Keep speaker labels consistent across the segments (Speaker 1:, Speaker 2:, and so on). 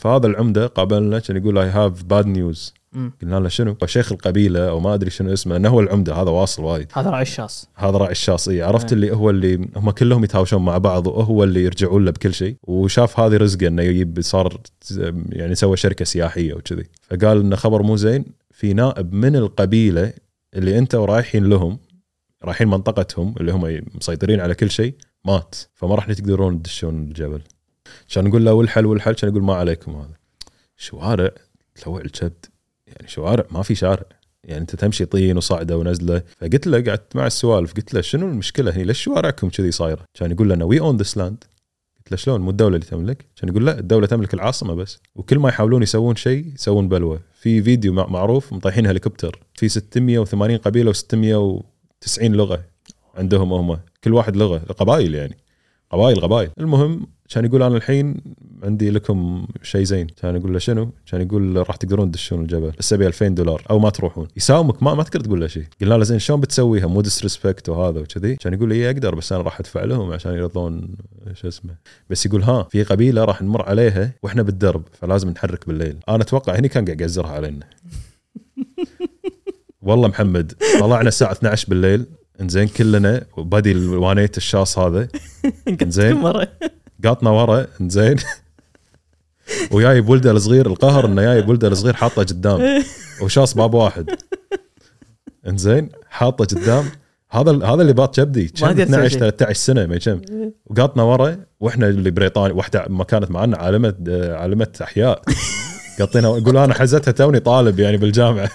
Speaker 1: فهذا العمده قابلنا كان يقول I have bad news. قلنا له شنو؟ شيخ القبيله او ما ادري شنو اسمه، انه هو العمده هذا واصل وايد،
Speaker 2: هذا راعي الشاص،
Speaker 1: هذا راعي الشاصيه، عرفت اللي هو اللي هم كلهم يتهاوشون مع بعض وهو اللي يرجعون له بكل شيء. وشاف هذه رزقه انه يجيب، صار يعني سوى شركه سياحيه وكذي. فقال انه خبر مو زين، في نائب من القبيله اللي انت ورايحين لهم، رايحين منطقتهم اللي هم مسيطرين على كل شيء، مات، فما راح تقدرون تدشون الجبل. كان نقول له والحل كان يقول ما عليكم، هذا شوارع تلوع الكبد، يعني شوارع ما في شارع، يعني انت تمشي طين وصعده ونزله. فقلت له، قعدت مع السوالف، قلت له شنو المشكله هني، ليش شوارعكم كذي صايره؟ كان يقول لنا وي اون ذس لاند. قلت له شلون، مو الدوله اللي تملك؟ كان يقول لا، الدوله تملك العاصمه بس، وكل ما يحاولون يسوون شيء يسوون بلوه. في فيديو معروف مطيحين هليكوبتر في 680 قبيله و690 لغه عندهم هم، كل واحد لغه، قبائل يعني قبائل. المهم كان يقول انا الحين عندي لكم شيء زين. كان يقول له شنو؟ كان يقول راح تقدرون تدشون الجبل بس ابي $2000 او ما تروحون. يساومك، ما تقدر تقول له شيء. قلنا له زين شلون بتسويها، مو ديسريسبكت وهذا وكذي. كان يقول لي اقدر، بس انا راح ادفع لهم عشان يرضون شو اسمه. بس يقول ها، في قبيله راح نمر عليها واحنا بالدرب، فلازم نحرك بالليل. انا اتوقع هني كان قاعد يقزرها علينا. والله محمد طلعنا الساعه 12 بالليل، انزين كلنا وبدي الوانيت الشاص هذا، انزين قاطنا ورا، انزين وياي بولده الصغير، القهر انه جاي بولده الصغير حاطه قدام وشاص باب واحد، انزين حاطه قدام. هذا اللي بات كبدي، كان 12 13 سنه ما كم، وقاطنا ورا. واحنا اللي بريطاني، واحده ما كانت معنا عالمه احياء، قاطينا. يقول انا حزتها توني طالب يعني بالجامعه.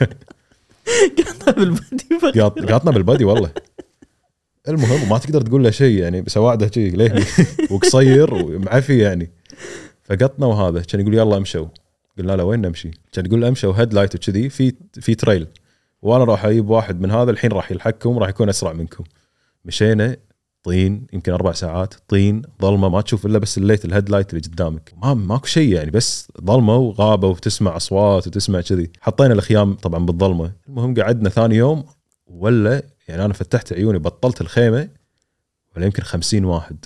Speaker 1: قاطنا بالبدي والله. المهم وما تقدر تقول له شيء يعني، بسواعده شيء ليه وقصير ومعفي يعني. فقطنا وهذا كان يقول يلا امشوا. قلنا له وين نمشي؟ كان يقول امشوا هيد لايت وكذي في تريل، وانا راح اجيب واحد من هذا الحين راح يلحقكم، راح يكون اسرع منكم. مشينا طين يمكن 4 ساعات، طين ظلمه، ما تشوف الا بس الليت الهيد لايت اللي قدامك، ماكو شيء يعني، بس ظلمه وغابه وتسمع اصوات وتسمع كذي. حطينا الخيام طبعا بالظلمه. المهم قعدنا ثاني يوم، ولا يعني انا فتحت عيوني بطلت الخيمه ولا يمكن 50 واحد.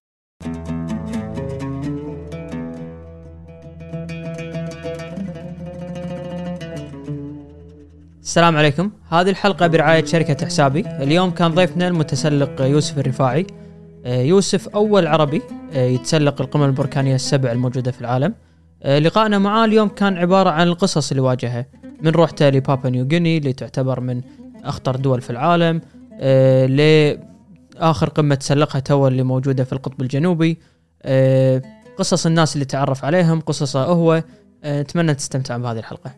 Speaker 2: السلام عليكم. هذه الحلقة برعاية شركة حسابي. اليوم كان ضيفنا المتسلق يوسف الرفاعي. يوسف أول عربي يتسلق القمم البركانية 7 الموجودة في العالم. لقائنا معاه اليوم كان عبارة عن القصص اللي واجهها، من روحته لبابا نيو غيني اللي تعتبر من أخطر دول في العالم، لآخر قمة تسلقها توا اللي موجودة في القطب الجنوبي، قصص الناس اللي تعرف عليهم، قصصه هو. أتمنى تستمتع بهذه الحلقة.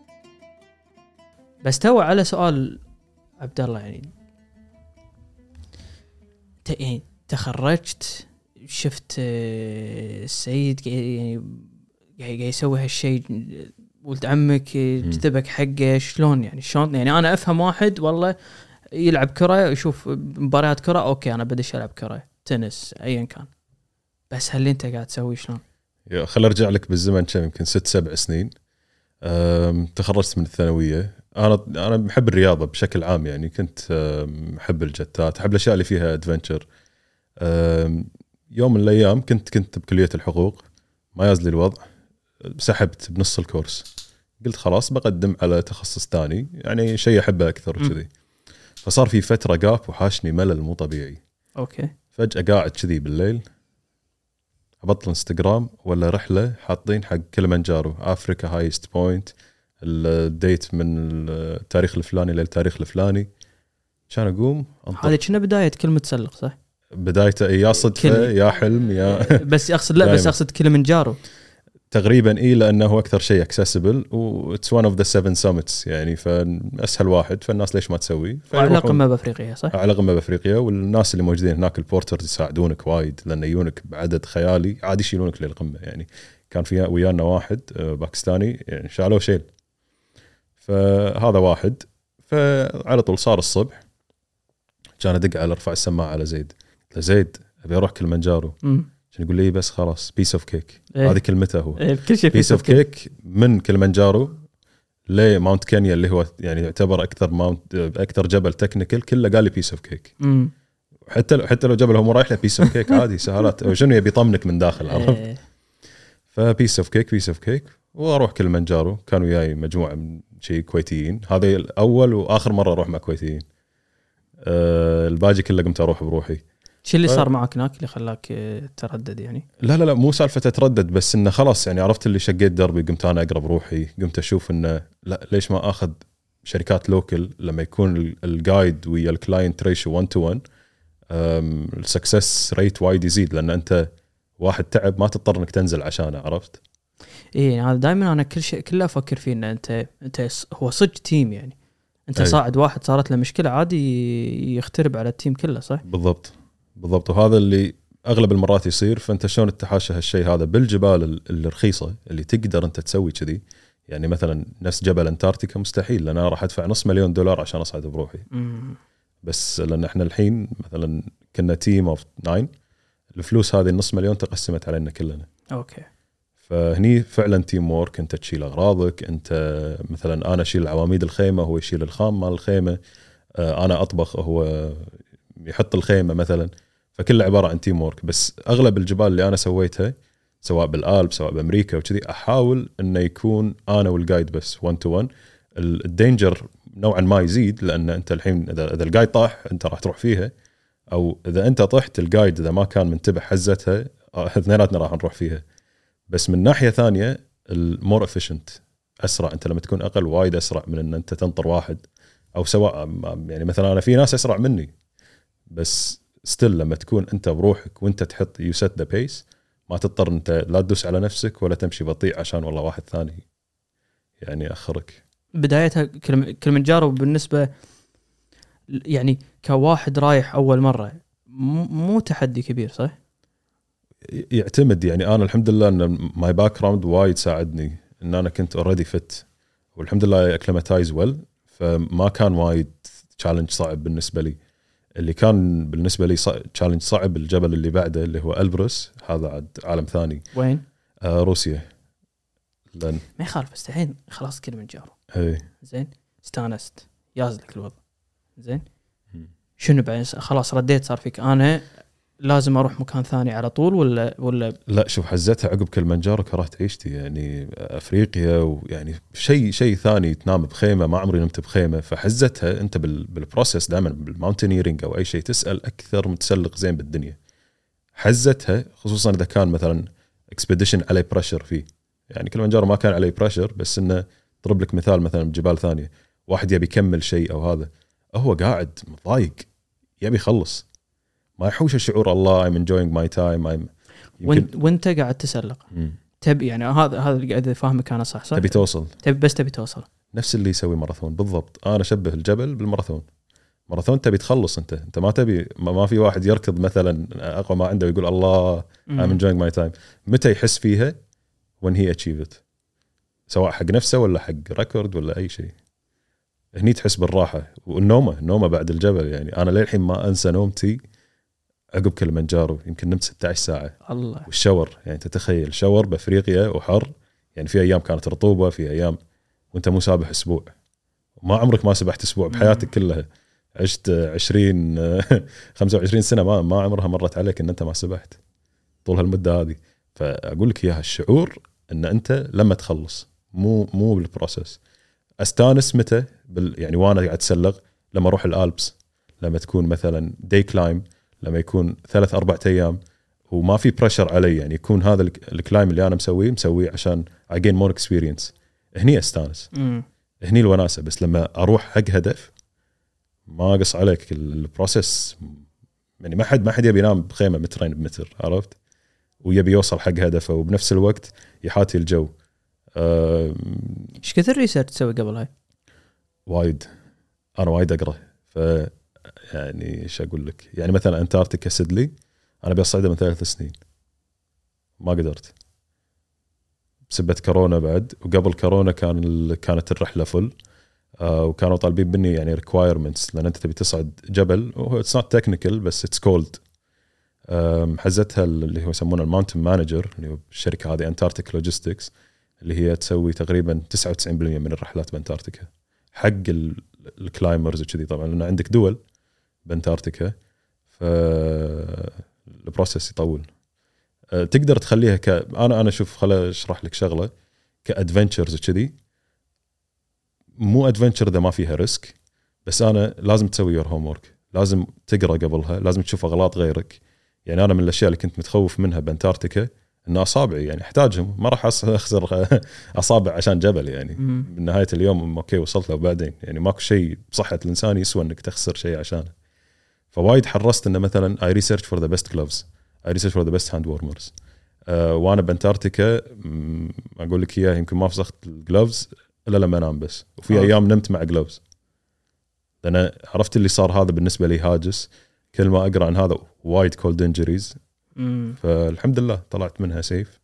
Speaker 2: بس تو على سؤال عبد الله، يعني تخرجت، شفت السيد يعني قاعد يسوي هالشيء، ولد عمك جذبك حقه، شلون يعني انا افهم واحد والله يلعب كرة، يشوف مباريات كرة، اوكي انا بدش العب كرة، تنس، ايا كان، بس هل انت قاعد تسوي شلون؟
Speaker 1: خل ارجع لك بالزمن كم، يمكن 6-7 سنين. تخرجت من الثانويه. انا بحب الرياضه بشكل عام، يعني كنت احب الجتات، احب الاشياء اللي فيها ادفنتشر. يوم من الايام كنت بكليه الحقوق، ما يزلي الوضع، سحبت بنص الكورس. قلت خلاص بقدم على تخصص ثاني، يعني شيء احبه اكثر وكذي. فصار في فتره جاب وحاشني ملل مو طبيعي.
Speaker 2: اوكي.
Speaker 1: فجاه قاعد كذي بالليل ابطل انستغرام ولا رحله حاطين حق كلمنجارو، افريكا هايست بوينت، الديت من التاريخ الفلاني للتاريخ الفلاني. كان اقوم
Speaker 2: هذه كنا بدايه كلمه تسلق صح؟
Speaker 1: بدايته يا صدفه يا حلم يا
Speaker 2: بس اقصد لا بس اقصد كلمنجارو
Speaker 1: تقريبا لانه هو اكثر شيء اكسسبل، واتس ون اوف ذا 7 سمتس يعني، فاسهل واحد، فالناس ليش ما تسوي؟
Speaker 2: على قمه بافريقيا صح؟
Speaker 1: على قمه بافريقيا، والناس اللي موجودين هناك البورترز يساعدونك وايد، لان يجونك بعدد خيالي عادي يشيلونك للقمه. يعني كان في ويانا واحد باكستاني يعني شالوه شيل، فهذا واحد. فعلى طول صار الصبح، كان ادق على ارفع السماعه على زيد، زيد ابي اروح كلمنجارو. كان يقول لي بس خلاص بيس اوف كيك، هذه كلمته هو.
Speaker 2: كل شيء
Speaker 1: بيس اوف كيك من كلمنجارو لماونت كينيا اللي هو يعني يعتبر اكثر جبل تكنيكال، كله قال لي بيس اوف كيك. حتى لو جبل هو مو رايح له بيس اوف كيك عادي سهالات، شنو يبي يطمنك من داخل، عرفت؟ فبيس اوف كيك واروح كلمنجارو. كانوا وياي مجموعه من شيء كويتيين، هذا الاول واخر مره اروح مع كويتيين. الباقي كله قمت اروح بروحي.
Speaker 2: شو اللي صار معك هناك اللي خلاك تردد يعني؟
Speaker 1: لا مو سالفه اتردد، بس انه خلاص يعني عرفت اللي شقيت دربي. قمت انا اقرب روحي، قمت اشوف انه لا ليش ما اخذ شركات لوكل لما يكون الجايد ويا الكلاينت ريشيو 1 to 1 السكسس ريت وايد يزيد، لان انت واحد تعب ما تضطر انك تنزل عشانه. عرفت؟
Speaker 2: ايه، هذا دائما انا كل شيء كله افكر فيه ان انت هو صدق تيم يعني. انت صاعد واحد صارت له مشكله عادي يخترب على التيم كله، صح؟
Speaker 1: بالضبط. وهذا اللي اغلب المرات يصير. فانت شلون تتحاشى هالشيء هذا بالجبال الرخيصه اللي تقدر انت تسوي كذي؟ يعني مثلا نفس جبل انتاركتيكا مستحيل، لان انا راح ادفع $500,000 عشان اصعد بروحي. بس لان احنا الحين مثلا كنا تيم اوف 9، الفلوس هذه $500,000 تقسمت علينا كلنا.
Speaker 2: اوكي.
Speaker 1: فهني فعلا تيم وورك. انت تشيل اغراضك، انت مثلا انا اشيل عواميد الخيمه، هو يشيل الخام مال الخيمه، انا اطبخ، هو يحط الخيمه مثلا. فكله عباره عن تيم وورك. بس اغلب الجبال اللي انا سويتها سواء بالآلب سواء بامريكا وكذي، احاول انه يكون انا والجايد بس 1 to 1. الدينجر نوعا ما يزيد، لان انت الحين اذا الجايد طاح انت راح تروح فيها، او اذا انت طحت الجايد اذا ما كان منتبه حزتها اثنيناتنا راح نروح فيها. بس من ناحيه ثانيه المور افيشنت، اسرع. انت لما تكون اقل وايد اسرع من ان انت تنطر واحد، او سواء يعني مثلا انا في ناس اسرع مني، بس ستيل لما تكون انت بروحك وانت تحط يو سيت ذا بيس، ما تضطر انت لا تدوس على نفسك ولا تمشي بطيء عشان والله واحد ثاني يعني اخرك.
Speaker 2: بدايتها كلمنجارو بالنسبه يعني كواحد رايح اول مره مو تحدي كبير، صح؟
Speaker 1: يعتمد. يعني انا الحمد لله ان ماي باك جراوند وايد ساعدني ان انا كنت اوريدي فت، والحمد لله اكلماتايز ويل، فما كان وايد تشالنج صعب بالنسبه لي. اللي كان بالنسبه لي تشالنج صعب الجبل اللي بعده اللي هو البروس، هذا عاد عالم ثاني.
Speaker 2: وين؟
Speaker 1: روسيا. لأن
Speaker 2: ما يخالف، بس الحين خلاص كلمنجارو
Speaker 1: اي
Speaker 2: زين، استانست، يازلك الوضع زين، شنو بعدين؟ خلاص رديت، صار فيك انا لازم اروح مكان ثاني على طول ولا
Speaker 1: لا شوف، حزتها عقب كلمنجارو كرهت عيشتي يعني. افريقيا ويعني شيء ثاني، تنام بخيمه، ما عمري نمت بخيمه. فحزتها انت بالبروسيس دائما بالماونتينيرينج او اي شيء تسال اكثر متسلق زين بالدنيا. حزتها خصوصا اذا كان مثلا اكسبيديشن عليه بريشر فيه. يعني كلمنجارو ما كان عليه بريشر، بس انه ضرب لك مثال مثلا بجبال ثانيه، واحد يبي يكمل شيء او هذا، هو قاعد مضايق يبي يخلص، ما يحوش الشعور الله I'm enjoying my time.
Speaker 2: وانت قاعد تسلق تبي يعني هذا اللي قاعد افهمك انا، صح؟
Speaker 1: تبي توصل،
Speaker 2: تبي توصل.
Speaker 1: نفس اللي يسوي ماراثون بالضبط. انا اشبه الجبل بالماراثون. ماراثون تبي تخلص، انت ما تبي، ما في واحد يركض مثلا اقوى ما عنده ويقول الله I'm enjoying my time. متى يحس فيها؟ when he achieve it، سواء حق نفسه ولا حق ريكورد ولا اي شيء. هني تحس بالراحه. والنومه بعد الجبل، يعني انا للحين ما انسى نومتي عقب كلمنجارو، يمكن نمت 16 ساعه.
Speaker 2: الله.
Speaker 1: والشاور، يعني تتخيل شاور بافريقيا وحر، يعني في ايام كانت رطوبه، في ايام وانت مو سابح اسبوع. ما عمرك ما سبحت اسبوع بحياتك كلها، عشت 25 سنه ما عمرها مرت عليك ان انت ما سبحت طول هالمده هذه. فاقول لك اياها الشعور ان انت لما تخلص، مو بالبروسس. استانس متى يعني وانا قاعد اتسلق، لما اروح الالبس، لما تكون مثلا داي كلايم، لما يكون 3-4 ايام وما في بريشر علي، يعني يكون هذا الكلايم اللي انا مسويه عشان I gain more experience. هني استانس، هني الوناسه. بس لما اروح حق هدف، ما قص عليك البروسس. يعني ما حد يبي ينام بخيمه مترين بمتر، عرفت؟ ويبي يوصل حق هدفه وبنفس الوقت يحاتي الجو.
Speaker 2: ايش كثر ريسيرش تسوي قبل هاي؟
Speaker 1: وايد، انا وايد اقرا. يعني ايش اقول لك، يعني مثلا انتاركتيكا سيدلي انا بصعدها من 3 سنين، ما قدرت بسبة كورونا بعد. وقبل كورونا كانت الرحله فل، وكانوا طالبين مني يعني requirements، لان انت تبي تصعد جبل وهو it's not technical بس it's cold. حزتها اللي هو يسمونه الماونتن مانجر، اللي هو الشركه هذه انتاركتيك لوجيستكس، اللي هي تسوي تقريبا 99% من الرحلات بانتاركتيكا حق الكلايمرز وكذي. طبعا لان عندك دول بانتاركتيكا، فالبروسيس يطول. تقدر تخليها انا اشوف، خل اشرح لك شغله. كادفنتشرز وكذي مو ادفنتشر اذا ما فيها ريسك، بس انا لازم تسوي يور هوم ورك، لازم تقرا قبلها، لازم تشوف اغلاط غيرك. يعني انا من الاشياء اللي كنت متخوف منها بانتاركتيكا ان اصابعي يعني احتاجهم، ما راح اخسر اصابع عشان جبل يعني. من نهايه اليوم اوكي وصلت له، وبعدين يعني ماكو شيء بصحه الانسان يسوى انك تخسر شيء عشانه. فوايد حرصت انه مثلا I research for the best gloves, I research for the best hand warmers. وانا بانتاركتيكا اقول لك اياه يمكن ما فسخت الجلوفز الا لما انام بس، وفي ايام نمت مع جلوفز. لأن عرفت اللي صار هذا بالنسبة لي هاجس، كل ما أقرأ عن هذا وايد كولد انجريز. فالحمد لله طلعت منها سيف.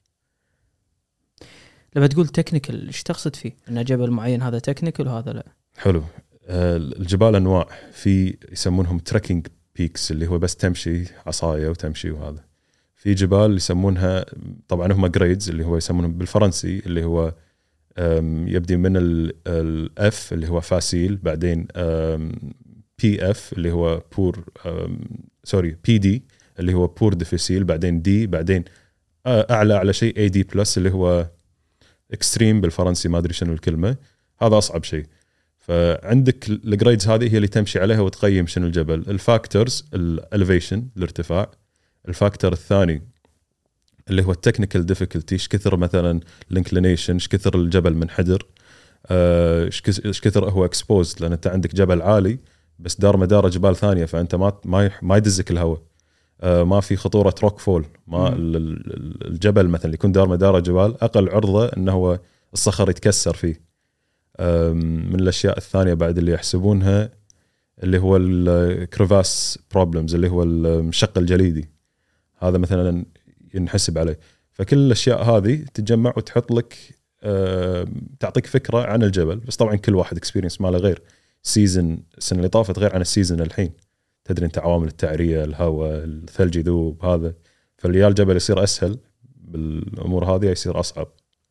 Speaker 2: لما تقول تكنيكال ايش تقصد فيه؟ إن جبل معين هذا تكنيكال وهذا لا؟
Speaker 1: حلو. الجبال أنواع، في يسمونهم تريكينج بيكس اللي هو بس تمشي عصاية وتمشي، وهذا في جبال يسمونها طبعا هم جريدز اللي هو يسمونهم بالفرنسي اللي هو يبدي من الاف اللي هو فاسيل، بعدين بي اف اللي هو بور بي دي اللي هو بور ديفيسيل، بعدين دي، بعدين اعلى شيء اي دي بلس اللي هو اكستريم بالفرنسي، ما ادري شنو الكلمه، هذا اصعب شيء. فعندك الجريدز هذه هي اللي تمشي عليها وتقيم شنو الجبل. الفاكتورز الاليفيشن الارتفاع، الفاكتور الثاني اللي هو التكنيكال ديفيكولتي، ايش كثر مثلا الانكلينيشن، ايش كثر الجبل منحدر، ايش كثر هو اكسبوزد، لان انت عندك جبل عالي بس دار مدار جبال ثانيه، فانت ما يدزك الهواء، ما في خطوره روك فول، ما الجبل مثلا يكون دار مدار جبال اقل عرضه انه هو الصخر يتكسر فيه. من الاشياء الثانيه بعد اللي يحسبونها اللي هو الكريفاس بروبلمز اللي هو الشق الجليدي، هذا مثلا ينحسب عليه. فكل الاشياء هذه تتجمع وتحط لك تعطيك فكره عن الجبل. بس طبعا كل واحد اكسبيرينس ماله غير، سيزن السنه اللي طافت غير عن السيزن الحين، تدري انت عوامل التعريه، الهواء، الثلج يذوب، هذا فالليال الجبل يصير اسهل بالامور هذه، يصير اصعب.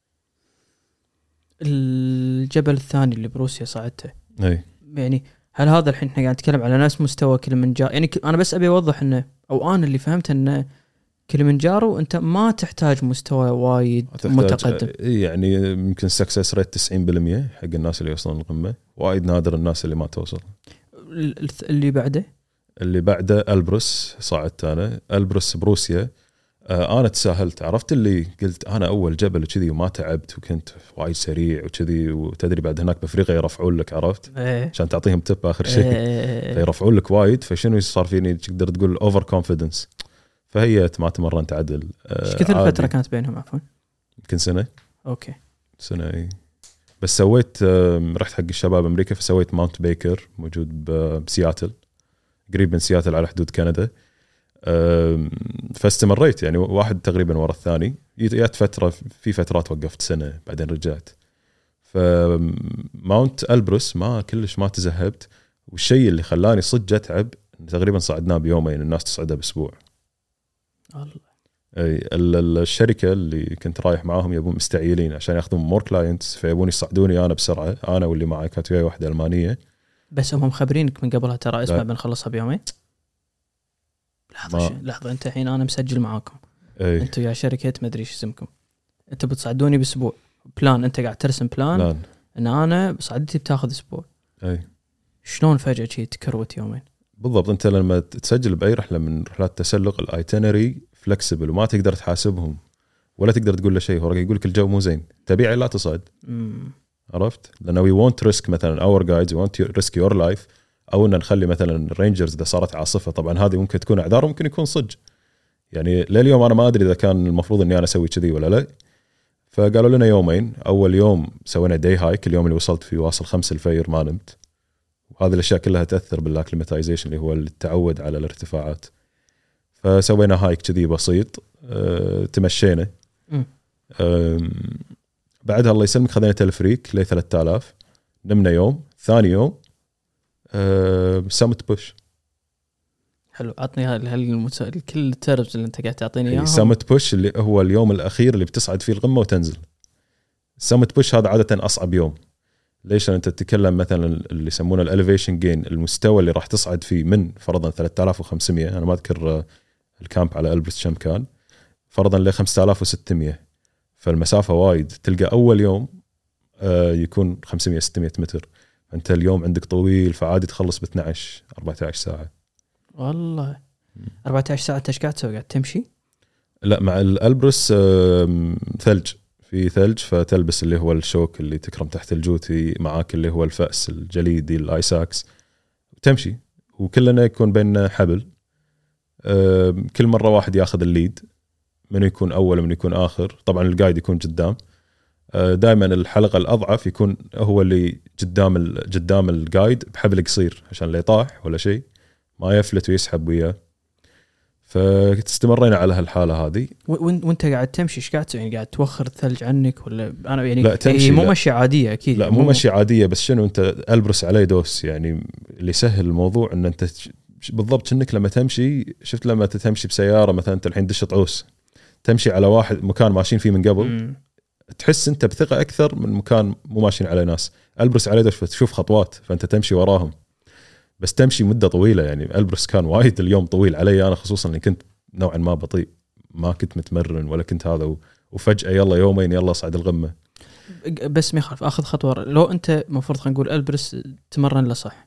Speaker 2: الجبل الثاني اللي بروسيا صعدته
Speaker 1: اي
Speaker 2: يعني هل هذا الحين احنا قاعد نتكلم على ناس مستوى كليمنجارو؟ يعني انا بس ابي اوضح انه او انا اللي فهمت انه كليمنجارو انت ما تحتاج مستوى وايد متقدم،
Speaker 1: يعني يمكن سكسس ريت 90% حق الناس اللي يوصلون القمه، وايد نادر الناس اللي ما توصل. اللي بعده البروس صعدت انا، البروس بروسيا. انا تساهلت، عرفت اللي قلت انا اول جبل وكذي وما تعبت وكنت وايد سريع وكذي، وتدري بعد هناك بافريقيا يرفعون لك، عرفت عشان تعطيهم تب اخر شيء فيرفعون لك وايد. فشنو صار فيني تقدر تقول اوفر كونفيدنس، فهي ما تمرنت عدل.
Speaker 2: ايش كثر فتره كانت بينهم عفوا؟
Speaker 1: يمكن سنه.
Speaker 2: اوكي
Speaker 1: سنه اي. بس سويت رحت حق الشباب امريكا، فسويت ماونت بيكر موجود بسياتل، قريب من سياتل على حدود كندا. فاستمريت يعني واحد تقريبا ورا الثاني، جت فتره، في فترات وقفت سنه بعدين رجعت. فماونت البروس ما كلش ما تزهبت، والشيء اللي خلاني صدق اتعب تقريبا صعدناه بيومين، الناس تصعدها باسبوع. اي الشركه اللي كنت رايح معاهم يبون مستعجلين عشان ياخذون مور كلاينتس، فيبون يصعدوني انا بسرعه، انا واللي معي كانت وياي واحده المانيه.
Speaker 2: بس هم مخبرينك من قبلها ترى اسمع بنخلصها بيومين؟ لحظه انت الحين انا مسجل معاكم، انتوا يا شركه ما ادري ايش اسمكم، انتوا بتصعدوني باسبوع بلان، انت قاعد ترسم بلان ان انا صعدتي بتاخذ اسبوع.
Speaker 1: اي
Speaker 2: شلون فجاه شيء تكروت يومين؟
Speaker 1: بالضبط، انت لما تسجل باي رحله من رحلات التسلق الايتنري فلكسبل وما تقدر تحاسبهم ولا تقدر تقول له شيء، هو يقول لك الجو مو زين تبيعي لا تصعد. عرفت؟ لانه وي وونت ريسك مثلا اور جايدز وونت ريسك يور لايف، او ان نخلي مثلا الرينجرز اذا صارت عاصفه، طبعا هذه ممكن تكون اعذار ممكن يكون صج، يعني لليوم انا ما ادري اذا كان المفروض اني انا اسوي كذي ولا لا. فقالوا لنا يومين، اول يوم سوينا داي هايك، اليوم اللي وصلت فيه واصل 5 الفجر ما نمت، وهذه الاشياء كلها تاثر بالاكليماتيزيشن اللي هو التعود على الارتفاعات. فسوينا هايك كذي بسيط، تمشينا. بعدها الله يسلمك خذينا تلفريك ل 3000، نمنا يوم، ثاني يوم سمت بوش.
Speaker 2: حلو، عطني كل التربز اللي انت قاعد تعطيني اياها.
Speaker 1: سمت بوش اللي هو اليوم الاخير اللي بتصعد فيه القمه وتنزل. سمت بوش هذا عاده اصعب يوم. ليش؟ انت تتكلم مثلا اللي يسمونه الاليفيشن جين، المستوى اللي راح تصعد فيه من فرضا 3500، انا ما اذكر الكامب على البرس كم كان، فرضا ل 5600، فالمسافه وايد. تلقى اول يوم يكون 500 600 متر، انت اليوم عندك طويل، فعادي تخلص ب 12 14 ساعه.
Speaker 2: والله 14 ساعه انت ايش قاعد تسوي؟ قاعد تمشي؟
Speaker 1: لا، مع الألبرس ثلج، في ثلج، فتلبس اللي هو الشوك اللي تكرم تحت الجوتي، معاك اللي هو الفأس الجليدي الايساكس، وتمشي وكلنا يكون بيننا حبل. كل مرة واحد ياخذ الليد، منو يكون أول ومنو يكون آخر. طبعا القايد يكون قدام. دائما الحلقة الأضعف يكون هو اللي قدام القايد بحبل قصير، عشان لا يطاح ولا شيء، ما يفلت ويسحب وياه. فاستمرينا على هالحالة هذه.
Speaker 2: وانت قاعد تمشي ايش قاعد تسوي؟ يعني قاعد توخر الثلج عنك ولا انا يعني
Speaker 1: لا تمشي،
Speaker 2: مو مشي عادية اكيد.
Speaker 1: لا مو مشي عادية، بس شنو انت البرس عليه دوس، يعني اللي يسهل الموضوع ان انت بالضبط انك لما تمشي، شفت لما تمشي بسيارة مثلا، انت الحين دشت عوس، تمشي على واحد مكان ماشيين فيه من قبل، تحس انت بثقة اكثر من مكان مو ماشيين عليه ناس. البرس عليه دوس، فتشوف خطوات فانت تمشي وراهم، بس تمشي مدة طويلة. يعني البرس كان وايد اليوم طويل علي انا، خصوصا اني كنت نوعا ما بطيء، ما كنت متمرن ولا كنت هذا، وفجأة يلا يومين يلا صعد القمة.
Speaker 2: بس ما يخالف اخذ خطوة. لو انت مفروض خلينا نقول البرس تمرن له صح،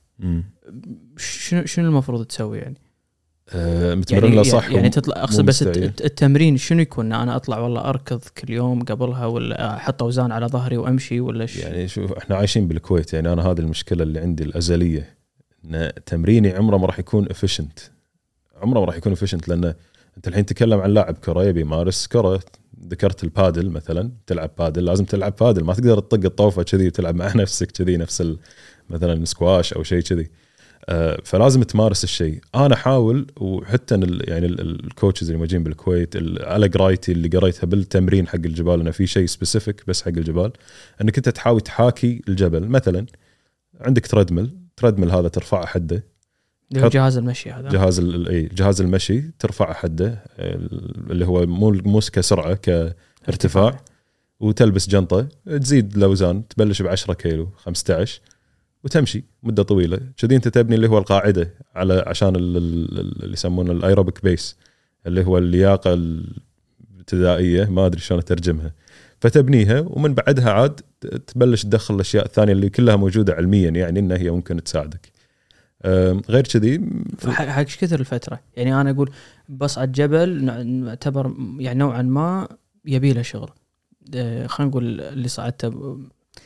Speaker 2: شنو المفروض تسوي يعني؟
Speaker 1: متمرن له صح
Speaker 2: يعني تطلع اقصد، بس التمرين شنو يكون؟ انا اطلع والله اركض كل يوم قبلها، ولا احط اوزان على ظهري وامشي، ولا
Speaker 1: يعني شوف، احنا عايشين بالكويت، يعني انا هذه المشكلة اللي عندي الأزلية، ان تمريني عمره ما راح يكون efficient، عمره ما راح يكون efficient. لأن انت الحين تكلم عن لاعب كرة يبي يمارس كرة، ذكرت البادل مثلا، تلعب بادل لازم تلعب بادل، ما تقدر تطق الطوفة كذي وتلعب مع نفسك كذي، نفس مثلا سكواش او شيء كذي. فلازم تمارس الشيء. انا احاول، وحتى يعني الكوتشز اللي موجودين بالكويت على قرايتي اللي قريتها بالتمرين حق الجبال، انه في شيء سبيسيفيك بس حق الجبال، انك انت تحاول تحاكي الجبل. مثلا عندك تريدميل هذا ترفعه حده،
Speaker 2: جهاز المشي هذا،
Speaker 1: جهاز المشي ترفعه حده، اللي هو مو كسرعه كارتفاع، وتلبس جنطه، تزيد الاوزان، تبلش ب10 كيلو 15 وتمشي مده طويله كذي. انت تبني اللي هو القاعده عشان اللي يسمونه الايروبيك بيس، اللي هو اللياقه الابتدائيه، ما ادري شلون اترجمها. فتبنيها، ومن بعدها عاد تبلش تدخل الاشياء الثانيه اللي كلها موجوده علميا، يعني انها هي ممكن تساعدك. غير كذي
Speaker 2: حق كثر الفتره. يعني انا اقول بصعد جبل نعتبر يعني نوعا ما يبي له شغل. خلينا نقول اللي صعدته،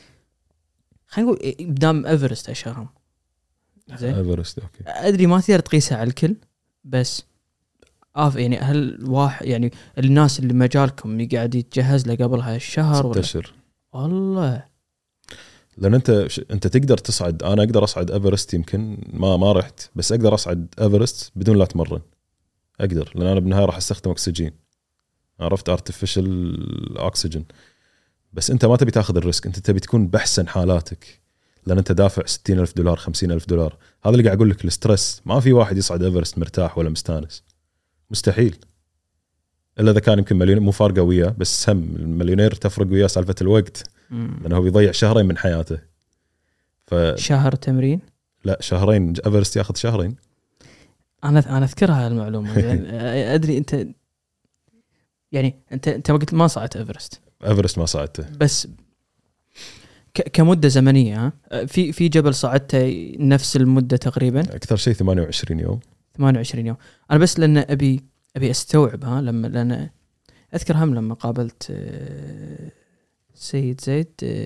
Speaker 2: خلينا نقول قدام ايفرست اشهرهم، زين
Speaker 1: ايفرست اوكي،
Speaker 2: ادري ما تقدر تقيسها على الكل، بس يعني هل واحد يعني الناس اللي مجالكم قاعد يتجهز له قبل هالشهر ولا
Speaker 1: 6 أشهر؟
Speaker 2: والله
Speaker 1: لان انت تقدر تصعد. انا اقدر اصعد ايفرست، يمكن ما رحت، بس اقدر اصعد ايفرست بدون لا اتمرن، اقدر، لان انا بالنهايه راح استخدم اكسجين، عرفت، ارتفيشال اكسجين. بس انت ما تبي تاخذ الريسك، انت تبي تكون باحسن حالاتك، لان انت دافع $60,000 $50,000. هذا اللي قاعد اقول لك، الستريس. ما في واحد يصعد ايفرست مرتاح ولا مستانس، مستحيل، الا اذا كان يمكن مليونير، مو فارقه وياه، بس هم المليونير تفرق وياه سالفه الوقت، لانه هو بيضيع شهرين من حياته.
Speaker 2: شهر تمرين؟
Speaker 1: لا 2 ايفرست ياخذ 2
Speaker 2: انا اذكرها المعلومه. يعني ادري انت يعني انت ما قلت ما صعدت ايفرست
Speaker 1: ما صعدته،
Speaker 2: بس كمده زمنيه في جبل صعدته نفس المده تقريبا؟
Speaker 1: اكثر شيء 28 يوم.
Speaker 2: 28 يوم. انا بس لان ابي استوعب لان اذكر لما قابلت السيد زيد،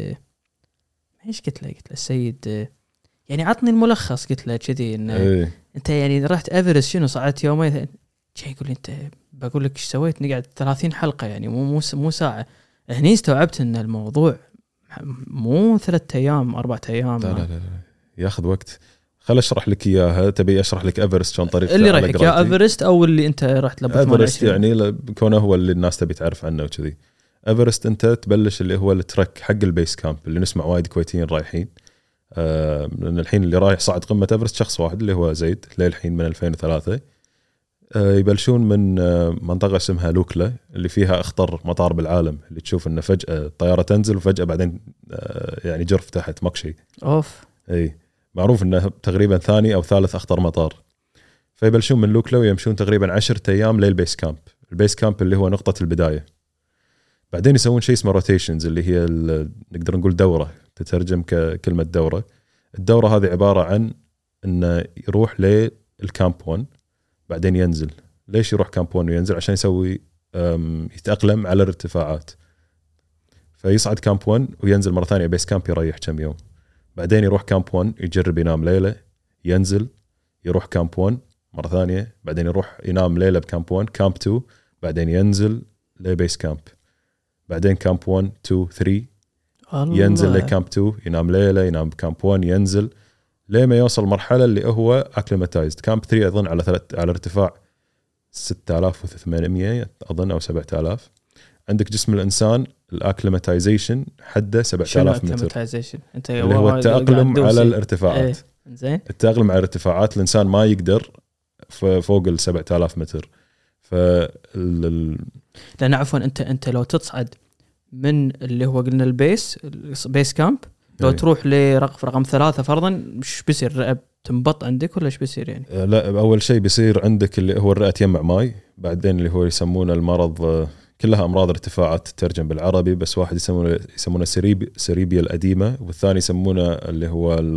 Speaker 2: ايش قلت له السيد يعني عطني الملخص، قلت له كذي انه انت يعني رحت ايفرست شنو صعدت يومين، شيء يقول لي انت بقول لك ايش سويت، نقعد 30 حلقه يعني مو ساعه. هني استوعبت ان الموضوع مو 3 أيام 4 أيام،
Speaker 1: لا ياخذ وقت. خل اشرح لك اياها. تبي اشرح لك ايفرست شلون طريقته؟
Speaker 2: اللي رايحك يا ايفرست او اللي انت رحت له؟
Speaker 1: ايفرست يعني كونه هو اللي الناس تبي تعرف عنه وكذي. ايفرست انت تبلش اللي هو الترك حق البيس كامب، اللي نسمع وايد كويتيين رايحين. لان الحين اللي رايح صاعد قمه ايفرست شخص واحد اللي هو زيد، للحين من 2003. يبلشون من منطقه اسمها لوكلا، اللي فيها اخطر مطار بالعالم، اللي تشوف انه فجاه الطياره تنزل وفجاه بعدين يعني جرف تحت ماك شيء.
Speaker 2: اوف.
Speaker 1: اي معروف انه تقريبا ثاني او ثالث اخطر مطار. فيبلشون من لوكلا ويمشون تقريبا 10 أيام للبيس كامب. البيس كامب اللي هو نقطه البدايه. بعدين يسوون شيء اسمه روتيشنز اللي هي نقدر نقول دوره، تترجم ككلمه دوره. الدوره هذه عباره عن انه يروح للكامب 1 بعدين ينزل. ليش يروح كامب 1 وينزل؟ عشان يسوي يتأقلم على الارتفاعات. فيصعد كامب 1 وينزل مرة ثانية بيس كامب يريح كم يوم، بعدين يروح كامب 1 يجرب ينام ليلة، ينزل يروح كامب 1 مرة ثانية، بعدين يروح ينام ليلة بكامب 1، كامب 2 بعدين ينزل لبيس كامب، بعدين كامب 1 2 3 ينزل لكامب 2 ينام ليلة، ينام بكامب 1 ينزل لما يوصل مرحلة اللي هو اكليماتايزد. كامب 3 اظن على ارتفاع 6800 اظن او 7000. عندك جسم الانسان الاكليماتيزيشن حده 7000 متر،
Speaker 2: انت
Speaker 1: اللي هو التأقلم على الارتفاعات.
Speaker 2: زين
Speaker 1: التأقلم على الارتفاعات الانسان ما يقدر فوق ال 7000 متر.
Speaker 2: لان عفوا انت لو تصعد من اللي هو قلنا البيس كامب، لو تروح لرقم 3 فرضا، مش بيصير الرئه تنبط عندك ولا ايش بيصير يعني؟
Speaker 1: لا، اول شيء بيصير عندك اللي هو الرئه تجمع ماي، بعدين اللي هو يسمونه المرض، كلها امراض ارتفاعات تترجم بالعربي، بس واحد يسمونه سريبيا القديمه، والثاني يسمونه اللي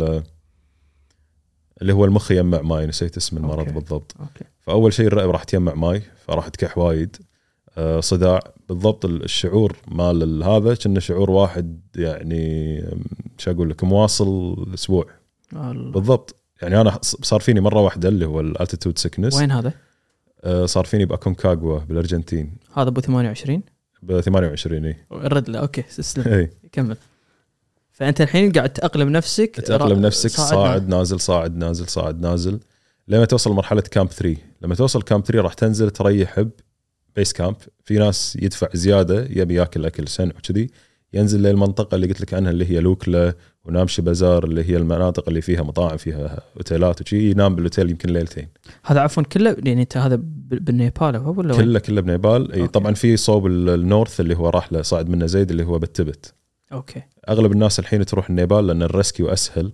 Speaker 1: هو المخ يجمع ماي، نسيت اسم المرض
Speaker 2: أوكي.
Speaker 1: بالضبط.
Speaker 2: أوكي.
Speaker 1: فاول شيء الرئه راح تجمع ماي، فراح تكح وايد، صداع. بالضبط الشعور مال هذا كأنه شعور واحد يعني شو اقول لك مواصل اسبوع بالضبط. يعني انا صار فيني مره واحده اللي هو الالتيتود سيكنس.
Speaker 2: وين هذا؟
Speaker 1: صار فيني باكونكاغوا بالارجنتين.
Speaker 2: هذا ابو 28
Speaker 1: ب 28 اي
Speaker 2: الرد له. اوكي تسلم. كمل. فانت الحين قاعد تأقلم نفسك
Speaker 1: صاعد نازل صاعد نازل صاعد نازل لما توصل مرحله كامب 3. لما توصل كامب 3 راح تنزل تريح بيس كامب. في ناس يدفع زياده يبي ياكل اكل سنع وكذي، ينزل للمنطقه اللي قلت لك عنها اللي هي لوكلا ونامشي بازار، اللي هي المناطق اللي فيها مطاعم فيها اوتيلات وشي، ينام بالاوتيل يمكن ليلتين.
Speaker 2: هذا عفوا كله يعني انت هذا بالنيبال ولا
Speaker 1: كله بنيبال. اي طبعا في صوب النورث اللي هو راح له صاعد منه زيد اللي هو بالتبت.
Speaker 2: اوكي.
Speaker 1: اغلب الناس الحين تروح النيبال لان الريسكيو اسهل.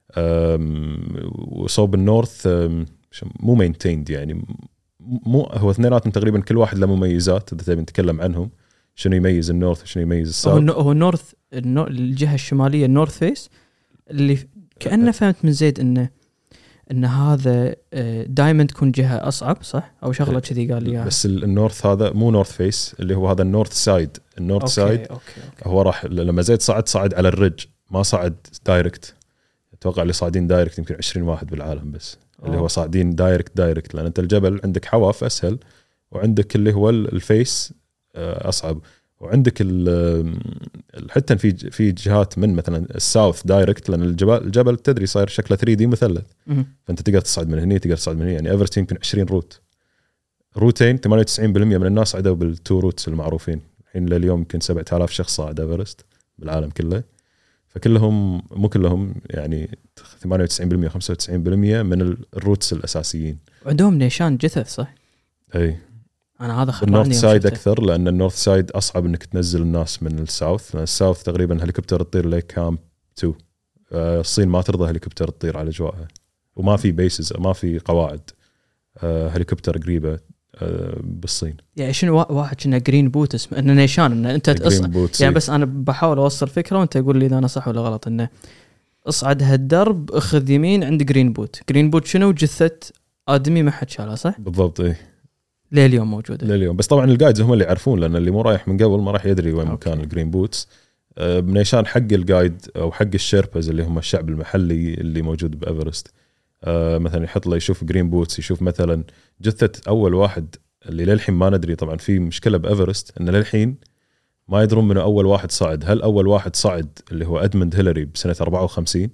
Speaker 1: وصوب النورث مو مينتيند، يعني مو هو اثنيناتهم تقريبا كل واحد له مميزات اذا تبي نتكلم عنهم. شنو يميز النورث وشنو يميز الساوث؟
Speaker 2: هو النورث الجهه الشماليه النورث فيس اللي كأنه فهمت من زيد ان هذا دائما تكون جهه اصعب، صح او شغله كذي قال لي.
Speaker 1: بس النورث هذا مو نورث فيس، اللي هو هذا النورث سايد. النورث سايد هو راح لما زيد صعد على الرج، ما صعد دايركت. اتوقع اللي صاعدين دايركت يمكن 20 واحد بالعالم بس. اللي هو صاعدين دايركت لان انت الجبل عندك حواف اسهل، وعندك اللي هو الفيس اصعب، وعندك حتى في جهات من مثلا الساوث دايركت، لان الجبل تدري صاير شكله 3D مثلث. فانت تقدر تصعد من هنا تقدر تصعد من هنا. يعني ايفرست يمكن 20 روتين 98% من الناس صعدوا بالتو روتس المعروفين. الحين لليوم يمكن 7000 شخص صعد ايفرست بالعالم كله، فكلهم مو كلهم يعني 98% 95% من الروتس الاساسيين.
Speaker 2: عندهم نيشان جثث صح؟
Speaker 1: اي
Speaker 2: انا هذا خبرني.
Speaker 1: النورث سايد اكثر، لان النورث سايد اصعب انك تنزل الناس من الساوث، لان الساوث تقريبا هليكوبتر تطير لكامب 2. الصين ما ترضى هليكوبتر تطير على اجواءها، وما في بيسز، ما في قواعد هليكوبتر قريبه بالصين.
Speaker 2: يعني شنو واحد كنا جرين بوت اسمه انه نيشان ان انت يعني بس انا بحاول اوصل فكره وانت تقول لي اذا انا صح ولا غلط. انه اصعد هالدرب اخذ يمين عند جرين بوت شنو جثه ادمي ما حد شالها صح
Speaker 1: بالضبط. اي
Speaker 2: لليوم موجوده
Speaker 1: لليوم، بس طبعا الجايدز هم اللي يعرفون، لان اللي مو رايح من قبل ما راح يدري وين مكان الجرين بوتس. بنيشان حق الجايد او حق الشيربز اللي هم الشعب المحلي اللي موجود بايفرست. مثلا يحط له يشوف جرين بوتس، يشوف مثلا جثه اول واحد اللي للحين ما ندري. طبعا في مشكله بايفرست ان للحين ما يدرون من اول واحد صعد. هل اول واحد صعد اللي هو ادموند هيلاري بسنه 54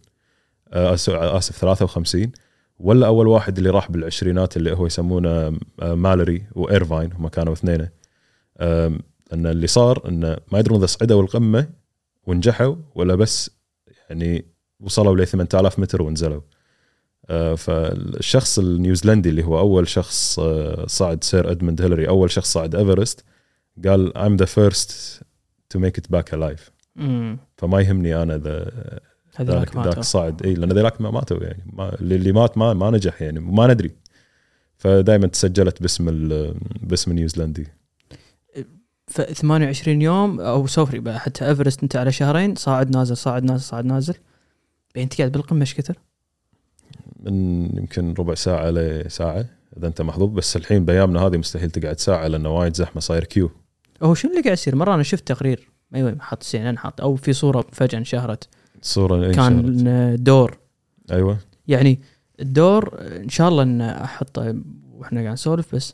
Speaker 1: 53، ولا اول واحد اللي راح بالعشرينات اللي هو يسمونه مالوري وايرفاين، هم كانوا اثنين. ان اللي صار انه ما يدرون اذا صعدوا القمه ونجحوا ولا بس يعني وصلوا ل 8000 متر ونزلوا. فالشخص النيوزيلندي اللي هو اول شخص صعد، سير ادموند هيلاري، اول شخص صعد ايفرست، قال I'm the first to make it back alive. فما يهمني انا ذاك صعد. اي لان ذاك ما ماتوا، يعني اللي مات ما نجح يعني، وما ندري. فدائما تسجلت باسم النيوزيلندي.
Speaker 2: في 28 يوم او سوري حتى ايفرست انت على شهرين صاعد نازل صاعد نازل صاعد نازل، بين انت قاعد بالقمه ايش كثر؟
Speaker 1: من يمكن ربع ساعه لساعه اذا انت محظوظ، بس الحين بايامنا هذه مستحيل تقعد ساعه لانه وايد زحمه صاير كيو.
Speaker 2: هو شنو اللي قاعد يصير؟ مره انا شفت تقرير ايوه حط CNN حط او في صوره فجاه انشهرت
Speaker 1: صوره
Speaker 2: كان دور
Speaker 1: ايوه
Speaker 2: يعني الدور ان شاء الله ان احطه واحنا قاعد نسولف بس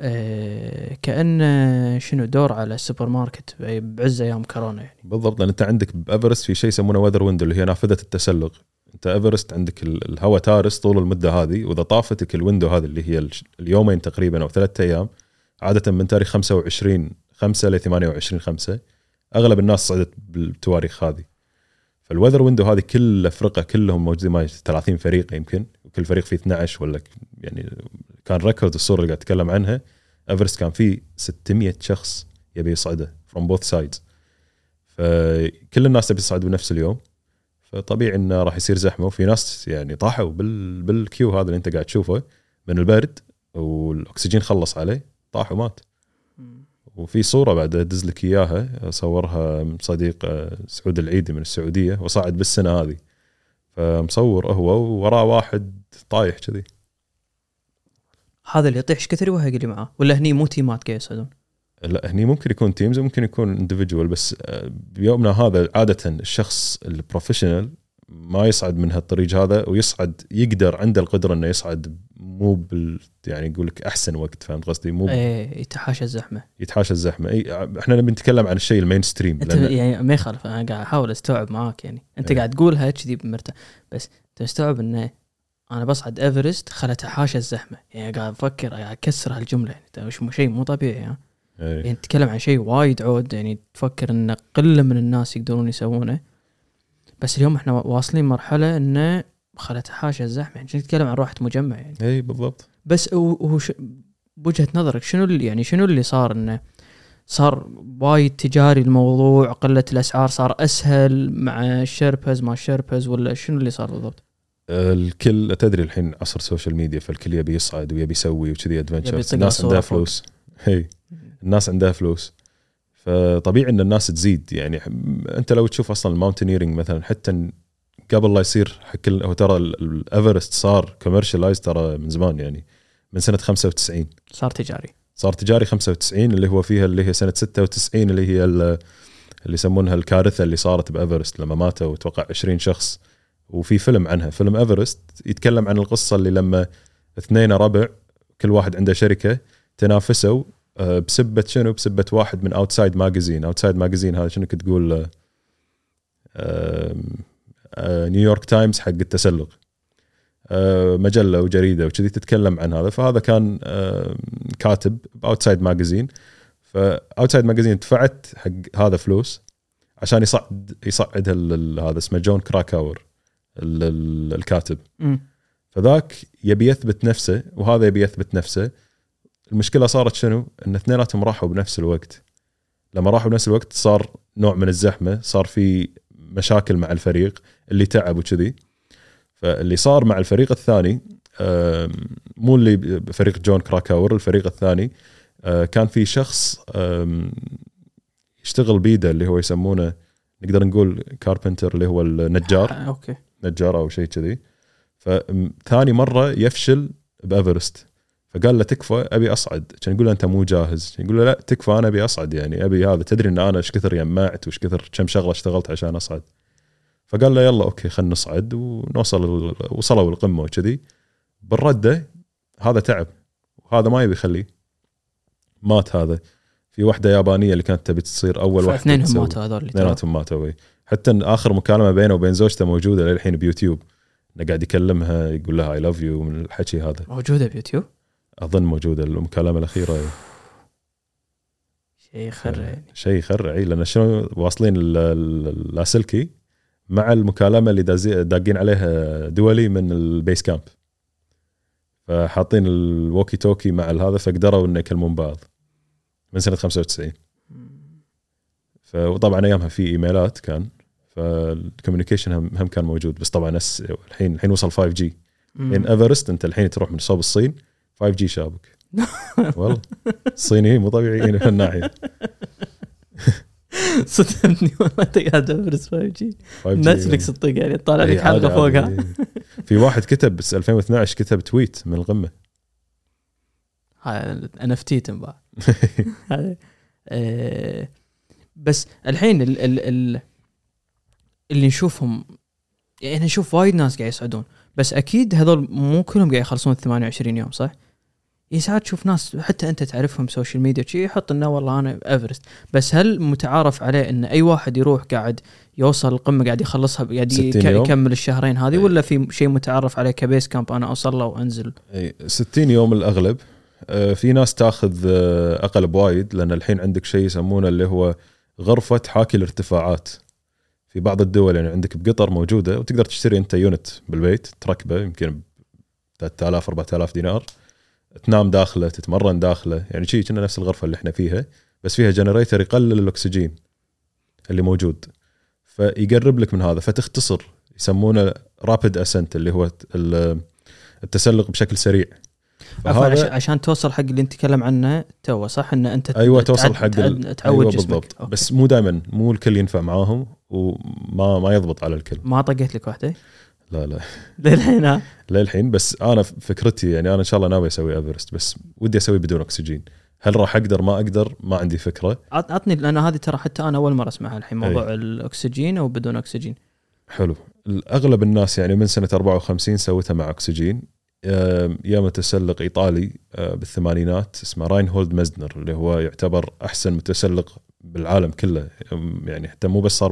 Speaker 2: كأن شنو دور على السوبر ماركت بعز ايام كورونا يعني.
Speaker 1: بالضبط، لان انت عندك بأفرست في شيء يسمونه ويذر ويندو اللي هي نافذه التسلق. انت ايفرست عندك الهواء تارس طول المده هذه، واذا طافتك الويندو هذه اللي هي اليومين تقريبا او 3 ايام عاده من تاريخ 25/5 ل 28/5 اغلب الناس صعدت بالتواريخ هذه. فالويذر ويندو هذه كل فرقه كلهم موجودين ما 30 فريق يمكن، وكل فريق فيه 12 ولا يعني كان ريكورد الصوره اللي قاعد اتكلم عنها. ايفرست كان فيه 600 شخص يبي يصعده from both sides، فكل الناس تبي تصعد بنفس اليوم، فطبيعي انه راح يصير زحمه. وفي ناس يعني طاحوا بالكيو هذا اللي انت قاعد تشوفه من البرد والاكسجين خلص عليه طاح ومات. وفي صوره بعد ادز لك اياها صورها صديق سعود العيدي من السعوديه وصعد بالسنه هذه، فمصور هو ووراه واحد طايح كذي.
Speaker 2: هذا اللي يطيح كثر وهاي اللي معاه ولا هني مو تيمات قاعد يصعدون؟
Speaker 1: لا هني ممكن يكون تيمز وممكن يكون انديفيدوال، بس بيومنا هذا عاده الشخص البروفيشنال ما يصعد من هالطريق هذا، ويصعد يقدر عنده القدره انه يصعد مو يعني يقول لك احسن وقت، فهمت قصدي؟ مو
Speaker 2: يتحاشى الزحمه
Speaker 1: احنا نبي نتكلم عن الشيء المين ستريم
Speaker 2: يعني ما يخالف. انا قاعد احاول استوعب معاك يعني انت قاعد تقولها كذي بمرتاح، بس تستوعب انه انا بصعد ايفرست خلت احاشى الزحمه، يعني قاعد افكر قاعد اكسر هالجمله يعني مش شيء مو طبيعي يعني تتكلم عن شيء وايد عود، يعني تفكر ان قله من الناس يقدرون يسوونه، بس اليوم احنا واصلين مرحله انه خلت حاشا الزحمه، يعني نتكلم عن راحه مجمع يعني.
Speaker 1: اي بالضبط.
Speaker 2: بس بوجهه نظرك شنو اللي صار؟ انه صار وايد تجاري الموضوع، قله الاسعار، صار اسهل مع الشيربز ما الشيربز، ولا شنو اللي صار بالضبط؟
Speaker 1: الكل تدري الحين عصر السوشيال ميديا، فالكل يبي يصعد ويبي يسوي وكذي ادفنتشر. الناس عندها فلوس، الناس عندها فلوس، فطبيعي ان الناس تزيد. يعني انت لو تشوف اصلا الماونتينيرنج مثلا حتى قبل لا يصير هو ترى الأفرست صار كوميرشالايز ترى من زمان، يعني من سنة 95
Speaker 2: صار تجاري
Speaker 1: 95 اللي هو فيها اللي هي سنة 96 اللي هي اللي يسمونها الكارثة اللي صارت بأفرست لما ماتوا وتوقع 20 شخص. وفي فيلم عنها، فيلم أفرست، يتكلم عن القصة اللي لما 2 ربع كل واحد عنده شركة تنافسوا بسبة شنو؟ بسبة واحد من اوتسايد ماجازين هذا شنو كنت تقول؟ نيويورك تايمز حق التسلق، مجلة وجريدة وكذي تتكلم عن هذا. فهذا كان كاتب اوتسايد ماجازين، فاوتسايد ماجازين دفعت حق هذا فلوس عشان يصعد هذا اسمه جون كراكاور الكاتب. فذاك يبي يثبت نفسه وهذا يبي يثبت نفسه. المشكلة صارت شنو؟ ان اثنيناتهم راحوا بنفس الوقت. لما راحوا بنفس الوقت صار نوع من الزحمة، صار في مشاكل مع الفريق اللي تعب وكذي. فاللي صار مع الفريق الثاني مو اللي فريق جون كراكاور، الفريق الثاني كان في شخص يشتغل بيده اللي هو يسمونه نقدر نقول كاربنتر اللي هو النجار. نجار او شيء كذي. فثاني مرة يفشل بأفرست، فقال له تكفى ابي اصعد. كان يقول له انت مو جاهز، يقول له لا تكفى انا ابي اصعد، يعني ابي هذا، تدري ان انا ايش كثر يمعت وايش كثر كم شغله اشتغلت عشان اصعد. فقال له يلا اوكي خلينا نصعد وصلوا القمه وكذي. بالرده هذا تعب وهذا ما يبي يخليه، مات. هذا في واحده يابانيه اللي كانت تبي تصير اول واحده،
Speaker 2: اثنينهم ماتوا هذول،
Speaker 1: اثنيناتهم ماتوا. حتى اخر مكالمه بينه وبين زوجته موجوده للحين بيوتيوب، انه قاعد يكلمها يقول لها اي لاف يو من الحكي هذا.
Speaker 2: موجوده بيوتيوب
Speaker 1: اظن موجوده المكالمه الاخيره. شيء يخرع لان شنو واصلين اللاسلكي مع المكالمه اللي داقين عليها دولي من البيس كامب، فحاطين الووكي توكي مع هذا، فقدروا ان يكلمون بعض من سنه 95. وطبعا ايامها في ايميلات كان، فالكوميونيكيشن هم كان موجود. بس طبعا الحين وصل 5G ان ايفرست. انت الحين تروح من صوب الصين 5G شابك والله الصينيين مو طبيعيين في الناحيه.
Speaker 2: صدمني والله. تقعد ايفرست 5G نتفلكس تطق يعني طالع لك حلقه فوقها.
Speaker 1: في واحد كتب بس 2012 كتب تويت من القمه.
Speaker 2: هاي NFT تنباع. بس الحين اللي نشوفهم يعني نشوف وايد ناس قاعد يصعدون، بس اكيد هذول مو كلهم قاعد يخلصون 28 يوم صح؟ ساعات تشوف ناس حتى انت تعرفهم سوشيال ميديا شيء يحط انه والله انا ايفرست، بس هل متعارف عليه ان اي واحد يروح قاعد يوصل القمه قاعد يخلصها قاعد يكمل الشهرين هذه، ولا في شيء متعارف عليه كبيس كامب انا اوصل له وانزل؟
Speaker 1: 60 يوم الاغلب. في ناس تاخذ اقل بوايد، لان الحين عندك شيء يسمونه اللي هو غرفه حاكي الارتفاعات في بعض الدول. يعني عندك بقطر موجوده وتقدر تشتري انت يونت بالبيت تركبه يمكن 3000 4000 دينار، تنام داخله تتمرن داخله، يعني شيء كنا نفس الغرفه اللي احنا فيها بس فيها جنريتر يقلل الاكسجين اللي موجود فيقرب لك من هذا، فتختصر. يسمونه رابيد اسنت اللي هو التسلق بشكل سريع.
Speaker 2: عشان توصل حق اللي انت تكلم عنه تو صح ان انت
Speaker 1: توصل حق
Speaker 2: تعود
Speaker 1: أيوة
Speaker 2: جسمك
Speaker 1: بالضبط. بس مو دائما، مو الكل ينفع معاهم وما يضبط على الكل.
Speaker 2: ما طقيت لك واحده؟
Speaker 1: لا للحين بس انا فكرتي يعني انا ان شاء الله ناوي اسوي ايفرست، بس ودي اسوي بدون اكسجين. هل راح اقدر ما اقدر ما عندي فكره.
Speaker 2: عطني لان هذه ترى حتى انا اول مره اسمعها الحين موضوع الاكسجين او بدون اكسجين.
Speaker 1: حلو. اغلب الناس يعني من سنه 54 سوتها مع اكسجين. يا متسلق ايطالي بالثمانينات اسمه راينهولد مزنر اللي هو يعتبر احسن متسلق بالعالم كله، يعني حتى مو بس صار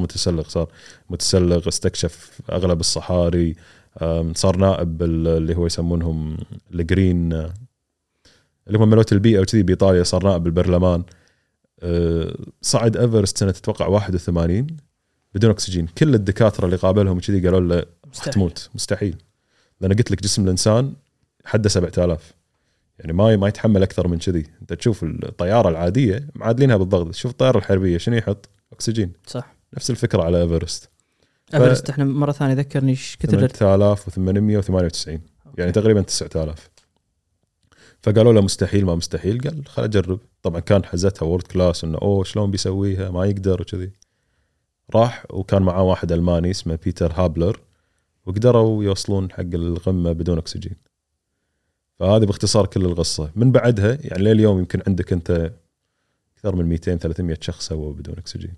Speaker 1: متسلق استكشف اغلب الصحاري، صار نائب اللي هو يسمونهم الجرين اللي هم ملوت البيئه وكذي بايطاليا، صار نائب بالبرلمان. صعد ايفرست سنه تتوقع 81 بدون اكسجين. كل الدكاتره اللي قابلهم كذي قالوا له تموت مستحيل، لأن قلت لك جسم الإنسان حده 7000 يعني ما يتحمل أكثر من كذي. أنت تشوف الطيارة العادية معادلينها بالضغط، شوف الطيارة الحربية شنو يحط أكسجين.
Speaker 2: صح.
Speaker 1: نفس الفكرة على إيفرست.
Speaker 2: إحنا مرة ثانية ذكرني إيش كثر
Speaker 1: 8898 يعني تقريبا 9000. فقالوا له مستحيل ما مستحيل، قال خل أجرب. طبعا كان حزتها وورد كلاس إنه شلون بيسويها ما يقدر وكذي. راح وكان معاه واحد ألماني اسمه بيتر هابلر وقدروا يوصلون حق القمة بدون أكسجين. فهذه باختصار كل القصة. من بعدها يعني لليوم يمكن عندك أنت أكثر من 200-300 شخص سووا بدون أكسجين.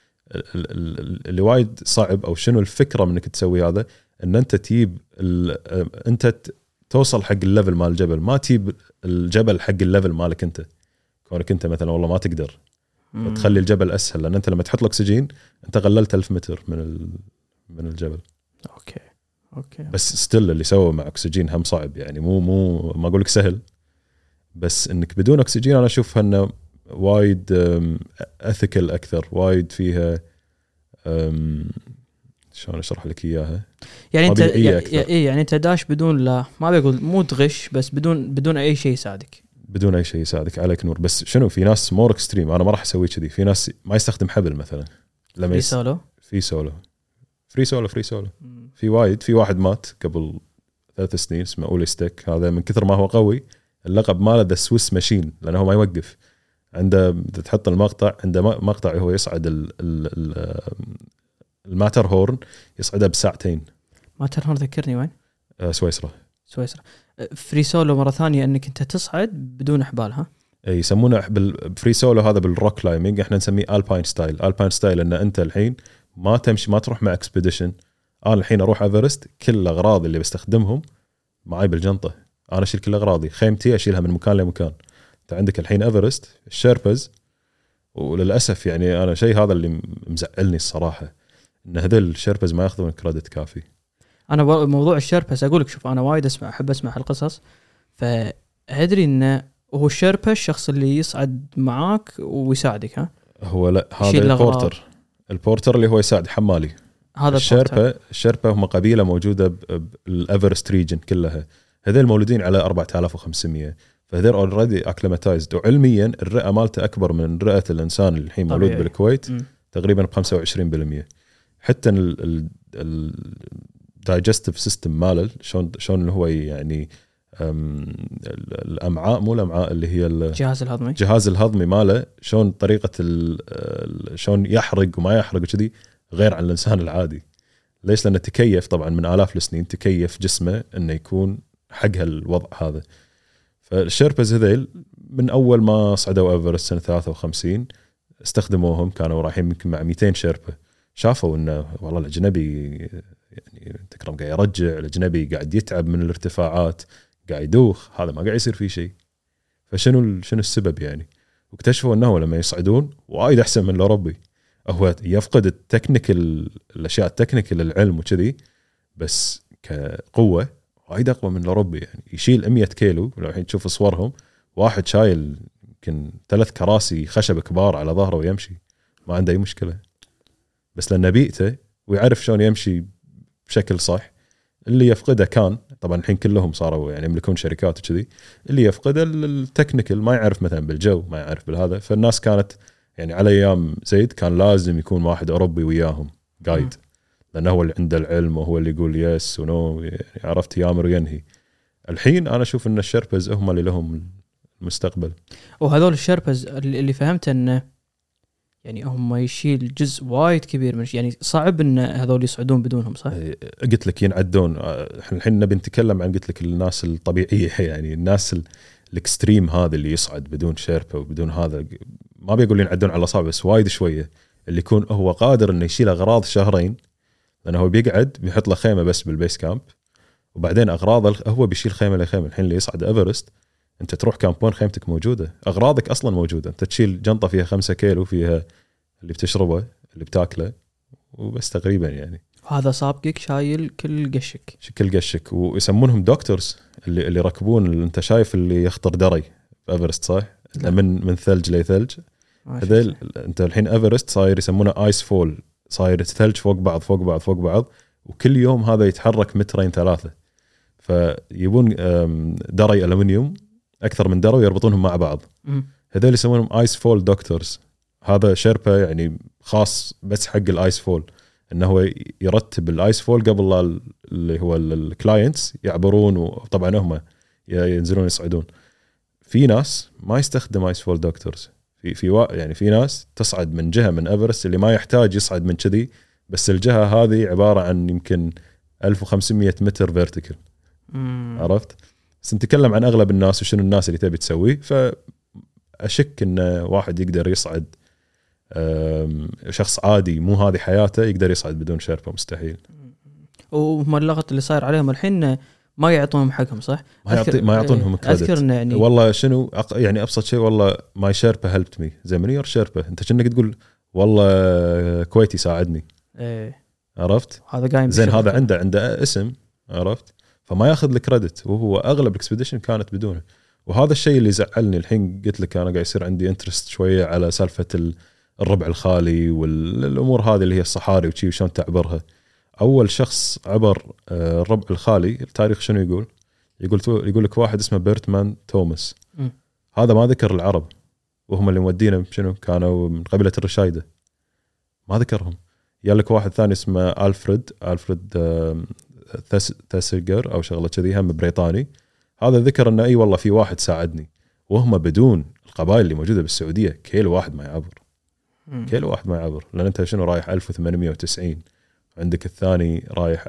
Speaker 1: اللي وايد صعب أو شنو الفكرة منك تسوي هذا، أن أنت تجيب أنت توصل حق الليفل مال الجبل، ما تجيب الجبل حق الليفل مالك أنت. كونك أنت مثلا والله ما تقدر تخلي الجبل أسهل، لأن أنت لما تحط الأكسجين أنت قللت 1000 متر من الجبل.
Speaker 2: اوكي
Speaker 1: بس ستيل اللي سووا مع اكسجين هم صعب، يعني مو ما اقول لك سهل، بس انك بدون اكسجين انا اشوفها انه وايد اثيكال اكثر، وايد فيها شلون اشرح لك اياها
Speaker 2: يعني انت يعني انت داش بدون لا ما بقول مو تغش، بس بدون اي شيء يساعدك.
Speaker 1: بدون اي شيء يساعدك عليك نور. بس شنو في ناس مور اكستريم، انا ما راح اسوي كذي. في ناس ما يستخدم حبل مثلا لما فري سولو في وايد. في واحد مات قبل 3 سنين اسمه أولي ستيك، هذا من كثر ما هو قوي اللقب ماله ذا سويس ماشين، لأنه هو ما يوقف. عنده تحط المقطع، عنده مقطع هو يصعد الماتر هورن يصعدها بساعتين.
Speaker 2: ماتر هورن ذكرني وين؟
Speaker 1: سويسرا.
Speaker 2: فري سولو مرة ثانية انك انت تصعد بدون احبال. ها
Speaker 1: يسمونه بالفري سولو هذا بالروك كلايمينج، احنا نسميه الباين ستايل. ان انت الحين ما تمشي، ما تروح مع اكسبيديشن. انا الحين اروح ايفرست كل الاغراض اللي بستخدمهم معي بالجنطه، انا اشيل كل اغراضي، خيمتي اشيلها من مكان لمكان. انت عندك الحين ايفرست الشيربز، وللاسف يعني انا شيء هذا اللي مزعلني الصراحه، ان هذول الشيربز ما ياخذون كريدت كافي.
Speaker 2: انا موضوع الشيربز اقول لك شوف، انا وايد احب اسمع القصص، فادري انه هو الشيربا الشخص اللي يصعد معاك ويساعدك. ها
Speaker 1: هو لا، هذا البورتر اللي هو يساعد حمالي.
Speaker 2: هذا
Speaker 1: الشيربا هم قبيله موجوده بالايفرست ريجن كلها، هذول مولودين على 4500، فهذول اوريدي اكليماتايزد. وعلميا الرئه مالته اكبر من رئه الانسان اللي الحين مولود بالكويت تقريبا ب 25%. حتى الدايجستيف سيستم ماله شلون هو يعني الامعاء، مو الامعاء، اللي هي
Speaker 2: الجهاز
Speaker 1: الهضمي ماله، شلون طريقه شلون يحرق وما يحرق وكذي غير عن الانسان العادي. ليش؟ لانه تكيف طبعا من آلاف السنين، تكيف جسمه انه يكون حق هالوضع هذا. فالشيربز هذيل من اول ما صعدوا ايفرست سنه 53 استخدموهم، كانوا رايحين يمكن مع 200 شيربا، شافوا انه والله الاجنبي يعني تكرم قاعد يرجع، الاجنبي قاعد يتعب من الارتفاعات، قاعد يدوخ، هذا ما قاعد يصير فيه شيء. فشنو السبب يعني؟ واكتشفوا انه لما يصعدون وايد احسن من الاوروبي. هو يفقد التكنيكال، الاشياء التكنيكال، العلم وكذي، بس كقوه وايد اقوى من الاوروبي. يعني يشيل 100 كيلو، لو الحين تشوف صورهم واحد شايل يمكن 3 كراسي خشب كبار على ظهره ويمشي ما عنده اي مشكله، بس لانه بيئته ويعرف شلون يمشي بشكل صح. اللي يفقده كان طبعا الحين كلهم صاروا يعني يملكون شركات وكذي، اللي يفقده التكنيكال، ما يعرف مثلا بالجو، ما يعرف بالهذا. فالناس كانت يعني على ايام زيد كان لازم يكون واحد اوروبي وياهم جايد، لانه هو اللي عنده العلم وهو اللي يقول يس ونو، يعني عرفت، يامر وينهي. الحين انا اشوف ان الشيربز هم اللي لهم المستقبل.
Speaker 2: وهذول الشيربز اللي فهمته انه يعني هم يشيل جزء وايد كبير من، يعني صعب ان هذول يصعدون بدونهم، صح؟
Speaker 1: قلت لك ينعدون. الحين نبي نتكلم عن، قلت لك، الناس الطبيعيه، يعني الناس الاكستريم هذا اللي يصعد بدون شيربا وبدون هذا، ما بيقول ينعدون على صعب، بس وايد شويه. اللي يكون هو قادر انه يشيل اغراض شهرين، لانه هو بيقعد بيحط له خيمه بس بالبيس كامب، وبعدين اغراضه هو بيشيل خيمه لخيمه. الحين اللي يصعد ايفرست انت تروح كامبون، خيمتك موجوده، اغراضك اصلا موجوده، انت تشيل جنطه فيها 5 كيلو فيها اللي بتشربه اللي بتاكله وبس تقريبا. يعني هذا
Speaker 2: سابقك شايل كل قشك
Speaker 1: ويسمونهم دكتورز اللي يركبون. انت شايف اللي يخطر دري في ايفرست، صح؟ من ثلج لثلج. هذول انت الحين ايفرست صاير يسمونه ايس فول، صاير ثلج فوق بعض فوق بعض فوق بعض، وكل يوم هذا يتحرك 2-3 متر. فيبون دري ألمنيوم اكثر من دري ويربطونهم مع بعض. هذول يسمونهم ايس فول دكتورز. هذا شيربا يعني خاص بس حق الايس فول، انه هو يرتب الايس فول قبل لا اللي هو الكلاينتس يعبرون، وطبعا هم ينزلون يصعدون. في ناس ما يستخدم ايس فول دكتورز، يعني في ناس تصعد من جهه من ايفرست اللي ما يحتاج يصعد من كذي، بس الجهه هذه عباره عن يمكن 1500 متر فيرتيكال. عرفت؟ بس نتكلم عن اغلب الناس وشنو الناس اللي تبي تسويه. فاشك ان واحد يقدر يصعد، شخص عادي مو هذه حياته يقدر يصعد بدون شيربا، مستحيل.
Speaker 2: وهم اللغط اللي صاير عليهم الحين ما يعطونهم حقهم، صح؟
Speaker 1: ما يعطونهم كريدت.
Speaker 2: اذكر انه يعني
Speaker 1: والله شنو يعني ابسط شيء، والله ماي شيربا هيلبت مي، زي من يور شيربا، انت كأنك تقول والله كويتي ساعدني. عرفت؟
Speaker 2: هذا قايم
Speaker 1: زين، هذا عنده اسم، عرفت؟ فما ياخذ الكريدت، وهو اغلب الاكسبيديشن كانت بدونه. وهذا الشيء اللي زعلني. الحين قلت لك انا قاعد يصير عندي انترست شويه على سالفه الربع الخالي والامور هذه اللي هي الصحاري وشي وشون تعبرها. اول شخص عبر الربع الخالي التاريخ شنو يقول لك واحد اسمه بيرتمان توماس. هذا ما ذكر العرب، وهم اللي مودينا شنو، كانوا من قبيله الرشايده، ما ذكرهم. يالك واحد ثاني اسمه ألفريد تاسيجر او شغله كذي، هم بريطاني. هذا ذكر انه اي والله في واحد ساعدني، وهم بدون القبائل اللي موجوده بالسعوديه كيلو واحد ما يعبر. كيلو واحد ما يعبر، لان انت شنو رايح 1890، عندك الثاني رايح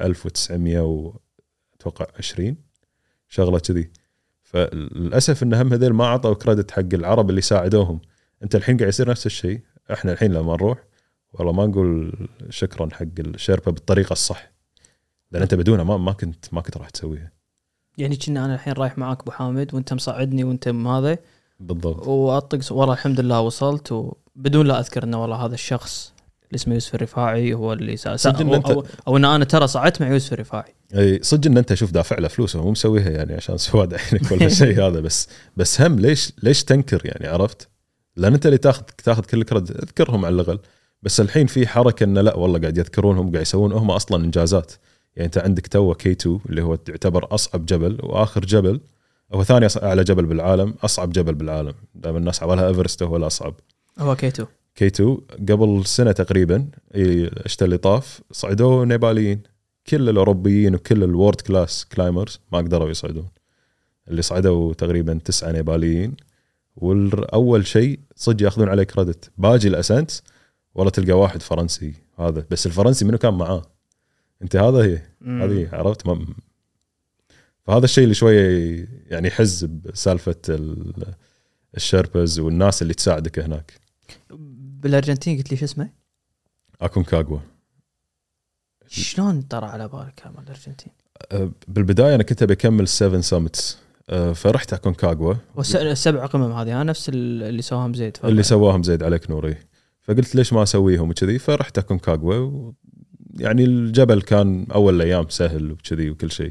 Speaker 1: 1920 شغله كذي. فللاسف ان هم هذول ما عطوا كريدت حق العرب اللي ساعدوهم. انت الحين قاعد يصير نفس الشيء. احنا الحين لما نروح والله ما نقول شكرا حق الشيربا بالطريقه الصح، لان انت بدونه ما كنت راح تسويها.
Speaker 2: يعني كنا انا الحين رايح معاك ابو حامد وانت مصعدني وانت هذا
Speaker 1: بالضبط،
Speaker 2: واطق والله الحمد لله وصلت، وبدون لا اذكر انه والله هذا الشخص اللي اسمه يوسف الرفاعي هو اللي او ان انا ترى صعدت مع يوسف الرفاعي.
Speaker 1: اي صدق ان انت شوف دافع له فلوس ومو مسويها يعني عشان سواد عينك ولا شيء هذا. بس هم ليش تنكر يعني؟ عرفت؟ لان انت اللي تاخذ كل كرد، اذكرهم على الاقل. بس الحين في حركه انه لا والله قاعد يذكرونهم، قاعد يسوون هم اصلا انجازات. يعني انت عندك تو K2 اللي هو يعتبر اصعب جبل واخر جبل، هو ثاني اعلى جبل بالعالم، اصعب جبل بالعالم. دائما الناس عبالها ايفرست هو الاصعب.
Speaker 2: هو K2
Speaker 1: قبل سنه تقريبا الشتاء اللي طاف صعدوه نيباليين. كل الاوروبيين وكل الورد كلاس كلايمرز ما قدروا يصعدون. اللي صعدوا تقريبا 9 نيباليين. والأول شيء صدق ياخذون عليه كريدت. باجي الأسنت والله تلقى واحد فرنسي هذا، بس الفرنسي منو كان معاه انت؟ هذا هذه عرفت فهذا الشيء اللي شويه يعني يحز بسالفه الشيربز والناس اللي تساعدك هناك.
Speaker 2: بالارجنتين قلت لي شو اسمه؟
Speaker 1: اكونكاغوا.
Speaker 2: شلون طرى على بالك مال الارجنتين؟
Speaker 1: بالبدايه انا كنت بكمل 7 سامتس، فرحت اكونكاغوا.
Speaker 2: والسبع قمم هذه نفس اللي سواهم زيد،
Speaker 1: اللي سواهم زيد عليك نوري. فقلت ليش ما اسويهم وكذي، فرحت اكونكاغوا. يعني الجبل كان اول ايام سهل وكذي وكل شيء.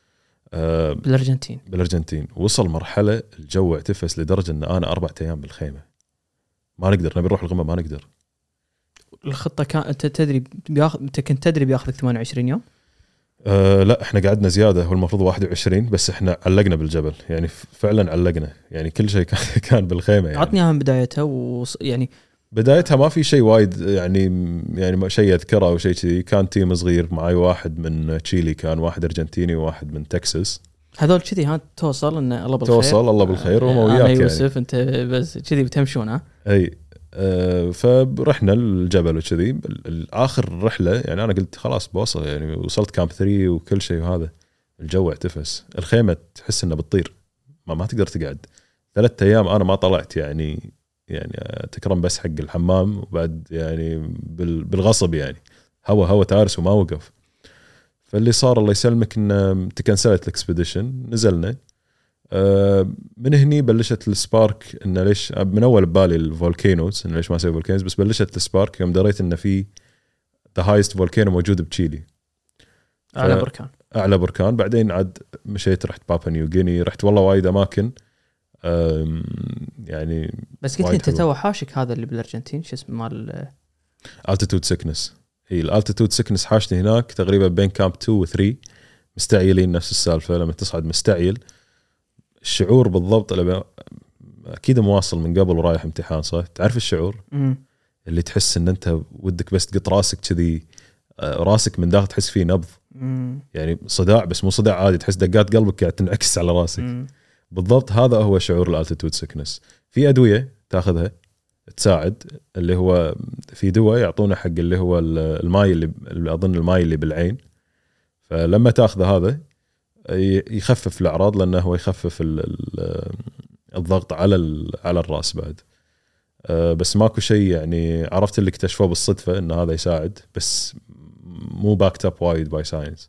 Speaker 1: بالارجنتين وصل مرحله الجو اعتفس لدرجه ان انا 4 ايام بالخيمه ما نقدر، نبي نروح القمه ما نقدر.
Speaker 2: الخطه كانت تدري انت كنت تدري بياخذك 28 يوم؟
Speaker 1: لا احنا قعدنا زياده، هو المفروض 21، بس احنا علقنا بالجبل، يعني فعلا علقنا، يعني كل شيء كان بالخيمه. يعني
Speaker 2: عطني من بدايتها يعني
Speaker 1: بدايتها ما في شيء وايد، يعني شيء اذكره او شيء كذي. كان تيم صغير معي، واحد من تشيلي، كان واحد ارجنتيني وواحد من تكساس.
Speaker 2: هذول كذي توصل ان الله بالخير،
Speaker 1: توصل الله بالخير وما وياك
Speaker 2: يعني يوسف انت بس كذي بتمشون
Speaker 1: اي. فرحنا الجبل وكذي. الاخر رحله يعني انا قلت خلاص بوصل، يعني وصلت كامب 3 وكل شيء، وهذا الجو اعتفس، الخيمه تحس انها بتطير، ما تقدر تقعد. 3 ايام انا ما طلعت، يعني تكرم بس حق الحمام، وبعد يعني بالغصب، يعني هوا تارس وما وقف. فاللي صار الله يسلمك ان تكنسلت الاكسبيديشن. نزلنا من هني بلشت السبارك، انه ليش من اول ببالي الفولكينوز، انه ليش ما اسوي فولكينوز، بس بلشت السبارك يوم دريت انه في ذا هايست فولكينو موجود بتشيلي، اعلى بركان. بعدين عاد مشيت، رحت بابا نيو غيني، رحت والله وايد اماكن. يعني
Speaker 2: بس قلت لي انت تو حاشك هذا اللي بالارجنتين، شو اسمه مال
Speaker 1: altitude sickness. هي الالتيتود سيكنس حاشني هناك تقريبا بين كامب 2 و 3، مستعيلين نفس السالفه. لما تصعد مستعيل الشعور بالضبط، اكيد مواصل من قبل ورايح امتحان، صح؟ تعرف الشعور اللي تحس ان انت ودك بس تقط راسك كذي، راسك من داخل تحس فيه نبض، يعني صداع، بس مو صداع عادي، تحس دقات قلبك قاعد تنعكس على راسك. بالضبط هذا هو شعور الالتيتود سيكنس. في ادويه تاخذها تساعد، اللي هو في دواء يعطونه حق اللي هو الماي اللي اظن الماي اللي بالعين، فلما تاخذ هذا يخفف الاعراض، لانه هو يخفف الضغط على الراس بعد. بس ماكو شيء يعني عرفت اللي اكتشفوه بالصدفه ان هذا يساعد، بس مو باكت اب وايد باي ساينس.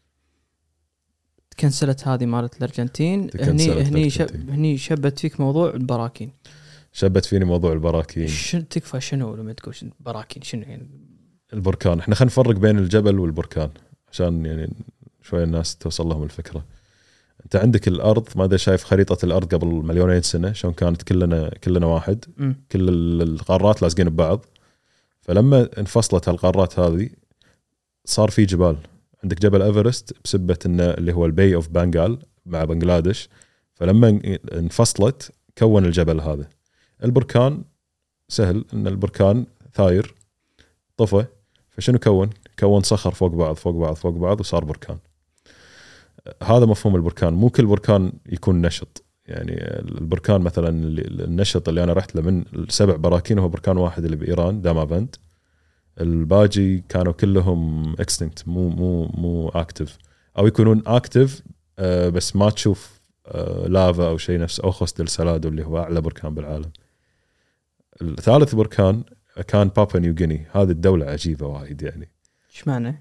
Speaker 2: كنسلت هذه مالت الارجنتين. هني شبت فيك موضوع البراكين.
Speaker 1: شبت فيني موضوع البراكين.
Speaker 2: تكفى شنو لما تقول براكين شنو يعني؟
Speaker 1: البركان، احنا خلينا نفرق بين الجبل والبركان عشان يعني شويه الناس توصل لهم الفكره. انت عندك الارض، ما ادري شايف خريطه الارض قبل 2,000,000 سنه شلون كانت كلنا واحد، كل القارات لازقين ببعض. فلما انفصلت هالقارات هذه صار في جبال. عندك جبل ايفرست بسبه انه اللي هو البي اوف بنغال مع بنغلاديش، فلما انفصلت كون الجبل هذا. البركان سهل، ان البركان ثاير طفى، فشنو كون صخر فوق بعض وصار بركان. هذا مفهوم البركان. مو كل بركان يكون نشط، يعني البركان مثلا النشط اللي انا رحت له من 7 براكين هو بركان واحد اللي بايران، دامافند. الباقي كانوا كلهم اكستنكت، مو اكتف، او يكونون اكتف بس ما تشوف لافا او شيء نفس اوخوس ديل سالادو اللي هو اعلى بركان بالعالم. الثالث بركان كان بابا نيو غيني. هذه الدولة عجيبة وايد يعني.
Speaker 2: ايش معنى؟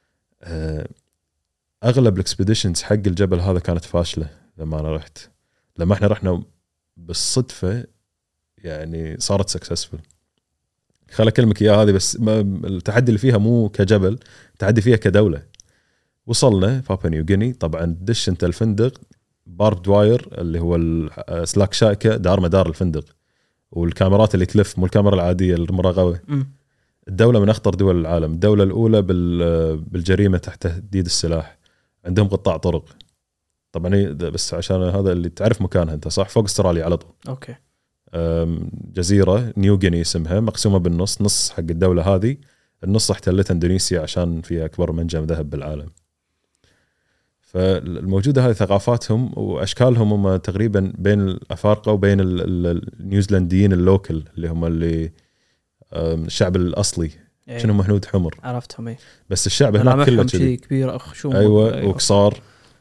Speaker 1: اغلب الاكسبيديشنز حق الجبل هذا كانت فاشلة. لما احنا رحنا بالصدفة يعني صارت سكسسفل. خلي اكلمك اياها هذه، بس التحدي اللي فيها مو كجبل، التحدي فيها كدولة. وصلنا بابا نيو غيني، طبعا دش انت الفندق بارب دواير اللي هو سلاك شائكة دار مدار الفندق، والكاميرات اللي تلف، مو الكاميرا العادية المراقبة. الدولة من أخطر دول العالم، الدولة الأولى بالجريمة تحت تهديد السلاح، عندهم قطاع طرق. طبعا بس عشان هذا اللي تعرف مكانها أنت، صح؟ فوق استراليا على طول.
Speaker 2: أوكي.
Speaker 1: جزيرة نيو غيني اسمها، مقسومة بالنص، نص حق الدولة هذه، النص احتلتها إندونيسيا عشان فيها أكبر منجم ذهب بالعالم. فالموجوده هذه ثقافاتهم واشكالهم هم تقريبا بين الافارقه وبين النيوزيلنديين اللوكل اللي هم اللي الشعب الاصلي شنو هنود حمر
Speaker 2: عرفتهم اي
Speaker 1: بس الشعب هناك كله
Speaker 2: شيء كبير اخشوم
Speaker 1: ايوه وقصار.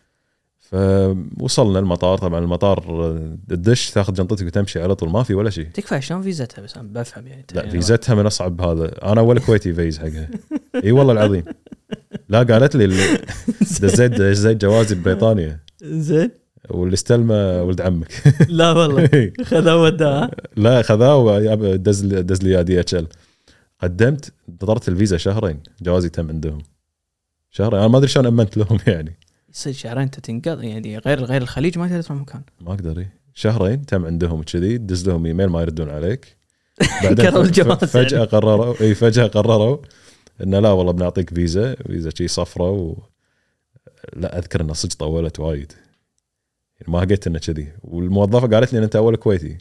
Speaker 1: فوصلنا المطار، طبعا المطار الدش تاخذ جنطتك وتمشي على طول، ما في ولا شيء.
Speaker 2: تكفى شلون فيزتها؟ بس انا بفهم يعني
Speaker 1: لا فيزتها من اصعب هذا، انا اول كويتي فيز حقها اي والله العظيم. لا قالت لي دزيت جوازي ببريطانيا
Speaker 2: زين
Speaker 1: واللي استلمه ولد عمك.
Speaker 2: لا والله خذا وداه.
Speaker 1: لا خذاه دز لي دي اتش ال. قدمت انتظرت الفيزا شهرين، جوازي تم عندهم شهرين. انا ما ادري شلون امنت لهم يعني.
Speaker 2: يصير شهرين انت تنقض يعني غير الخليج ما تقدر تروح مكان.
Speaker 1: ما اقدر شهرين تم عندهم كذي، دز لهم ايميل ما يردون عليك.
Speaker 2: بعدين
Speaker 1: فجأة قرروا انه لا والله بنعطيك فيزا شيء صفرة لا اذكر انها صدق طولت وايد يعني، ما لقيت انه كذي. والموظفة قالت لي ان انت اول كويتي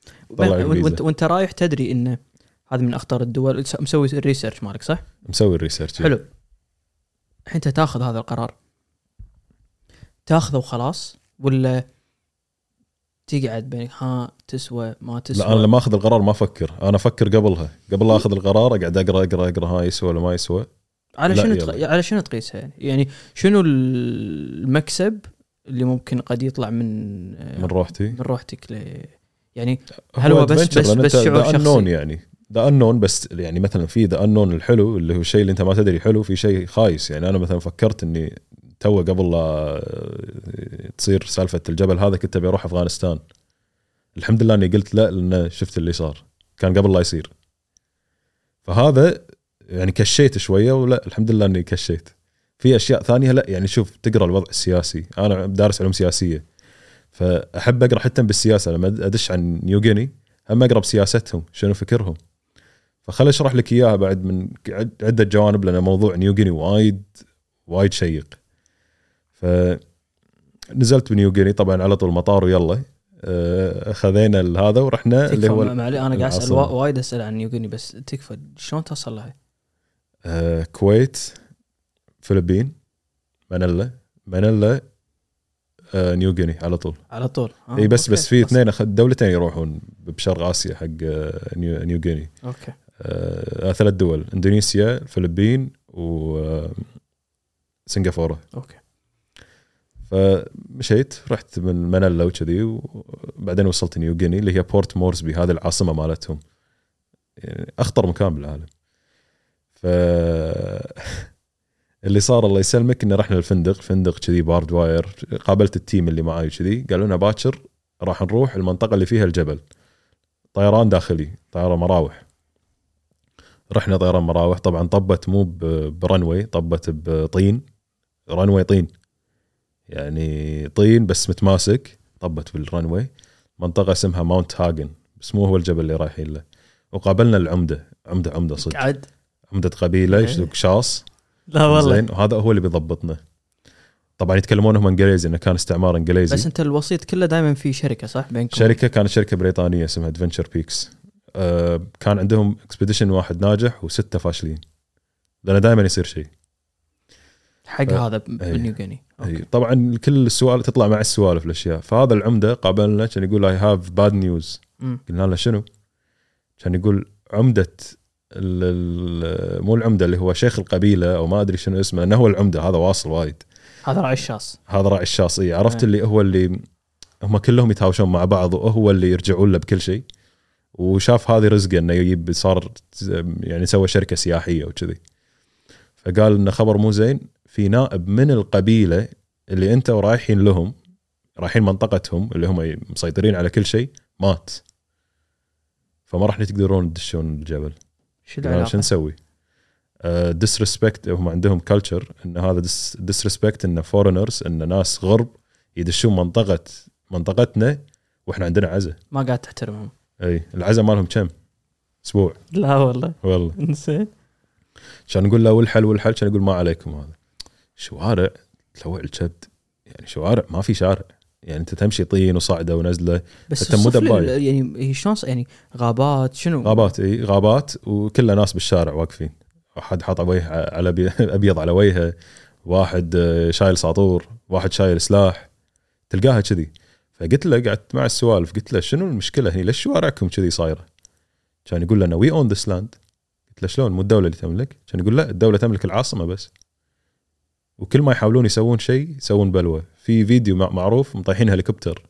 Speaker 2: وانت رايح تدري انه هذا من اخطر الدول، مسوي الريسيرش مالك صح؟
Speaker 1: مسوي الريسيرش
Speaker 2: حلو. الحين انت تاخذ هذا القرار تاخذه وخلاص، ولا تقعد بينك ها تسوى ما تسوى؟
Speaker 1: لا انا لما اخذ القرار ما افكر، انا افكر قبل لا اخذ القرار اقعد اقرا ها يسوى ولا ما يسوى.
Speaker 2: على شنو تقيسها يعني شنو المكسب اللي ممكن قد يطلع من روحتك يعني هل هو بس شعور شخصي
Speaker 1: يعني ذا unknown، بس يعني مثلا في ذا unknown الحلو اللي هو الشيء اللي انت ما تدري حلو، في شيء خايس يعني. انا مثلا فكرت اني قبل لا تصير سالفة الجبل هذا كنت بيروح أفغانستان. الحمد لله أني قلت لا لأن شفت اللي صار كان قبل لا يصير، فهذا يعني كشيت شوية. ولا الحمد لله أني كشيت. في أشياء ثانية لا يعني شوف تقرأ الوضع السياسي، أنا دارس علوم سياسية فأحب أقرأ حتى بالسياسة. لما أدش عن نيوغيني هم أقرأ بسياستهم شنو فكرهم، فخل أشرح لك إياها بعد من عدة جوانب، لأن موضوع نيوغيني وايد شيق. فنزلت بنيوغيني طبعا على طول مطار ويلا خذينا هذا ورحنا اللي هو
Speaker 2: انا قاعد اسال وايد اسال عن نيوغيني بس تكفى شلون توصل لها؟
Speaker 1: كويت، فلبين، مانيلا نيوغيني على طول اي بس في اثنين دولتين يروحون بشرق اسيا حق نيوغيني.
Speaker 2: اوكي
Speaker 1: 3 دول، اندونيسيا، الفلبين وسنغافوره.
Speaker 2: اوكي
Speaker 1: فمشيت رحت من مانيلا وكذي، وبعدين وصلت نيوغيني اللي هي بورت مورسبي، هذه العاصمة مالتهم يعني أخطر مكان بالعالم. اللي صار الله يسلمك إن رحنا الفندق كذي بارد واير، قابلت التيم اللي معاي كذي قالوا لنا باكر راح نروح المنطقة اللي فيها الجبل، طيران داخلي طيارة مراوح. رحنا طيران مراوح، طبعا طبت مو برنوي، طبت بطين، رنوي طين يعني طين بس متماسك، طبت بالرنوي. منطقة اسمها ماونت هاجن بس مو هو الجبل اللي رايحين له. وقابلنا العمدة صدق، عمدة قبيلة شاص.
Speaker 2: لا والله
Speaker 1: زين، وهذا هو اللي بيضبطنا. طبعا يتكلمونهم انجليزي انه كان استعمار انجليزي.
Speaker 2: بس انت الوسيط كله دائما في شركة صح بينكم؟
Speaker 1: كانت شركة بريطانية اسمها ادفنتشر بيكس. كان عندهم اكسبيديشن واحد ناجح و6 فاشلين، لأنه دائما يصير شيء
Speaker 2: حق هذا بالنيوغيني.
Speaker 1: طبعا كل السؤال تطلع مع السوالف الاشياء. فهذا العمده قابلنا كان يقول I have bad news. قلنا له شنو؟ كان يقول عمده مو العمده اللي هو شيخ القبيله او ما ادري شنو اسمه، انه هو العمده هذا واصل وايد،
Speaker 2: هذا راعي الشاص
Speaker 1: عرفت اللي هو اللي هم كلهم يتهاوشون مع بعض وهو اللي يرجعون له بكل شيء. وشاف هذه رزقه انه يجيب، صار يعني سوى شركه سياحيه وكذي. فقال انه خبر مو زين، في نائب من القبيلة اللي انت ورايحين لهم، رايحين منطقتهم اللي هم مسيطرين على كل شيء، مات، فما راح تقدرون تدشون الجبل. شو نسوي؟ disrespect. هم عندهم culture ان هذا disrespect، ان foreigners، ان ناس غرب يدشون منطقتنا واحنا عندنا عزة،
Speaker 2: ما قاعد تحترمهم.
Speaker 1: اي العزة مالهم كم اسبوع.
Speaker 2: لا والله
Speaker 1: نسيت. عشان نقول له والحل كان يقول ما عليكم، هذا شوارع تلوع الكبد يعني، شوارع ما في شارع يعني، انت تمشي طين وصعده ونزله
Speaker 2: بس يعني هي شلون يعني غابات شنو؟
Speaker 1: غابات وكل ناس بالشارع واقفين، واحد حاط وجهه على ابيض على وجهه، واحد شايل ساطور، واحد شايل سلاح، تلقاها كذي. فقلت له، قعدت مع السوالف، قلت له شنو المشكله هني، ليش شوارعكم كذي صايره؟ كان يقول لنا وي اون ذس لاند. قلت له شلون، مو الدوله اللي تملك؟ كان يقول لا، الدوله تملك العاصمه بس، وكل ما يحاولون يسوون شيء يسوون بلوه. في فيديو معروف مطيحين هليكوبتر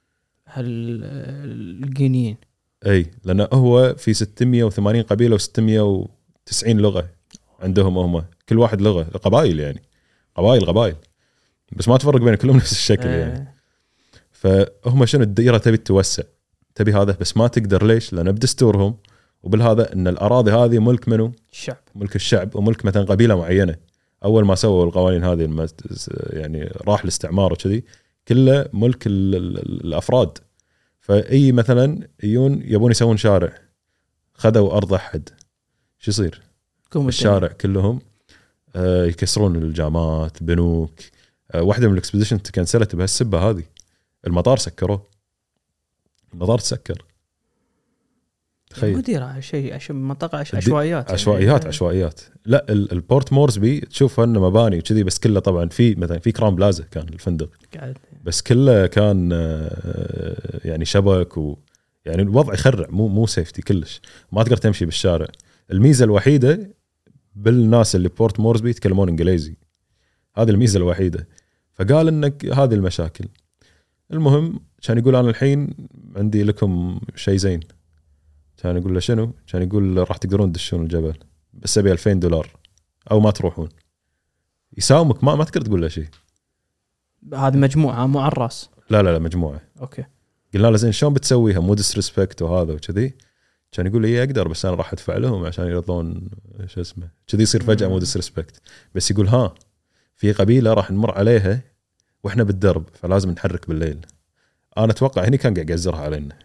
Speaker 2: الجينيين،
Speaker 1: اي لانه هو في 680 قبيله و690 لغه عندهم هم، كل واحد لغه، قبائل يعني، قبائل بس ما تفرق بين كلهم نفس الشكل يعني. فهم شنو الدائره تبي تتوسع، تبي هذا، بس ما تقدر. ليش؟ لان بدستورهم وبالهذا ان الاراضي هذه ملك منو؟
Speaker 2: الشعب،
Speaker 1: ملك الشعب، وملك مثلا قبيله معينه. اول ما سووا القوانين هذه يعني راح الاستعمار وكذي، كله ملك الافراد. فاي مثلا يبون يسوون شارع، خذوا ارض احد، شو يصير؟ الشارع كلهم يكسرون الجامعات، بنوك. واحده من الاكسبيديشن تكنسلت بهالسبه هذه، المطار سكروه، المطار تسكر.
Speaker 2: تخيل مدير شيء منطقه
Speaker 1: عشوائيات. لا البورت مورسبي تشوف انه مباني وكذي، بس كله طبعا في مثلا في كرام بلازا كان الفندق، بس كله كان يعني شبك، يعني الوضع يخرع، مو سيفتي كلش، ما تقدر تمشي بالشارع. الميزه الوحيده بالناس اللي بورت مورسبي يتكلمون انجليزي، هذه الميزه الوحيده. فقال انك هذه المشاكل. المهم كان يقول انا الحين عندي لكم شيء زين. كان يقول له شنو؟ كان يقول راح تقدرون تدشون الجبل بس ابي $2000 او ما تروحون. يساومك، ما تقدر تقول له شيء.
Speaker 2: هذه مجموعه مو على الراس؟
Speaker 1: لا مجموعه.
Speaker 2: اوكي.
Speaker 1: قلنا له زين شلون بتسويها، مو ديسريسبكت وهذا وكذي. كان يقول لي اقدر، بس انا راح ادفع لهم عشان يرضون شو اسمه كذي، يصير فجاه مو ديسريسبكت. بس يقول ها، في قبيله راح نمر عليها واحنا بالدرب، فلازم نحرك بالليل. انا اتوقع هني كان قاعد يقزرها علينا.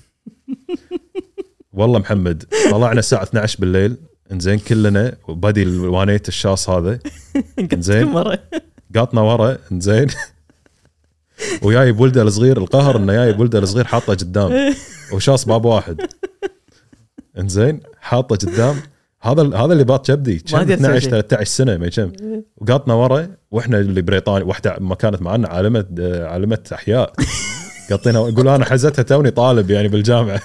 Speaker 1: والله محمد طلعنا الساعه 12 بالليل، انزين كلنا وبادي الوانيت الشاص هذا، انزين قاطنا ورا، انزين وياي بولده الصغير، القهر انه جاي بولده الصغير حاطه قدام وشاص باب واحد، انزين حاطه قدام. هذا اللي بات كبدي، كان 12 13 سنه ما كم، وقاطنا ورا. واحنا اللي بريطاني، واحده ما كانت معنا عالمه احياء، قاطينا. يقول انا حزتها توني طالب يعني بالجامعه.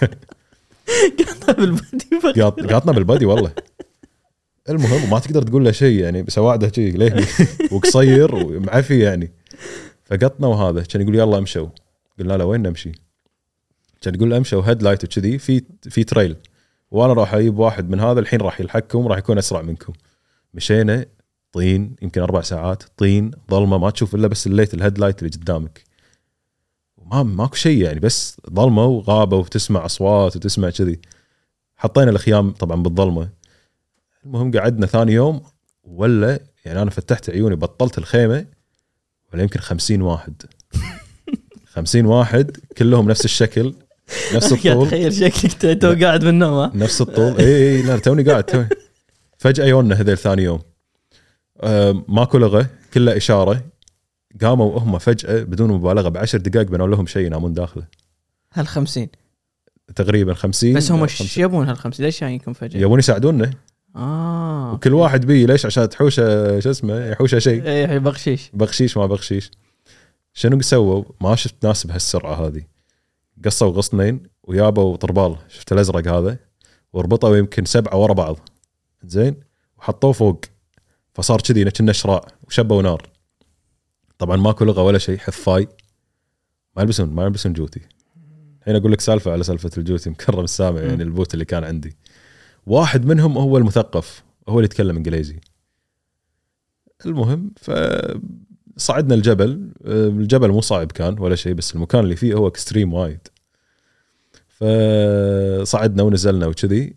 Speaker 1: قاطنا بالبادي والله. المهم وما تقدر تقول له شيء يعني، بسواعده شيء ليه وقصير ومعفي يعني. فقطنا وهذا كان يقول يلا امشوا. قلنا له وين نمشي؟ كان يقول امشوا هيد لايت وكذي في تريل، وانا راح اجيب واحد من هذا الحين راح يلحقكم، راح يكون اسرع منكم. مشينا طين يمكن 4 ساعات، طين ظلمه، ما تشوف الا بس الليت الهيد لايت اللي قدامك، ماكو شيء يعني، بس ظلمه وغابه وتسمع اصوات وتسمع كذي. حطينا الخيام طبعا بالظلمه. المهم قعدنا ثاني يوم، ولا يعني انا فتحت عيوني بطلت الخيمه ولا يمكن 50 واحد 50 واحد كلهم نفس الشكل نفس الطول.
Speaker 2: تخيل شكلك تو قاعد بالنوم
Speaker 1: نفس الطول. اي لا توني قاعد فجاه يومنا هذول ثاني يوم ماكو لغه، كله اشاره. قاموا وهم فجاه بدون مبالغه ب10 دقائق بنوا لهم شيء ينامون داخله.
Speaker 2: هال 50
Speaker 1: تقريبا 50.
Speaker 2: بس هم ايش يبون هال 50؟ ليش جايينكم فجاه؟
Speaker 1: يبون يساعدونا. وكل واحد بي ليش؟ عشان تحوشه شو اسمه، يحوشه شيء.
Speaker 2: اي بخشيش
Speaker 1: ما بخشيش. شنو سووا؟ ما شفت ناس بهالسرعه هذه. قصوا غصنين ويابوا طربال، شفت الازرق هذا، وربطوا يمكن 7 ورا بعض، زين، وحطوه فوق، فصار كذي كنا شراع، وشبوا نار. طبعا ماكو لغه ولا شيء، حفاي، ما يلبسون جوتي. الحين اقول لك سالفه على سالفه الجوتي، مكرم السامع يعني البوت اللي كان عندي. واحد منهم هو المثقف، هو اللي يتكلم انجليزي. المهم فصعدنا الجبل مو صعب كان ولا شيء، بس المكان اللي فيه هو اكستريم وايد. فصعدنا ونزلنا وكذي.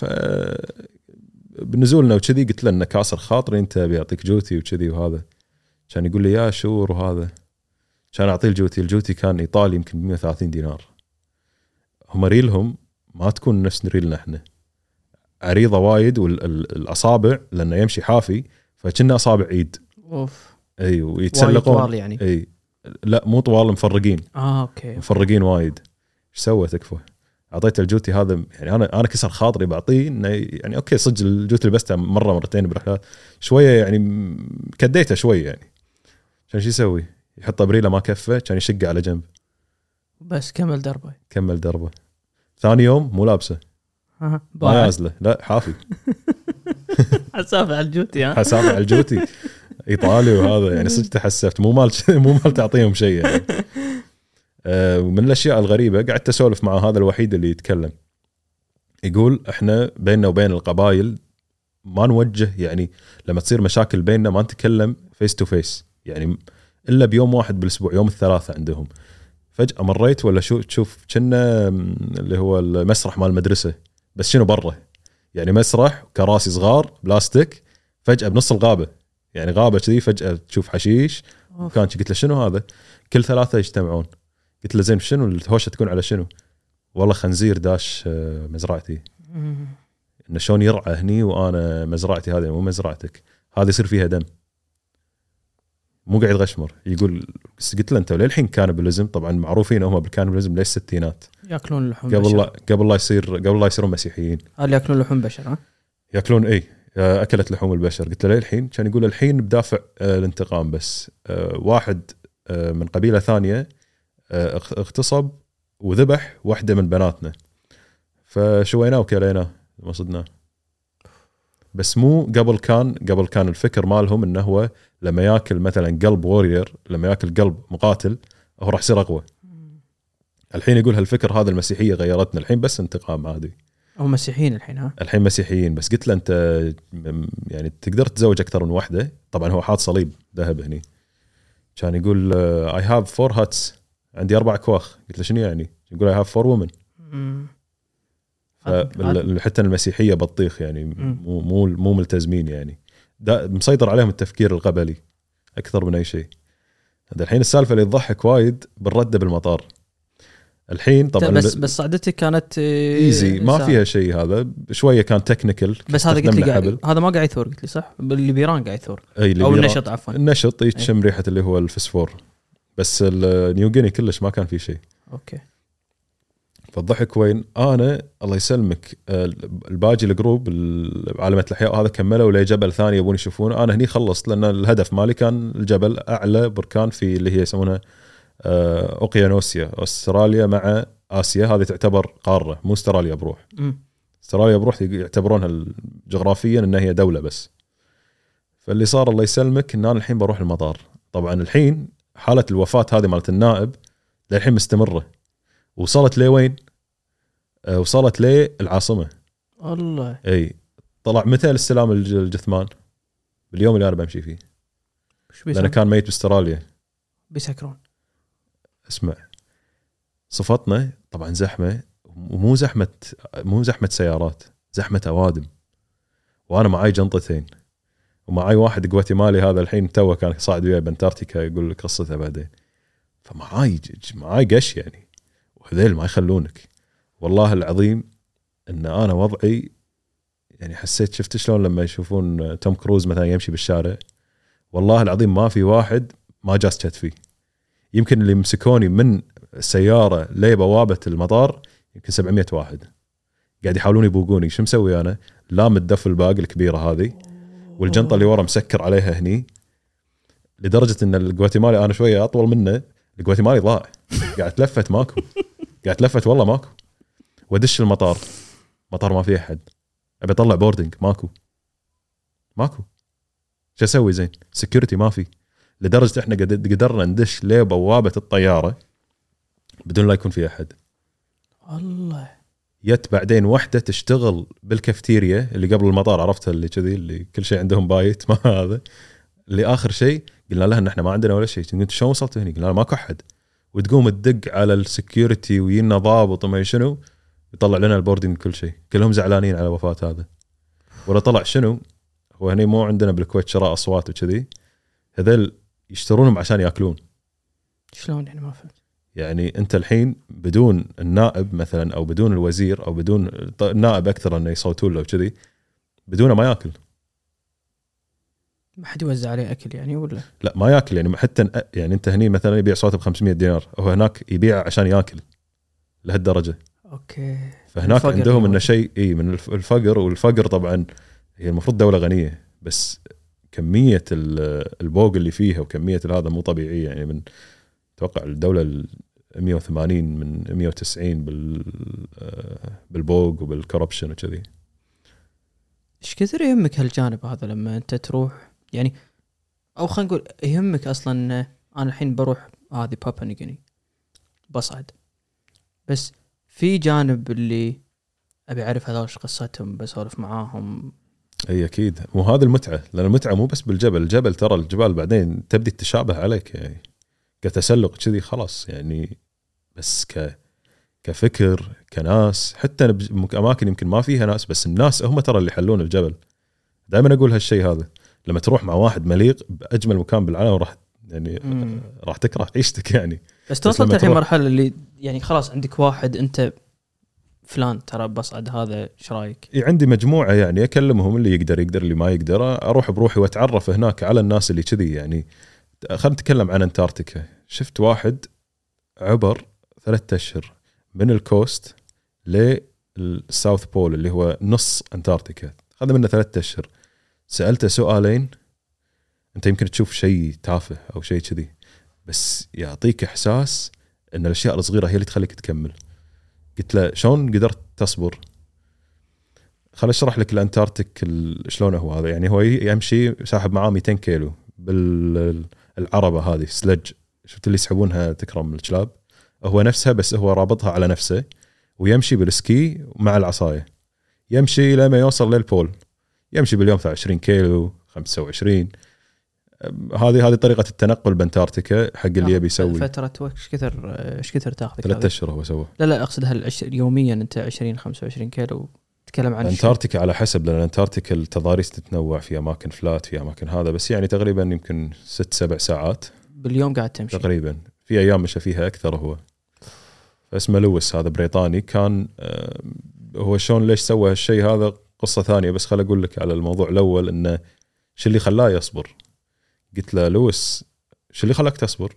Speaker 1: بنزولنا وكذي قلت له انه كاسر خاطري انت بيعطيك جوتي وكذي وهذا. كان يقول لي يا شور وهذا. كان اعطيه الجوتي كان ايطالي يمكن 130 دينار. هم ريلهم ما تكون نفس ريلنا احنا، عريضه وايد، والاصابع لانه يمشي حافي فكنا اصابع ايد.
Speaker 2: اوف.
Speaker 1: اي ويتسلقون
Speaker 2: يعني.
Speaker 1: اي لا مو طوال، مفرقين.
Speaker 2: اوكي.
Speaker 1: مفرقين وايد. ايش سوى تكفى؟ اعطيته الجوتي هذا يعني انا كسر خاطري بعطيه انه يعني اوكي صدق الجوتي اللي لبسته مرتين برحلات شويه يعني كديته شويه يعني. عشان شو يسوي؟ يحط بريله ما كفه كان يشقه على جنب
Speaker 2: بس كمل دربه.
Speaker 1: ثاني يوم مو لابسه ما
Speaker 2: باع
Speaker 1: يازله لا حافي
Speaker 2: حسافة على الجوتي.
Speaker 1: حسافة على الجوتي ايطالي وهذا يعني صدق تحسفت مو مال تعطيهم شيء يعني. ومن الاشياء الغريبه قعدت اسولف مع هذا الوحيد اللي يتكلم يقول احنا بيننا وبين القبائل ما نوجه يعني لما تصير مشاكل بيننا ما نتكلم فيس تو فيس يعني الا بيوم واحد بالاسبوع يوم الثلاثاء عندهم. فجأة مريت ولا شو تشوف كنا اللي هو المسرح مال المدرسة بس شنو برا يعني مسرح كراسي صغار بلاستيك فجأة بنص الغابة يعني غابة كذي فجأة تشوف حشيش كان قلت له شنو هذا كل ثلاثة يجتمعون قلت له زين شنو الهوشة تكون على شنو والله خنزير داش مزرعتي إنه شلون يرعى هني وأنا مزرعتي هذه مو مزرعتك هذه يصير فيها دم مو قاعد يغشمر يقول قلت له انت للحين كانبلزم طبعا معروفين هم بالكانبلزم ليش الستينات
Speaker 2: ياكلون لحوم
Speaker 1: قبل لا يصيروا مسيحيين
Speaker 2: هل ياكلون لحوم بشر
Speaker 1: ياكلون اكلت لحوم البشر قلت له للحين كان يقول الحين بدافع الانتقام بس واحد من قبيلة ثانية اغتصب وذبح واحدة من بناتنا فشويناه وكليناه ما صدناه بس مو قبل كان الفكر مالهم انه هو لما ياكل مثلا قلب وورير لما ياكل قلب مقاتل هو راح يصير اقوى. الحين يقول هالفكر هذا المسيحيه غيرتنا الحين بس انتقام عادي.
Speaker 2: هم مسيحيين الحين
Speaker 1: الحين مسيحيين بس قلت له انت يعني تقدر تتزوج اكثر من واحده طبعا هو حاط صليب ذهب هني كان يقول I have 4 huts عندي 4 أكواخ قلت له شنو يعني يقول I have 4 women حتى المسيحيه بطيخ يعني مو ملتزمين يعني ده مسيطر عليهم التفكير القبلي اكثر من اي شيء. هذا الحين السالفه اللي تضحك وايد بالرده بالمطار الحين طبعا
Speaker 2: بس صعدتك كانت
Speaker 1: ايزي ما فيها شيء هذا شويه كان تكنيكال
Speaker 2: بس هذا قلت لي هذا ما قاعد يثور قلت لي صح اللي بيران قاعد يثور
Speaker 1: او النشط عفوا النشط يشم ريحه اللي هو الفسفور بس النيوغيني كلش ما كان في شيء.
Speaker 2: اوكي
Speaker 1: فالضحك وين انا الله يسلمك الباجي الجروب عالمة الاحياء هذا كملوا لجبل ثاني يبون يشوفونه انا هني خلصت لان الهدف مالي كان الجبل اعلى بركان في اللي هي يسمونها اوقيانوسيا استراليا مع اسيا هذه تعتبر قاره مو استراليا بروح استراليا بروح يعتبرونها جغرافيا انها هي دوله بس. فاللي صار الله يسلمك ان انا الحين بروح المطار طبعا الحين حاله الوفاه هذه مالت النائب للحين مستمره وصلت لوين وصلت للعاصمه
Speaker 2: الله
Speaker 1: اي طلع متى الاستلام الجثمان باليوم اللي انا بمشي فيه لأنه كان ميت باستراليا
Speaker 2: بيسكرون.
Speaker 1: اسمع صفتنا طبعا زحمه ومو زحمه سيارات زحمه اوادم وانا معاي جنطتين ومعاي واحد غواتيمالي هذا الحين توه كان صاعد وياي بانتاركتيكا يقول لك قصته بعدين فمعاي قش يعني وهذيل ما يخلونك والله العظيم ان انا وضعي يعني حسيت شفت شلون لما يشوفون توم كروز مثلا يمشي بالشارع والله العظيم ما في واحد ما جاس كت فيه يمكن اللي مسكوني من السياره لبوابه المطار يمكن 700 واحد قاعد يحاولون يبوقوني شو مسوي انا لام الدف الباق الكبيره هذه والجنطه اللي ورا مسكر عليها هني لدرجه ان الغواتيمالي انا شويه اطول منه الغواتيمالي ضاع قاعد تلفت ماكو قاعد تلفت والله ماكو ودش المطار مطار ما فيه احد ابي اطلع بوردنج ماكو شو اسوي زين سكيورتي ما في لدرجه احنا قدرنا ندش لبوابه الطياره بدون لا يكون في احد.
Speaker 2: الله
Speaker 1: يت بعدين وحده تشتغل بالكافتيريا اللي قبل المطار عرفتها اللي كذي اللي كل شيء عندهم بايت ما هذا اللي اخر شيء قلنا لها ان احنا ما عندنا ولا شيء قلت شلون وصلت هني قلنا ماكو احد وتقوم تدق على السكيورتي وينا ضابط وما شنو يطلع لنا البوردين كل شيء كلهم زعلانين على وفاه هذا ولا طلع شنو هو هني مو عندنا بالكويت شراء اصوات وكذي هذول يشترونهم عشان ياكلون.
Speaker 2: شلون يعني ما فهمت
Speaker 1: يعني انت الحين بدون النائب مثلا او بدون الوزير او بدون النائب اكثر انه يصوتون له وكذي بدونه ما ياكل
Speaker 2: ما حد يوزع عليه اكل يعني ولا
Speaker 1: لا ما ياكل يعني حتى يعني انت هني مثلا يبيع صوته ب$500 هو هناك يبيع عشان ياكل لهالدرجه.
Speaker 2: اوكي
Speaker 1: فهناك عندهم انه شيء من الفقر والفقر طبعا هي المفروض دوله غنيه بس كميه البوق اللي فيها وكميه هذا مو طبيعيه يعني. من اتوقع الدوله 180 من 190 بالبوق وبالكوربشن وكذي.
Speaker 2: ايش كثر يهمك هالجانب هذا لما انت تروح يعني، او خلينا نقول يهمك اصلا؟ انا الحين بروح هذه بابا نيغيني بصعد، بس في جانب اللي ابي اعرف هذول ايش قصتهم، بسولف معاهم.
Speaker 1: اي اكيد، مو هذا المتعه، لان المتعه مو بس بالجبل. الجبل ترى الجبال بعدين تبدي تتشابه عليك يعني كتسلق كذي خلاص يعني. بس كفكر كناس، حتى اماكن يمكن ما فيها ناس، بس الناس هم ترى اللي يحلون الجبل. دائما اقول هالشيء هذا، لما تروح مع واحد مليق باجمل مكان بالعالم راح يعني راح تكره عيشتك يعني.
Speaker 2: بس توصلت الحين مرحله اللي يعني خلاص عندك واحد انت فلان ترى بصعد هذا، ايش رايك؟
Speaker 1: عندي مجموعه يعني اكلمهم، اللي يقدر اللي ما يقدر اروح بروحي واتعرف هناك على الناس اللي كذي يعني. خلينا نتكلم عن انتاركتيكا. شفت واحد عبر 3 أشهر من الكوست للساوث بول اللي هو نص انتاركتيكا، هذا منه 3 أشهر. سألته سؤالين، انت يمكن تشوف شيء تافه او شيء كذي، بس يعطيك احساس ان الاشياء الصغيره هي اللي تخليك تكمل. قلت له شلون قدرت تصبر؟ خل اشرح لك الانتاركتيك شلون هو هذا يعني. هو يمشي ساحب معاه 200 كيلو بالعربه هذه سلج، شفت اللي يسحبونها تكرم الكلاب، هو نفسها بس هو رابطها على نفسه، ويمشي بالسكي مع العصايه، يمشي لما يوصل للبول، يمشي باليوم 20 كيلو 25. هذه طريقه التنقل بانتاركتيكا حق اللي يبي يسوي.
Speaker 2: فتره ايش كثر تاخذك؟
Speaker 1: 3 أشهر هو سوى.
Speaker 2: لا اقصد يوميا انت 20 25 كيلو تتكلم عن
Speaker 1: انتاركتيكا على حسب، لان انتاركتيكا التضاريس تتنوع، في اماكن فلات في اماكن هذا، بس يعني تقريبا يمكن 6-7 ساعات
Speaker 2: باليوم قاعد تمشي
Speaker 1: تقريبا. في ايام مشى فيها اكثر. هو اسمه لويس، هذا بريطاني كان. هو شلون ليش سوى هالشيء هذا قصه ثانيه، بس خل اقول لك على الموضوع الاول انه شو اللي خلاه يصبر. قلت له لويس شو اللي خلاك تصبر؟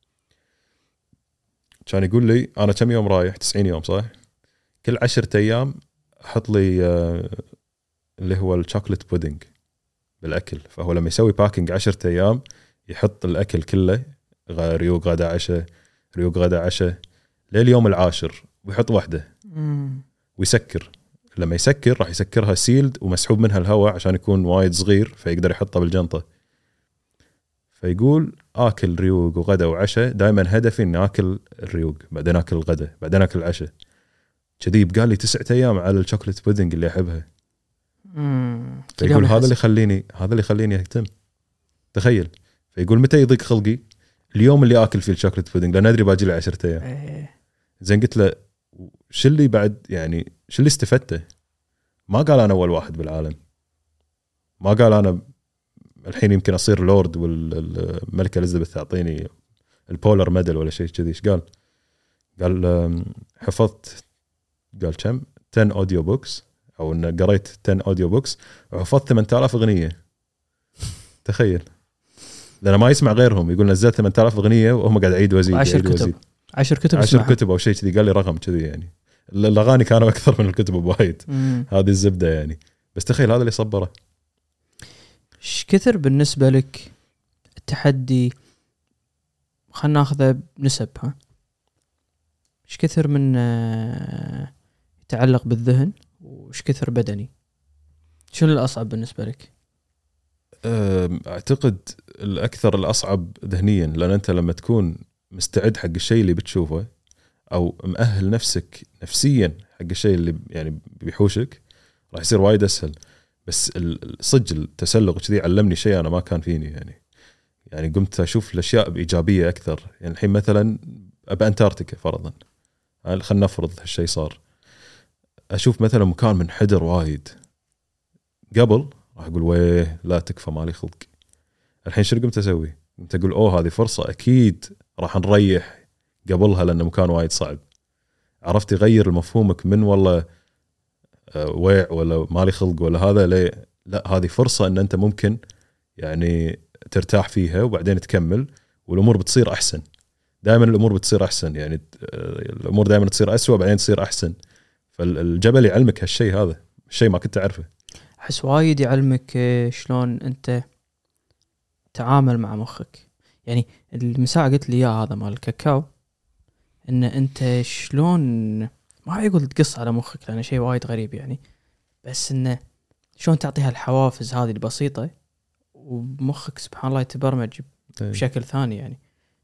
Speaker 1: كان يقول لي انا كم يوم رايح 90 يوم صح، كل 10 ايام احط لي اللي هو الشوكليت بودينج بالاكل. فهو لما يسوي باكينج 10 ايام يحط الاكل كله، ريوق غدا عشاء ريوق غدا عشاء لليوم العاشر، ويحط واحده ويسكر. لما يسكر راح يسكرها سيلد ومسحوب منها الهواء عشان يكون وايد صغير فيقدر يحطه بالجنطه. فيقول اكل ريوق وغدا وعشاء، دائما هدفي اني اكل الريوق بعدين اكل الغدا بعدين اكل العشاء. كذي يبقى لي 9 ايام على الشوكليت بودينج اللي احبها. فيقول هذا اللي يخليني اهتم. تخيل. فيقول متى يضيق خلقي؟ اليوم اللي اكل فيه الشوكليت بودينج، لان ادري باجي لي 10 ايام. زين قلت له شو اللي بعد يعني شو اللي استفدته؟ ما قال انا اول واحد بالعالم، ما قال انا الحين يمكن اصير لورد والملكه اليزابيث تعطيني البولر ميدل ولا شيء كذي. ايش قال حفظت، قال كم 10 اوديو بوكس، او ان قريت 10 اوديو بوكس وحفظت 8000 اغنيه. تخيل، لأنه ما يسمع غيرهم. يقول نزلت 8000 اغنيه وهم قاعد يعيد وازيد
Speaker 2: 10
Speaker 1: كتب او شيء كذي. قال لي رقم كذي يعني. الاغاني كانوا اكثر من الكتب بوايد. هذه الزبده يعني. بس تخيل هذا اللي صبره.
Speaker 2: ايش كثر بالنسبه لك التحدي؟ خلنا ناخذه بنسب. ايش كثر من يتعلق بالذهن وايش كثر بدني؟ شنو الاصعب بالنسبه لك؟
Speaker 1: اعتقد الاصعب ذهنيا، لان انت لما تكون مستعد حق الشيء اللي بتشوفه او مؤهل نفسك نفسيا حق الشيء اللي يعني بيحوشك، راح يصير وايد اسهل. بس الصج التسلق كذي علمني شيء انا ما كان فيني يعني قمت اشوف الاشياء بايجابيه اكثر. يعني الحين مثلا بانتاركتيكا فرضا، خلينا نفرض هالشيء صار، اشوف مثلا مكان منحدر وايد، قبل راح اقول ويه لا تكفى مالي خلق. الحين شو قمت اسوي؟ قمت اقول هذه فرصه اكيد راح نريح قبلها لأنه مكان وايد صعب. عرفت يغير مفهومك من والله ويع ولا مالي خلق ولا هذا ليه، لا هذه فرصة ان انت ممكن يعني ترتاح فيها وبعدين تكمل والامور بتصير احسن. دائما الامور بتصير احسن يعني، الامور دائما تصير اسوأ بعدين تصير احسن. فالجبل يعلمك هالشيء، هذا الشيء ما كنت اعرفه.
Speaker 2: احس وايد يعلمك شلون انت تعامل مع مخك. يعني المساعة قلت لي اياه هذا مال الكاكاو، ان انت شلون ما يقول تقص على مخك لانه شيء وايد غريب يعني، بس انه شلون تعطيها الحوافز هذه البسيطة ومخك سبحان الله يتبرمج بشكل ثاني يعني.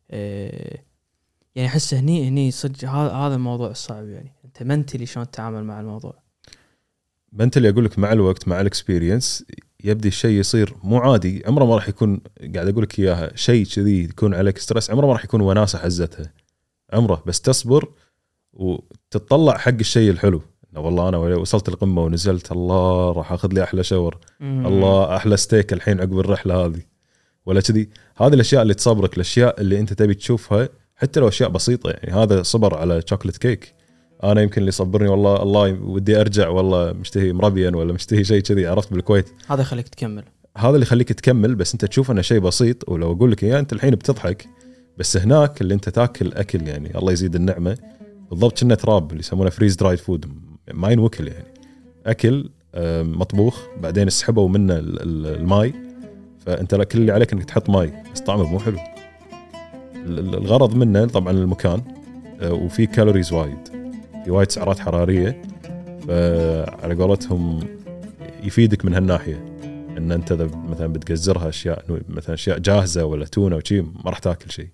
Speaker 2: يعني احس هني صدق هذا الموضوع الصعب يعني. انت منتلي شلون تتعامل مع الموضوع.
Speaker 1: منتلي اقول لك مع الوقت مع الاكسبيرينس يبدي الشيء يصير مو عادي. عمره ما راح يكون قاعد اقول لك اياها شيء كذي يكون عليك ستريس، عمره ما راح يكون وناسه حزتها عمره، بس تصبر وتطلع حق الشيء الحلو. والله انا وصلت القمه ونزلت، الله راح اخذ لي احلى شاور، الله احلى ستيك الحين عقب الرحله هذه ولا كذي. هذه الاشياء اللي تصبرك، الاشياء اللي انت تبي تشوفها حتى لو اشياء بسيطه. يعني هذا صبر على شوكليت كيك، انا يمكن اللي صبرني والله الله ودي ارجع والله مشتهي مربيا ولا مشتهي شيء كذي، عرفت بالكويت.
Speaker 2: هذا يخليك تكمل،
Speaker 1: هذا اللي يخليك تكمل. بس انت تشوف انه شيء بسيط، ولو اقول لك اياه انت الحين بتضحك، بس هناك اللي انت تاكل اكل يعني الله يزيد النعمه بالضبط كأنه تراب اللي يسمونه فريز درايد فود، ما ينوكل يعني اكل مطبوخ بعدين اسحبوا منه الماي، فانت كل اللي عليك انك تحط ماي بس طعمه مو حلو. الغرض منه طبعا المكان، وفي كالوريز وايد، في وايد سعرات حراريه، فعلى قولتهم يفيدك من هالناحيه ان انت مثلا بتجزرها اشياء مثلا اشياء جاهزه ولا تونه وشي ما راح تاكل شيء.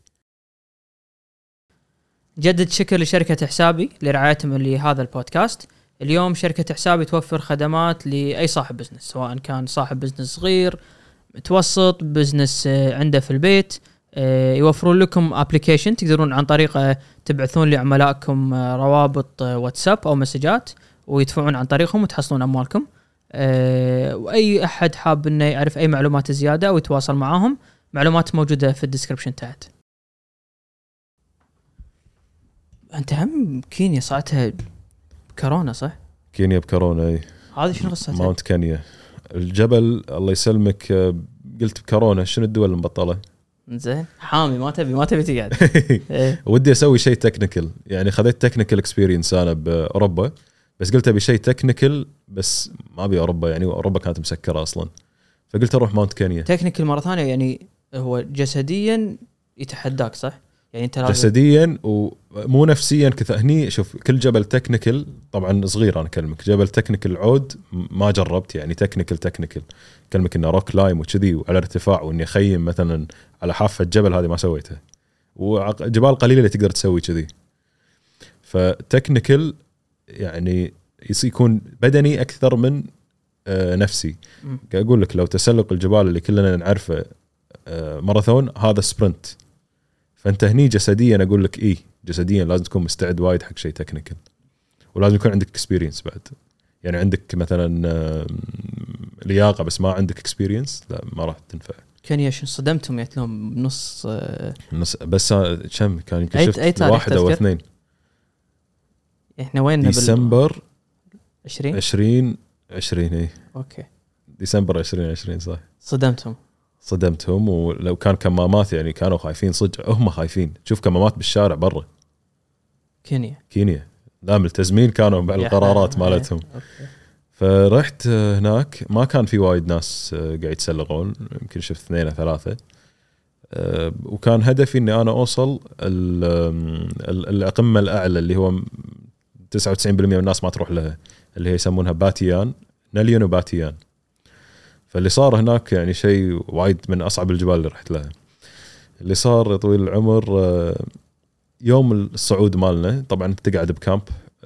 Speaker 2: جدد شكر لشركة حسابي لرعايتهم لهذا البودكاست. اليوم شركة حسابي توفر خدمات لأي صاحب بزنس، سواء كان صاحب بزنس صغير متوسط بزنس عنده في البيت. يوفرون لكم ابليكيشن تقدرون عن طريقه تبعثون لعملائكم روابط واتساب أو مسجات ويدفعون عن طريقهم وتحصلون أموالكم. وأي أحد حاب إنه يعرف أي معلومات زيادة أو يتواصل معاهم، معلومات موجودة في الديسكريبشن تحت. أنت هم كينيا صارتها بكورونا صح؟
Speaker 1: كينيا بكورونا اي.
Speaker 2: هذه شنو قصتها؟
Speaker 1: ماونت كينيا الجبل الله يسلمك. قلت بكورونا شنو الدول المبطلة؟
Speaker 2: زين حامي ما تبي تقعد.
Speaker 1: ودي اسوي شيء تكنيكال، يعني خذيت تكنيكال اكسبيرينس انا باوروبا، بس قلت ابي شيء تكنيكال بس ما ابي اوروبا، يعني اوروبا كانت مسكره اصلا، فقلت اروح ماونت كينيا.
Speaker 2: تكنيكال مره ثانيه يعني هو جسديا يتحداك صح؟ يعني انت
Speaker 1: جسديا ومو نفسيا كذا. هني شوف كل جبل تكنيكال طبعا صغير، انا اكلمك جبل تكنيكال عود ما جربت، يعني تكنيكال اكلمك انه روك لايم وكذي وعلى ارتفاع واني اخيم مثلا على حافه جبل، هذه ما سويتها، وجبال قليله اللي تقدر تسوي كذي. فتكنيكال يعني يكون بدني اكثر من نفسي. اقول لك لو تسلق الجبال اللي كلنا نعرفه ماراثون، هذا سبرنت. فانت هني جسديا اقول لك جسديا لازم تكون مستعد وايد حق شيء تكنيكال، ولازم يكون عندك اكسبيرينس بعد. يعني عندك مثلا لياقه بس ما عندك اكسبيرينس، لا ما راح تنفع.
Speaker 2: كينيا شو صدمتهم يتلون بنص
Speaker 1: بس كم كان يمكن شفت 1 أو 2.
Speaker 2: احنا وين
Speaker 1: ديسمبر
Speaker 2: 20
Speaker 1: اي
Speaker 2: اوكي
Speaker 1: ديسمبر 2020 صح. صدمتهم ولو كان كمامات يعني كانوا خايفين صدق، هم خايفين. شوف كمامات بالشارع برا كينيا لا ملتزمين كانوا بالقرارات مالتهم. فرحت هناك ما كان في وايد ناس قاعد يتسلقون، يمكن شفت 2 أو 3. وكان هدفي اني انا اوصل القمه الاعلى اللي هو 99% من الناس ما تروح لها، اللي هي يسمونها باتيان، ناليون وباتيان. فاللي صار هناك يعني شيء وايد من أصعب الجبال اللي رحت لها. اللي صار طويل العمر، يوم الصعود مالنا طبعا تقعد بكامب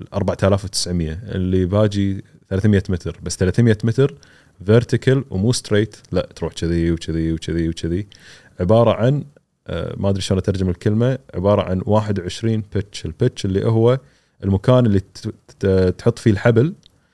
Speaker 1: 4900 اللي باجي 300 متر، بس 300 متر فيرتيكال ومو ستريت، لا تروح كذي وكذي وكذي وكذي. عبارة عن ما أدري شلون أترجم الكلمة، عبارة عن 21 بيتش. البيتش اللي هو المكان اللي تحط فيه الحبل،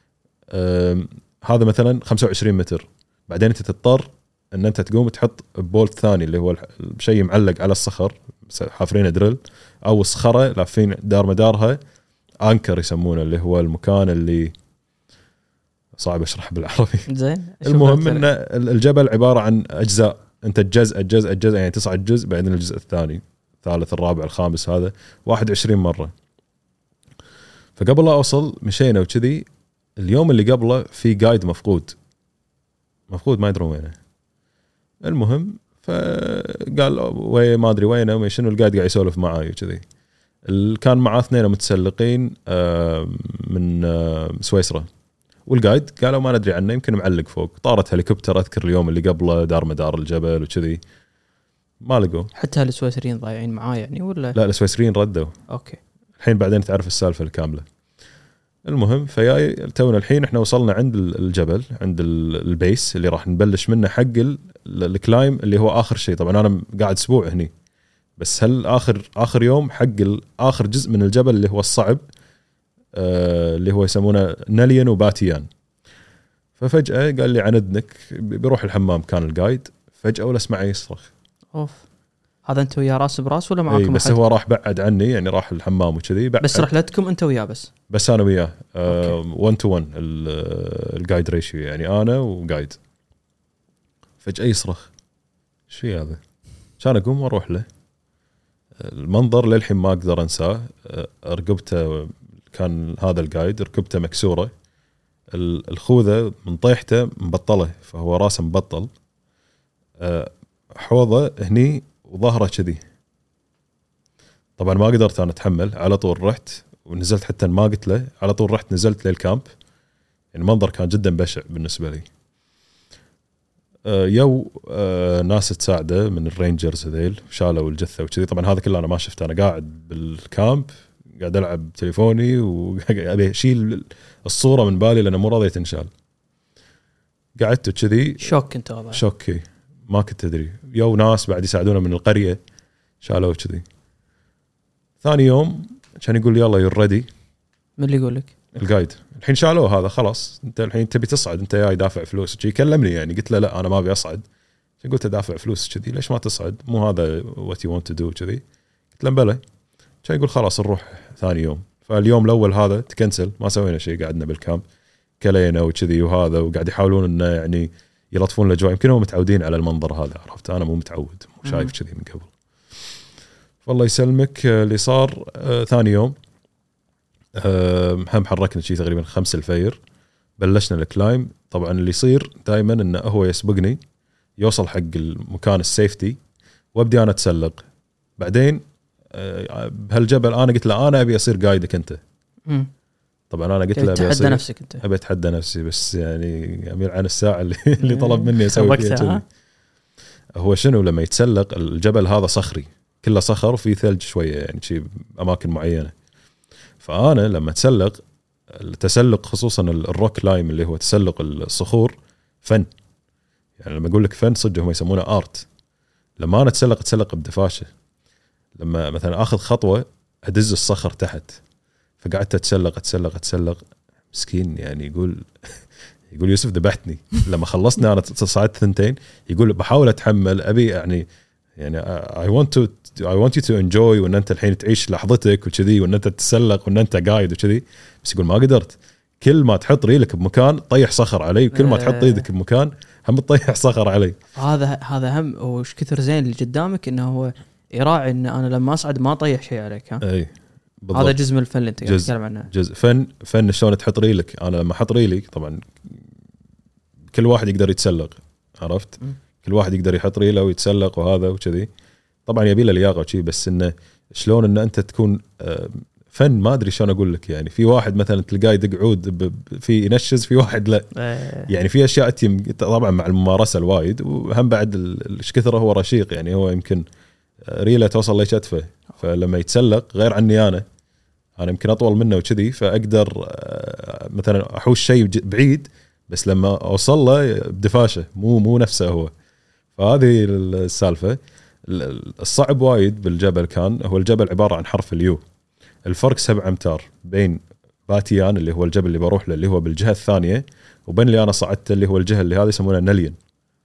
Speaker 1: هذا مثلا 25 متر، بعدين انت تضطر ان انت تقوم تحط بولت ثاني اللي هو شيء معلق على الصخر حافرين دريل او صخره لافين دار مدارها انكر يسمونه، اللي هو المكان اللي صعب اشرح بالعربي.
Speaker 2: زين
Speaker 1: المهم ان الجبل عباره عن اجزاء، انت الجزء يعني تصعد جزء بعدين الجزء الثاني الثالث الرابع الخامس، هذا 21 مره. فقبل لا اوصل مشينا وكذي. اليوم اللي قبله في قايد مفقود ما يدرون وينه. المهم فقال وين ما ادري وينه وما شنو. القايد قاعد يسولف معاي وكذي. كان معاه 2 متسلقين من سويسرا، والقايد قالوا ما ندري عنه يمكن معلق فوق. طارت هليكوبتر اذكر اليوم اللي قبله دار مدار الجبل وكذي، ما لقوا.
Speaker 2: حتى السويسريين ضايعين معاه يعني ولا؟
Speaker 1: لا السويسريين ردوا.
Speaker 2: اوكي
Speaker 1: الحين بعدين تعرف السالفه الكامله. المهم فياي تونا الحين احنا وصلنا عند الجبل، عند البيس اللي راح نبلش منه حق الكلايم اللي هو اخر شيء. طبعا انا قاعد اسبوع هني، بس هل اخر يوم حق اخر جزء من الجبل اللي هو الصعب، اللي هو يسمونه ناليان وباتيان. ففجاه قال لي عن اذنك بيروح الحمام كان القايد، فجاه ولا اسمعه يصرخ.
Speaker 2: اوف، هذا انت وياه راس براس ولا معاكم؟
Speaker 1: بس هو راح بعد عني يعني، راح الحمام وكذي.
Speaker 2: بس رحلتكم انت وياه بس
Speaker 1: انا وياه 1 to 1 الجايد ريشيو يعني انا وقايد. فجاه يصرخ ايش في هذا؟ كان اقوم واروح له. المنظر للحين ما اقدر انساه. رقبته كان هذا القايد ركبته مكسوره، الخوذه من طيحته مبطله، فهو راسه مبطل، حوضه هني وظهره كذي. طبعا ما قدرت انا اتحمل، على طول رحت ونزلت، حتى ما قلت له، على طول رحت نزلت للكامب. يعني المنظر كان جدا بشع بالنسبه لي. ناس تساعده من الرينجرز هذيل، شالوا الجثه وكذي. طبعا هذا كله انا ما شفته، انا قاعد بالكامب قاعد العب تليفوني وابي اشيل الصوره من بالي لانه مو راضيه تنشال. قعدت كذي
Speaker 2: شوك. انت هذا
Speaker 1: شوكي، ما كنت ادري. ناس بعد يساعدونا من القريه شالوا كذي. ثاني يوم كان يقول لي يلا يور ريدي.
Speaker 2: من اللي يقول لك؟
Speaker 1: القايد. الحين شالوه هذا خلاص، انت الحين تبي تصعد، انت جاي دافع فلوس. شي كلمني يعني، قلت له لا انا ما ابي اصعد. قلت دافع فلوس كذي ليش ما تصعد؟ مو هذا وات يو ونت تو دو كذي؟ قلت له بلى. كان يقول خلاص نروح ثاني يوم. فاليوم الاول هذا تكنسل، ما سوينا شيء، قعدنا بالكامب كلينا وكذي وهذا، وقاعد يحاولون انه يعني يلطفون الاجواء. يمكن هم متعودين على المنظر هذا، عرفت؟ انا مو متعود، مو شايف كذي من قبل. والله يسلمك اللي صار ثاني يوم هم حركنا شيء تقريبا 5 الفجر، بلشنا الكلايم. طبعا اللي يصير دائما انه هو يسبقني يوصل حق المكان السيفتي وابدي انا اتسلق. بعدين بهالجبل انا قلت له انا ابي اصير قايدك انت. طبعا انا قلت له ابي
Speaker 2: اتحدى نفسك انت.
Speaker 1: ابي اتحدى نفسي، بس يعني امير عن الساعه اللي طلب مني اسوي فيها كذي. هو شنو لما يتسلق الجبل هذا صخري، كله صخر وفي ثلج شويه يعني شيء اماكن معينه. فانا لما اتسلق التسلق خصوصا الروك لايم اللي هو تسلق الصخور فن. يعني لما اقول لك فن صدق هم يسمونه ارت. لما انا اتسلق بدفاشه، لما مثلا اخذ خطوه ادز الصخر تحت، فقعدت اتسلق مسكين يعني. يقول يوسف ذبحتني لما خلصنا. انا صعدت 2 يقول بحاول اتحمل، ابي يعني I want you to enjoy وان انت الحين تعيش لحظتك وكذي، وان انت تتسلق وان انت قايد وكذي. بس يقول ما قدرت، كل ما تحط ريلك بمكان طيح صخر علي، وكل ما تحط ايدك بمكان هم تطيح صخر علي.
Speaker 2: هذا هم وش كثر زين اللي قدامك انه هو يراعي ان انا لما اصعد ما طيح شيء عليك.
Speaker 1: اي بالضبط.
Speaker 2: هذا جزء من الفن اللي انت قاعد تتكلم عنه.
Speaker 1: جزء فن شلون تحط ريلك. انا لما احط ريلي طبعا كل واحد يقدر يتسلق، عرفت؟ كل واحد يقدر يحط ريله ويتسلق وهذا وكذي. طبعا يبي له لياقه وشي، بس انه شلون ان انت تكون فن. ما ادري شلون اقول لك يعني. في واحد مثلا تلقاه يدق عود في ينشز، في واحد لا. يعني في اشياء تيم طبعا مع الممارسه الوايد، وهم بعد ايش كثره هو رشيق يعني. هو يمكن ريله توصل لشتفه، فلما يتسلق غير عني انا يمكن اطول منه وكذي، فاقدر مثلا احوش شيء بعيد، بس لما اوصل له بدفاشه مو نفسه هو. فهذه السالفه. الصعب وايد بالجبل كان هو الجبل عباره عن حرف اليو. الفرق 7 أمتار بين باتيان اللي هو الجبل اللي بروح له اللي هو بالجهه الثانيه، وبين اللي انا صعدت اللي هو الجهه اللي هذه يسمونها ناليان.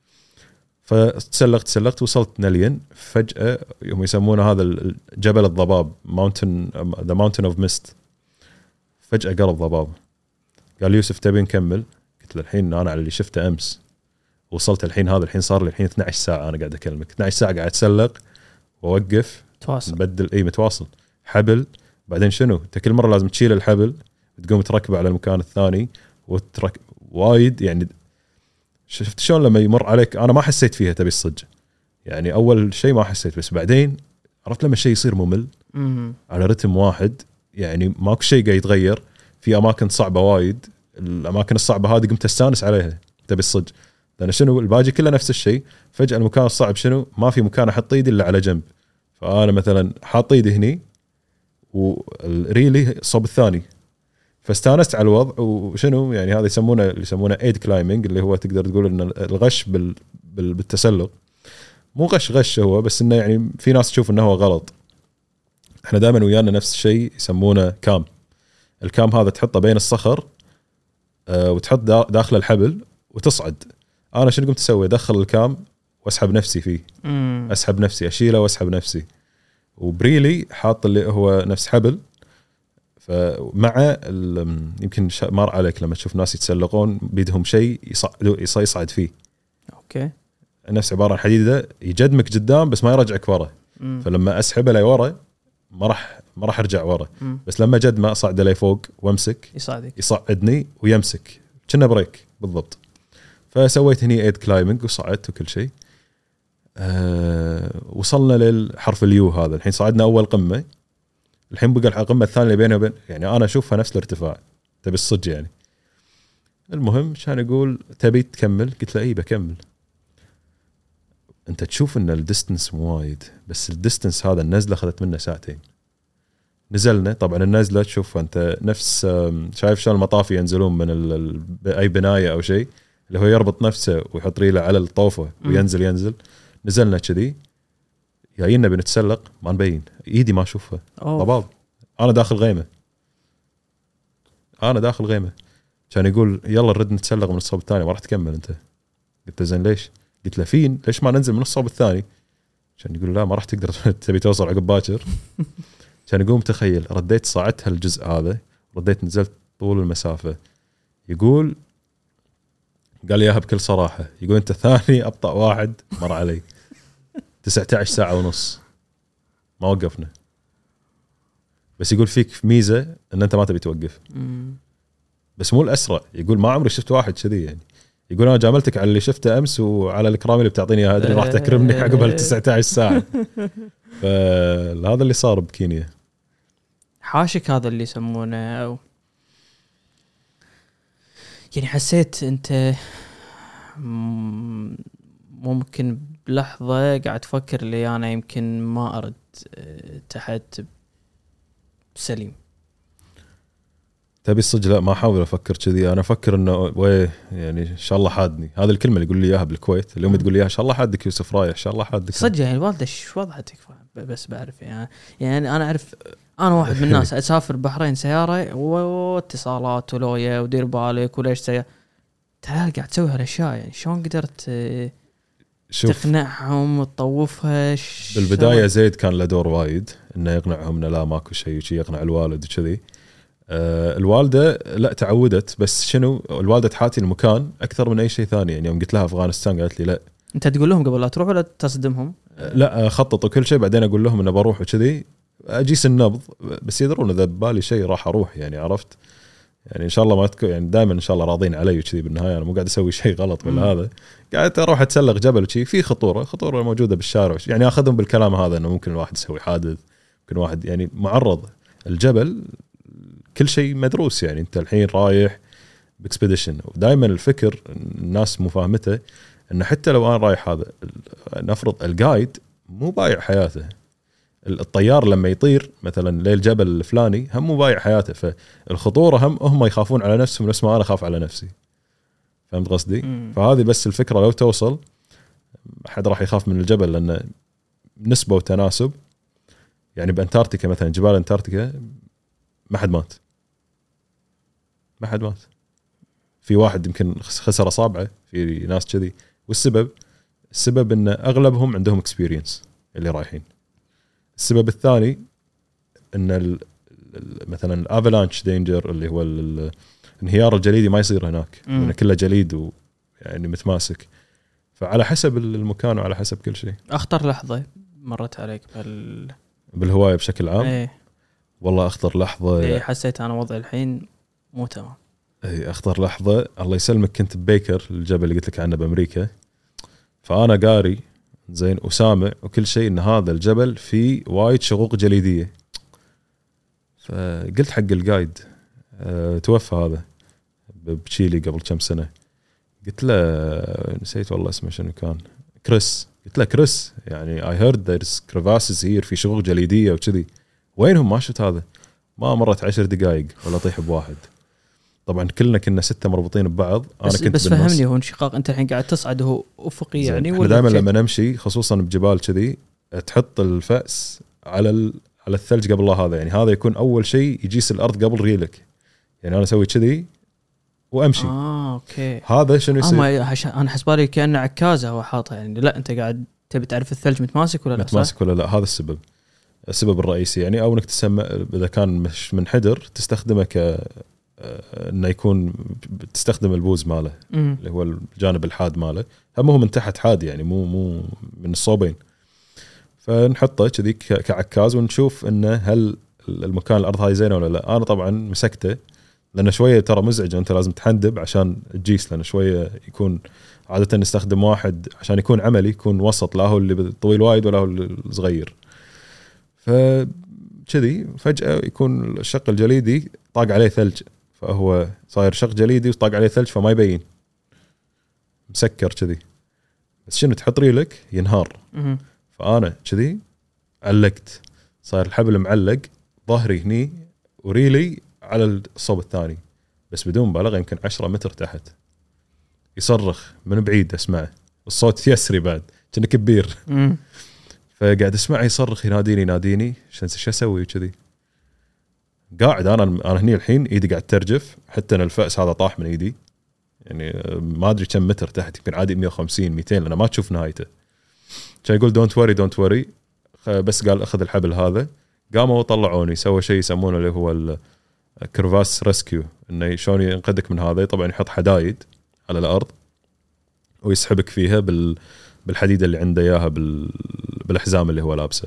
Speaker 1: فتسلقت وصلت ناليان. فجاه هم يسمونه هذا جبل الضباب، ذا ماونتن اوف ميست. فجاه قلب ضباب. قال يوسف تبي نكمل؟ قلت له الحين انا على اللي شفته امس وصلت الحين، هذا الحين صار لي الحين 12 ساعه انا قاعد اكلمك. 12 ساعه قاعد اتسلق واوقف
Speaker 2: تواصل
Speaker 1: نبدل متواصل حبل. بعدين شنو انت كل مره لازم تشيل الحبل وتقوم تركبه على المكان الثاني وايد يعني. شفت شلون لما يمر عليك؟ انا ما حسيت فيها تبي الصج، يعني اول شيء ما حسيت، بس بعدين عرفت لما الشيء يصير ممل على رتم واحد، يعني ماكو شيء قاعد يتغير. في اماكن صعبه وايد، الاماكن الصعبه هذه قمت استانس عليها تبي الصدق، لان شنو الباقي كله نفس الشيء. فجاه المكان الصعب شنو ما في مكان احط ايدي الا على جنب، فانا مثلا حاط ايدي هني والريلي صوب الثاني، فاستانست على الوضع. وشنو يعني هذا يسمونه ايد كلايمينج، اللي هو تقدر تقول ان الغش بالتسلق. مو غش هو، بس انه يعني في ناس تشوف انه هو غلط. احنا دائما ويانا نفس الشيء يسمونه كام. الكام هذا تحطه بين الصخر وتحط داخل الحبل وتصعد. انا شنو قمت اسوي؟ ادخل الكام واسحب نفسي فيه، اسحب نفسي، اشيله واسحب نفسي. وبريلي حاط اللي هو نفس حبل، فمع يمكن مر عليك لما تشوف ناس يتسلقون بيدهم شيء يصعد فيه.
Speaker 2: اوكي،
Speaker 1: نفس عباره عن حديده يجدمك قدام بس ما يرجعك ورا. فلما اسحبه لي ورا ما راح ارجع ورا، بس لما جد ما اصعد لي فوق وامسك يصعدني ويمسك كنا بريك بالضبط. فسويت هني ايد كلايمنج وصعدت وكل شيء. وصلنا للحرف اليو هذا. الحين صعدنا اول قمه، الحين بقى القمه الثانيه اللي بينها وبين، يعني انا اشوفها نفس الارتفاع تبي الصدق يعني. المهم كان يقول تبي تكمل؟ قلت له اي بكمل. انت تشوف ان الديستنس وايد، بس الديستنس هذا النزله اخذت منه ساعتين. نزلنا طبعا النزله تشوف انت نفس شايف شلون المطافي ينزلون من اي بنايه او شيء، اللي هو يربط نفسه ويحط ريله على الطوفه وينزل. نزلنا كذي جاينا بنتسلق ما نبين، ايدي ما اشوفها ضباب. انا داخل غيمه. كان يقول يلا نرد نتسلق من الصوب الثاني، ما راح تكمل انت. قلت زين ليش؟ قلت له فين ليش ما ننزل من الصوب الثاني؟ كان يقول لا ما راح تقدر تبي توصل عقب باكر. كان يقوم تخيل رديت صعدت هالجزء هذا، رديت نزلت طول المسافه. يقول قال لي اياها بكل صراحه، يقول انت ثاني ابطأ واحد مر علي. 19 ساعه ونص ما وقفنا. بس يقول فيك ميزه ان انت ما تبي توقف، بس مو الاسرع. يقول ما عمري شفت واحد كذي يعني. يقول انا جاملتك على اللي شفته امس وعلى الكرام اللي بتعطيني اياها، ادري راح تكرمني عقب ال 19 ساعه. فهذا اللي صار بكينيا.
Speaker 2: حاشك هذا اللي يسمونه، أو يعني حسيت انت ممكن بلحظه قاعد تفكر لي انا يمكن ما ارد تحت سليم.
Speaker 1: تبي الصدق لا ما احاول افكر كذي. انا افكر انه يعني ان شاء الله حادني. هذا الكلمه اللي يقول لي اياها بالكويت، اليوم تقول لي ان شاء الله حادك يوسف رايح، ان شاء الله حادك
Speaker 2: صدق. يعني الوالده ايش وضعتك؟ بس بعرف يعني انا اعرف انا واحد من الناس اسافر بحرين سياره واتصالات ولويا ودير بالك وليش تعال قاعد تسوي هالاشياء. يعني شلون قدرت تقنعهم وتطوفها؟
Speaker 1: بالبدايه زيد كان له دور وايد انه يقنعهم انه لا ماكو شيء وشي، يقنع الوالد وكذي. الوالده لا تعودت، بس شنو الوالده تحاتي المكان اكثر من اي شيء ثاني. يعني يوم قلت لها افغانستان قالت لي لا.
Speaker 2: انت تقول لهم قبل لا تروح ولا تصدمهم؟
Speaker 1: لا خطط وكل شيء، بعدين اقول لهم انه بروح وكذي اجيس النبض، بس يدرون اذا ببالي شيء راح اروح. يعني عرفت يعني ان شاء الله ما تكون يعني دائما ان شاء الله راضين علي وكذي. بالنهايه انا مو قاعد اسوي شيء غلط ولا هذا، قاعد اروح اتسلق جبل وشي في خطوره موجوده بالشارع. يعني اخذهم بالكلام هذا انه ممكن الواحد يسوي حادث، ممكن واحد يعني معرض. الجبل كل شيء مدروس. يعني انت الحين رايح باكسبيديشن، ودائما الفكر الناس مفاهمته انه حتى لو انا رايح هذا نفرض الجايد مو بايع حياته. الطيار لما يطير مثلا للجبل الفلاني هم مو بايع حياته، فالخطوره هم يخافون على نفسهم نفس ما انا اخاف على نفسي. فهمت قصدي؟ فهذه بس الفكره لو توصل احد راح يخاف من الجبل، لانه نسبه وتناسب. يعني بانتاركتيكا مثلا، جبال انتاركتيكا ما حد مات. في واحد يمكن خسر اصابعه، في ناس كذي. والسبب ان اغلبهم عندهم اكسبيرينس اللي رايحين. السبب الثاني ان مثلا الافلانش دينجر اللي هو الانهيار الجليدي ما يصير هناك، لانه كله جليد ويعني متماسك. فعلى حسب المكان وعلى حسب كل شيء.
Speaker 2: اخطر لحظه مرت عليك
Speaker 1: بالهوايه بشكل عام؟
Speaker 2: ايه
Speaker 1: والله اخطر لحظه
Speaker 2: ايه حسيت انا وضعي الحين مو تمام.
Speaker 1: اي اخطر لحظه الله يسلمك، كنت ببيكر الجبل اللي قلت لك عنه بامريكا. فانا قاري زين وسامع وكل شيء ان هذا الجبل فيه وايد شقوق جليديه. فقلت حق القايد توفى هذا بتشيلي قبل كم سنه، قلت له نسيت والله اسمه شنو كان، كريس. قلت له كريس يعني I heard there's crevasses here في شقوق جليديه وكذي، وينهم؟ ما شفت هذا. ما مرت 10 دقائق ولا طيح بواحد. طبعا كلنا كنا 6 مربوطين ببعض.
Speaker 2: انا كنت بس فهمني هو انشقاق، انت الحين قاعد تصعد وهو افقي يعني
Speaker 1: ولا دائما لما نمشي خصوصا بجبال كذي تحط الفأس على الثلج قبل لا هذا، يعني هذا يكون اول شيء يجيس الارض قبل ريلك. يعني انا اسوي كذي وامشي.
Speaker 2: اوكي.
Speaker 1: هذا شنو يصير؟
Speaker 2: انا حسبالي كأنه عكازه هو حاطه، يعني لا انت قاعد تبي تعرف الثلج متماسك ولا لا.
Speaker 1: متماسك ولا لا، هذا السبب الرئيسي يعني. او انك تسمى اذا كان مش منحدر تستخدمه انه يكون تستخدم البوز ماله اللي هو الجانب الحاد ماله، هم هو من تحت حاد يعني مو من الصوبين. فنحطه كذي كعكاز ونشوف انه هل المكان الارض هاي زينه ولا لا. انا طبعا مسكته لانه شويه ترى مزعج، انت لازم تحندب عشان تجيس، لانه شويه يكون عاده نستخدم واحد عشان يكون عملي، يكون وسط، لا هو اللي طويل وايد ولا هو الصغير. فكذي فجاه يكون الشق الجليدي طاق عليه ثلج، فهو صاير شق جليدي وطاق عليه ثلج فما يبين، مسكر كذي. بس شنو تحط ريلك ينهار. فانا كذي علقت، صاير الحبل معلق ظهري هني وريلي على الصوب الثاني، بس بدون مبالغه يمكن 10 متر تحت. يصرخ من بعيد اسمعه، الصوت يسري بعد كأنه كبير. فقاعد اسمعه يصرخ يناديني شو اسوي كذي. قاعد انا هني الحين ايدي قاعد ترجف، حتى ان الفأس هذا طاح من ايدي، يعني ما ادري كم متر تحت، يمكن عادي 150 200 لأنه ما تشوف نهايته. كان يقول دونت وري بس قال اخذ الحبل هذا. قاموا وطلعوني، سوى شيء يسمونه اللي هو الكرفاس ريسكيو، انه شلون ينقذك من هذا. طبعا يحط حدايد على الارض ويسحبك فيها بالحديد اللي عنده اياها بالحزام اللي هو لابسه.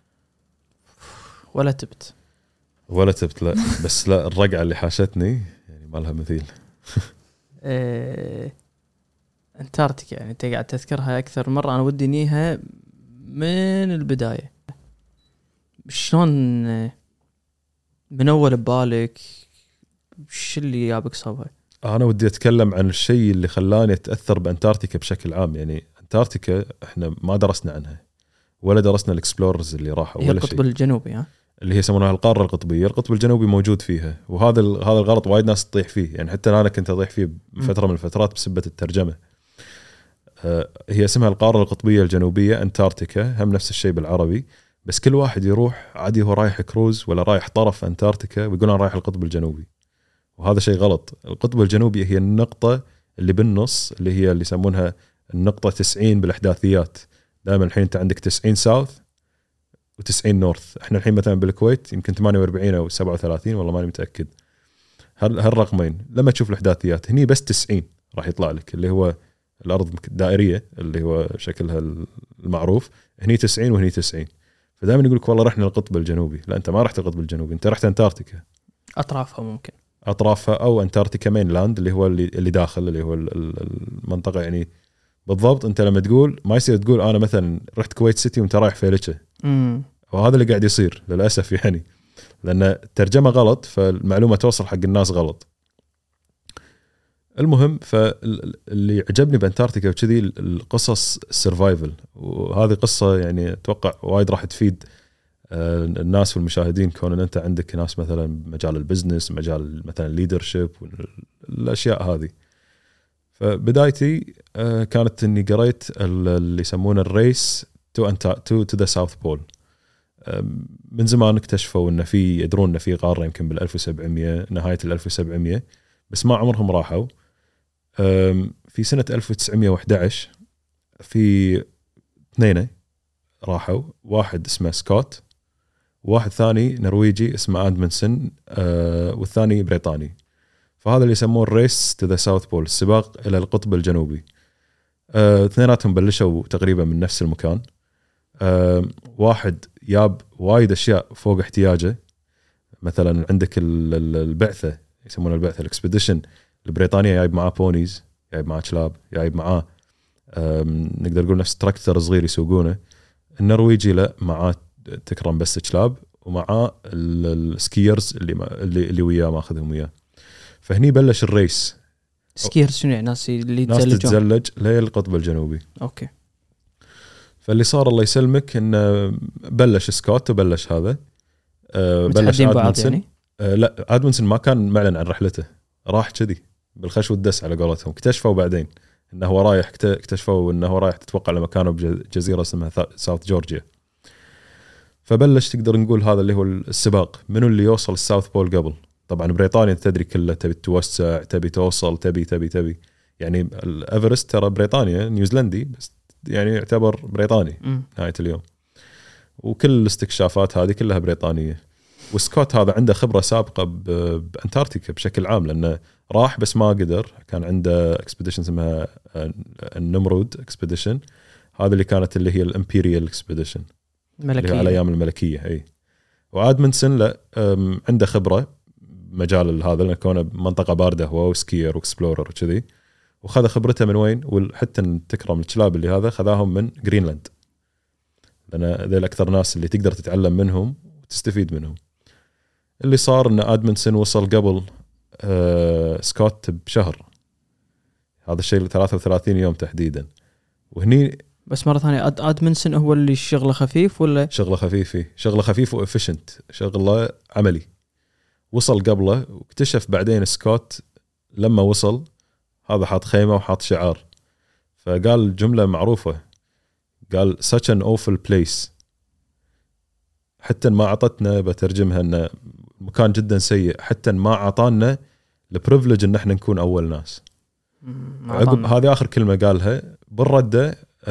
Speaker 2: ولا تبت
Speaker 1: لا بس لا الرقعه اللي حاشتني يعني ما لها مثيل.
Speaker 2: انتاركتيكا يعني انت قاعد تذكرها اكثر مره، انا ودي نيها من البدايه. شلون من اول ببالك وش اللي جابك صوبها؟
Speaker 1: انا ودي اتكلم عن الشيء اللي خلاني اتاثر بانتاركتيكا بشكل عام. يعني انتاركتيكا احنا ما درسنا عنها ولا درسنا الاكسبلوررز اللي راحوا ولا شيء.
Speaker 2: القطب الجنوبي
Speaker 1: اللي هي يسمونها القاره القطبيه. القطب الجنوبي موجود فيها، وهذا الغلط وايد ناس تطيح فيه، يعني حتى انا كنت اضيح فيه فتره من الفترات بسبه الترجمه. هي اسمها القاره القطبيه الجنوبيه انتاركتيكا، هم نفس الشيء بالعربي، بس كل واحد يروح عادي هو رايح كروز ولا رايح طرف انتاركتيكا ويقول انا رايح القطب الجنوبي، وهذا شيء غلط. القطب الجنوبي هي النقطه اللي بالنص، اللي هي اللي يسمونها النقطه 90 بالاحداثيات. دائما الحين انت عندك 90 ساوث و90 نورث. احنا الحين مثلا بالكويت يمكن 48 او 37 والله ماني متاكد، هالرقمين. لما تشوف الاحداثيات هني بس 90 راح يطلع لك، اللي هو الارض دائريه اللي هو شكلها المعروف، هني 90 وهني 90. فدائما يقول لك والله رحنا القطب الجنوبي. لا، انت ما رحت القطب الجنوبي، انت رحت انتاركتيكا،
Speaker 2: اطرافها ممكن
Speaker 1: اطرافها، او انتاركتيكا مين لاند اللي هو اللي داخل، اللي هو المنطقه. يعني بالضبط انت لما تقول ما يصير تقول انا مثلا رحت كويت سيتي وانت رايح فيلتشة، وهذا اللي قاعد يصير للاسف يعني، لان الترجمه غلط فالمعلومه توصل حق الناس غلط. المهم، فاللي عجبني بانتاركتيكا وكذي القصص السرفايفل، وهذه قصه يعني اتوقع وايد راح تفيد الناس والمشاهدين، كون ان انت عندك ناس مثلا بمجال البزنس، مجال مثلا الليدرشيب والاشياء هذه. فبدايتي كانت اني قريت اللي يسمونه الريس تو ذا ساوث بول. من زمان اكتشفوا ان في، يدرون ان في قاره يمكن بال1700 نهايه ال1700، بس ما عمرهم راحوا. في سنه 1911 في اثنين راحوا، واحد اسمه سكوت، وواحد ثاني نرويجي اسمه آدمنسون، والثاني بريطاني. فهذا اللي يسموه الريس تو ذا ساوث بول، السباق الى القطب الجنوبي. اثنيناتهم بلشوا تقريبا من نفس المكان. واحد ياب وايد اشياء فوق احتياجه، مثلا عندك البعثه يسمونها البعثه الاكسبيديشن البريطانيه، جايب معاه بونيز، جايب معاه كلاب، جايب معاه نقدر نقول نفس تراكتر صغير يسوقونه. النرويجي لا، معاه تكرم بس كلاب ومعاه السكيرز اللي وياه ماخذهم وياه. فهني بلش الريس.
Speaker 2: سكيرز شنو يعني؟ ناس اللي
Speaker 1: ناس تتزلج للقطب الجنوبي.
Speaker 2: اوكي.
Speaker 1: فاللي صار الله يسلمك انه بلش سكوت وبلش هذا بلش ادمونسون
Speaker 2: يعني؟
Speaker 1: لا، ادمونسون ما كان معلن عن رحلته، راح كذي بالخش والدس على قولتهم. اكتشفوا بعدين انه هو رايح، اكتشفوا انه هو رايح تتوقع لما كانوا بجزيره اسمها ساوث جورجيا. فبلش تقدر نقول هذا اللي هو السباق، منو اللي يوصل الساوث بول قبل. طبعا بريطانيا تدري كلها تبي توسع، تبي توصل، تبي يعني الأفرست ترى بريطانيا، نيوزيلندي بس يعني يعتبر بريطاني نهاية اليوم. وكل الاستكشافات هذه كلها بريطانية. وسكوت هذا عنده خبرة سابقة بأنتاركتيكا بشكل عام، لأنه راح بس ما قدر. كان عنده اكسبيديشن اسمها النمرود اكسبيديشن، هذا اللي كانت اللي هي الامبيريال اكسبيديشن
Speaker 2: الملكية
Speaker 1: على أيام الملكية. أي. وآدمونسون لا، عنده خبرة مجال هذا لأنه كونه منطقة باردة هو وسكير واكسبلورر وكذي. وخذ خبرته من وين؟ وحتى تكرم الكلاب اللي هذا خذاهم من جرينلاند، لأن ذي الأكثر ناس اللي تقدر تتعلم منهم وتستفيد منهم. اللي صار أن آدمونسون وصل قبل سكوت بشهر، هذا الشيء 33 يوم تحديدا. وهني
Speaker 2: بس مرة ثانية آدمونسون هو اللي شغله خفيف ولا؟
Speaker 1: شغله خفيف، شغله خفيف وإفيشنت، شغله عملي. وصل قبله واكتشف بعدين سكوت لما وصل هذا حاط خيمة وحاط شعار، فقال جملة معروفة، قال such an awful place. حتى ما عطتنا بترجمها أنه مكان جدا سيء، حتى ما عطانا البريفليج أن احنا نكون أول ناس. عقب هذه آخر كلمة قالها بالردة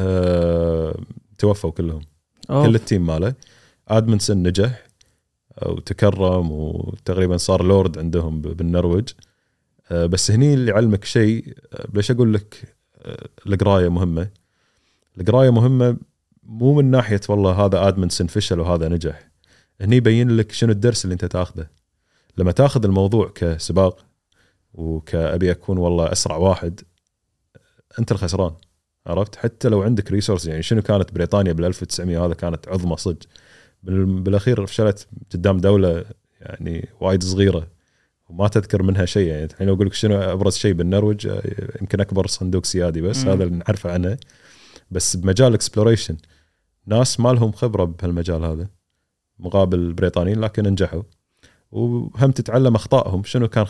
Speaker 1: توفوا كلهم. كل التيم ماله. آدمونسون نجح وتكرم وتقريبا صار لورد عندهم بالنرويج. بس هني اللي علمك شيء، ليش أقول لك القراية مهمة. القراية مهمة مو من ناحية والله هذا آدمونسون فشل وهذا نجح، هني يبين لك شنو الدرس اللي انت تاخذه. لما تاخذ الموضوع كسباق وكأبي أكون والله أسرع واحد، أنت الخسران، عرفت؟ حتى لو عندك ريسورس. يعني شنو كانت بريطانيا بال1900 هذا كانت عظمى صدق، بالأخير فشلت قدام دولة يعني وايد صغيرة وما تذكر منها شيء. يعني الحين لو أقول لك شنو أبرز شيء بالنرويج، يمكن أكبر صندوق سيادي بس هذا اللي نعرفه عنه. بس بمجال اكسبلوريشن ناس ما لهم خبرة بهالمجال هذا مقابل البريطانيين، لكن نجحوا. وهم تتعلم أخطائهم. شنو كان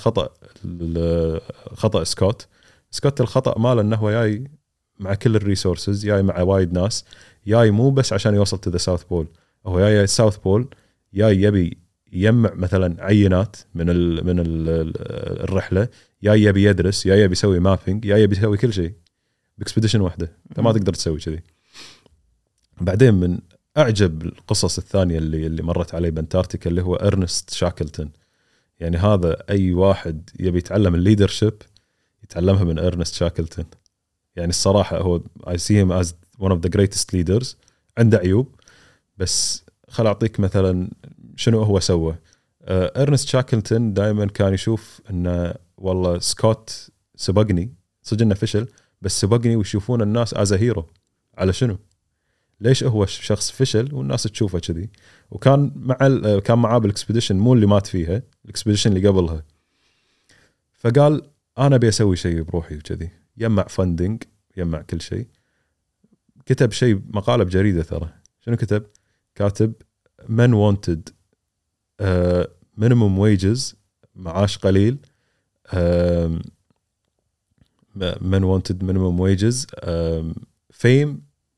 Speaker 1: خطأ سكوت الخطأ ماله أنه هو جاي مع كل الريسورسز، جاي مع وايد ناس، جاي مو بس عشان يوصل to the South Pole. هو جاي الساوث بول، جاي يبي يجمع مثلا عينات من الرحلة، جاي يبي يدرس، جاي يبي يسوي مابينج، جاي يبي يسوي كل شيء باكسبيديشن واحدة. انت ما تقدر تسوي كذي. بعدين من أعجب القصص الثانية اللي مرت علي بأنتاركتيكا اللي هو إرنست شاكلتون. يعني هذا أي واحد يبي يتعلم الليدرشيب يتعلمها من إرنست شاكلتون. يعني الصراحة هو I see him as one of the greatest leaders. عنده عيوب بس خل أعطيك مثلا شنو هو سوى. إرنست شاكلتون دائما كان يشوف أنه والله سكوت سبقني، سجلنا فشل بس سبقني، ويشوفون الناس as a hero. على شنو؟ ليش هو شخص فشل والناس تشوفه كذي؟ وكان كان معاه بالاكسبيديشن، مو اللي مات فيها، الاكسبيديشن اللي قبلها. فقال انا بيسوي شيء بروحي وكذي، يجمع فاندنج، يجمع كل شيء. كتب شيء مقاله بجريده ترى. شنو كتب؟ كاتب men wanted minimum wages، معاش قليل، men wanted minimum wages، fame،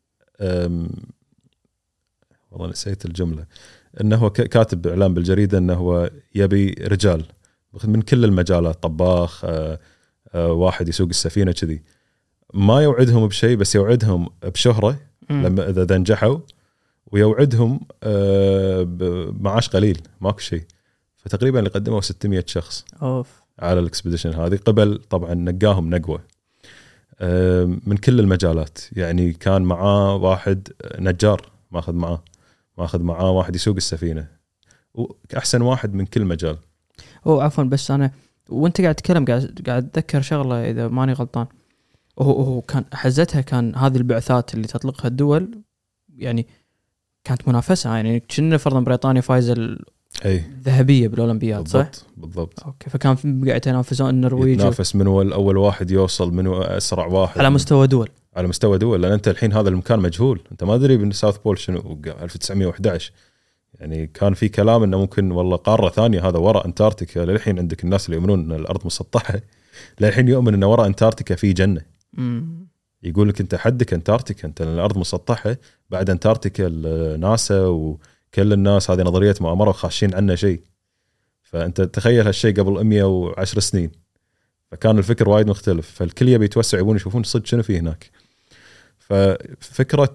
Speaker 1: والله نسيت الجملة. انه كاتب اعلان بالجريدة انه هو يبي رجال من كل المجالات، طباخ، واحد يسوق السفينة كذي. ما يوعدهم بشيء بس يوعدهم بشهرة لما اذا نجحوا، ويوعدهم بمعاش قليل، ماكو شيء. فتقريبا اللي قدموا 600 شخص على الاكسبيديشن هذه. قبل طبعا نقاهم نقوة من كل المجالات. يعني كان معاه واحد نجار ماخذ معاه واحد يسوق السفينة، وأحسن واحد من كل مجال.
Speaker 2: عفوا بس أنا وانت قاعد تتكلم قاعد أتذكر شغلة إذا ماني غلطان. وهو كان حزتها، كان هذه البعثات اللي تطلقها الدول يعني كانت منافسة، يعني كنا فرضا بريطانيا فايزة الذهبية بالأولمبياد صح؟
Speaker 1: بالضبط.
Speaker 2: أوكي، فكان قاعد يتنافسون النرويج،
Speaker 1: يتنافس من هو الأول واحد يوصل، من هو أسرع واحد
Speaker 2: على مستوى دول،
Speaker 1: على مستوى دول. لأن أنت الحين هذا المكان مجهول، أنت ما أدري من ساوث بول شنو 1911 يعني كان في كلام إنه ممكن والله قارة ثانية، هذا وراء أنتاركتيكا. للحين عندك الناس اللي يؤمنون إن الأرض مسطحة، للحين يؤمن إنه وراء أنتاركتيكا في جنة. يقول لك أنت حدك أنتاركتيكا، أنت الأرض مسطحة، بعد أنتاركتيكا ناسا وكل الناس هذه نظرية مؤامرة وخاشين عنه شيء. فأنت تخيل هالشيء قبل 110 سنين، فكان الفكر وايد مختلف، فالكل يبي يتوسع، يبون يشوفون صدق شنو فيه هناك. ففكرة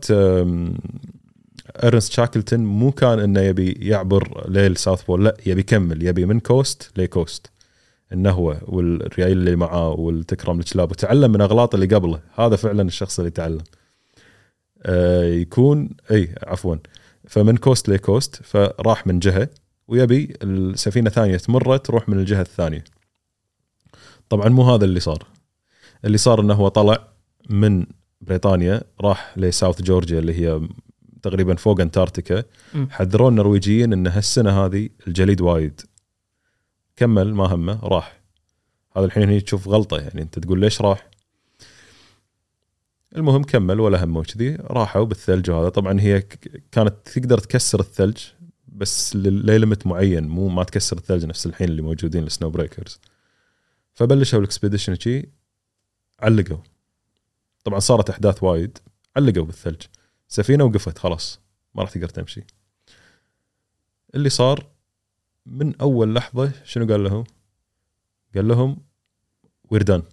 Speaker 1: أرنست شاكلتون مو كان إنه يبي يعبر ليل ساوث بول، لا، يبي يكمل، يبي من كوست لكوست، إنه هو والريايل اللي معاه والتكرم الكلاب، وتعلم من أغلاط اللي قبله. هذا فعلا الشخص اللي تعلم يكون عفوا. فمن كوست لكوست، فراح من جهة ويبي السفينة ثانية تمر تروح من الجهة الثانية. طبعا مو هذا اللي صار. اللي صار إنه هو طلع من بريطانيا، راح لساوث جورجيا اللي هي تقريبا فوق أنتاركتيكا. حذروا النرويجيين إن هالسنة هذه الجليد وايد. كمل ما همه، راح. هذا الحين هني تشوف غلطة، يعني أنت تقول ليش راح. المهم كمل ولا همه وكذي، راحوا بالثلج. وهذا طبعا هي كانت تقدر تكسر الثلج بس لليمت معين، مو ما تكسر الثلج نفس الحين اللي موجودين السنو بريكرز. فبلشوا الاكسبيديشن شي، علقوا. طبعا صارت احداث وايد، علقوا بالثلج، سفينه وقفت خلاص ما راح تقدر تمشي. اللي صار من اول لحظه شنو قال لهم؟ قال لهم ويردان،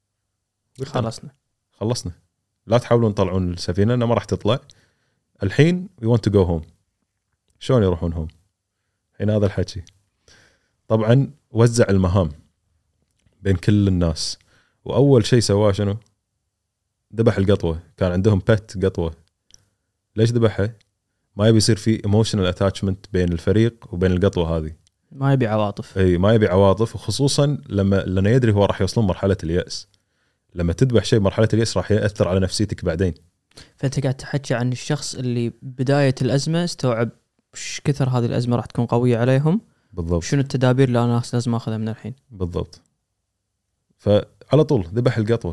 Speaker 1: خلصنا، لا تحاولون تطلعون السفينه، انا ما راح تطلع الحين، we want to go home. شلون يروحون هوم الحين؟ هذا الحكي. طبعا وزع المهام بين كل الناس، واول شيء سواه شنو؟ ذبح القطوه. كان عندهم بت قطوه. ليش ذبحها؟ ما يبي يصير في emotional attachment بين الفريق وبين القطوه هذه،
Speaker 2: ما يبي عواطف.
Speaker 1: ما يبي عواطف، وخصوصا لأنه يدري هو راح يوصلون مرحله اليأس. لما تذبح شيء مرحله اليأس راح يأثر على نفسيتك بعدين.
Speaker 2: فانت قاعد تحكي عن الشخص اللي بدايه الازمه استوعب ايش كثر هذه الازمه راح تكون قويه عليهم.
Speaker 1: بالضبط.
Speaker 2: شنو التدابير اللي انا لازم اخذها من الحين.
Speaker 1: بالضبط. فعلى طول ذبح القطوه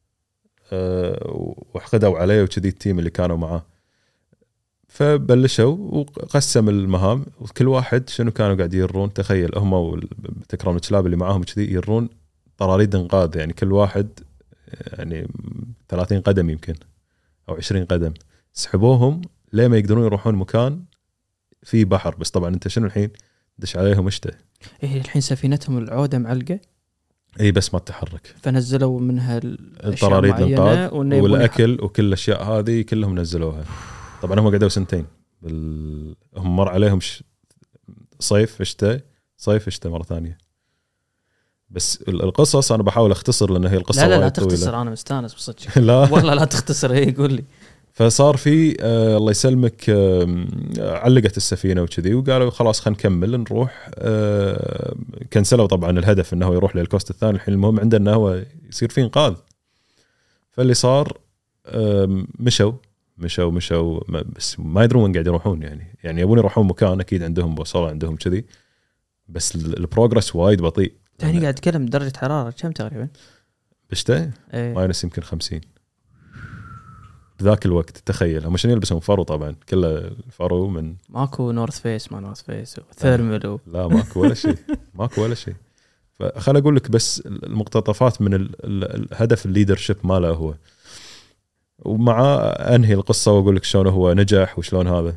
Speaker 1: وحقدوا عليه وكذي التيم اللي كانوا معاه. فبلشوا وقسم المهام، وكل واحد شنو كانوا قاعد يرون. تخيل هم وتكرم الكلاب اللي معاهم كذي يرون طراريد انقاذ، يعني كل واحد يعني 30 قدم يمكن او 20 قدم، سحبوهم ليه ما يقدرون يروحون مكان فيه بحر. بس طبعا انت شنو الحين دش عليهم اشته.
Speaker 2: الحين سفينتهم العودة معلقة،
Speaker 1: بس ما تتحرك،
Speaker 2: فنزلوا منها
Speaker 1: الطراريد الانقاذ والاكل وكل الاشياء هذه كلهم نزلوها. طبعا هم قعدوا سنتين هم مر عليهم صيف شتاء مره ثانيه. بس القصص انا بحاول اختصر لان هي القصه
Speaker 2: لا تختصر، انا مستانس بصدق.
Speaker 1: لا
Speaker 2: والله لا تختصر، يقول لي.
Speaker 1: فصار في الله يسلمك علقت السفينه وكذي، وقالوا خلاص خلينا نكمل نروح. كنسلوا طبعا الهدف انه يروح للكوست الثاني. الحين المهم عندنا انه هو يصير في انقاذ. فاللي صار مشوا بس ما يدرون وين قاعد يروحون. يعني يبون يروحون مكان اكيد عندهم بوصله عندهم كذي، بس البروجرس وايد بطيء.
Speaker 2: تاني قاعد اتكلم درجه حراره كم تقريبا؟
Speaker 1: بشتاء ماينس يمكن 50 بذاك الوقت. تخيل هم شنو يلبسون؟ فرو طبعا، كله الفرو من
Speaker 2: ماكو نورث فيس، ما نورث فيس ثيرمال
Speaker 1: لا ماكو ولا شيء. فخل اقول لك بس المقتطفات من الهدف الليدرشيب ماله هو، ومع انهي القصه واقول لك شلون هو نجح وشلون هذا.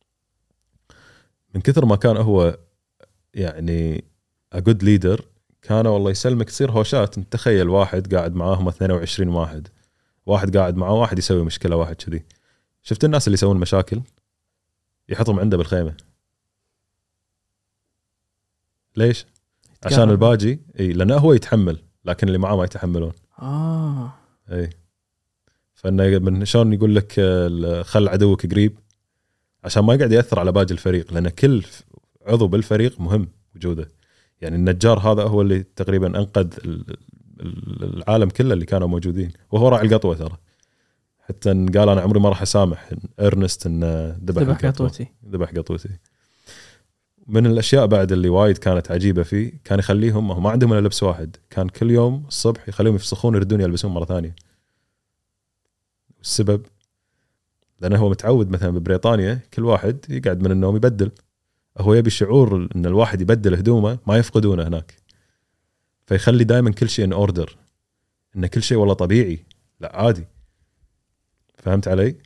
Speaker 1: من كثر ما كان هو يعني a good leader، كان والله يسلمك تصير هوشات. انت تخيل واحد قاعد معاهم 22 واحد قاعد معاه واحد يسوي مشكله، واحد كذي. شفت الناس اللي يسوون مشاكل يحطهم عنده بالخيمه. ليش؟ عشان الباجي لانه هو يتحمل لكن اللي معاه ما يتحملون. فانه من شلون يقول لك خل عدوك قريب، عشان ما يقعد ياثر على باقي الفريق، لان كل عضو بالفريق مهم وجوده. يعني النجار هذا هو اللي تقريبا انقذ العالم كله اللي كانوا موجودين، وهو راعي القطوه ترى. حتى قال انا عمري ما راح اسامح ارنست ان ذبح قطوتي. من الاشياء بعد اللي وايد كانت عجيبه فيه، كان يخليهم ما عندهم الا لبس واحد، كان كل يوم الصبح يخليهم يفسخون يردون يلبسون مره ثانيه. والسبب لانه هو متعود مثلا ببريطانيا كل واحد يقعد من النوم يبدل، هو يبي شعور ان الواحد يبدل هدومه ما يفقدونه هناك، فيخلي دائما كل شيء ان اوردر، ان كل شيء والله طبيعي، لا عادي. فهمت علي؟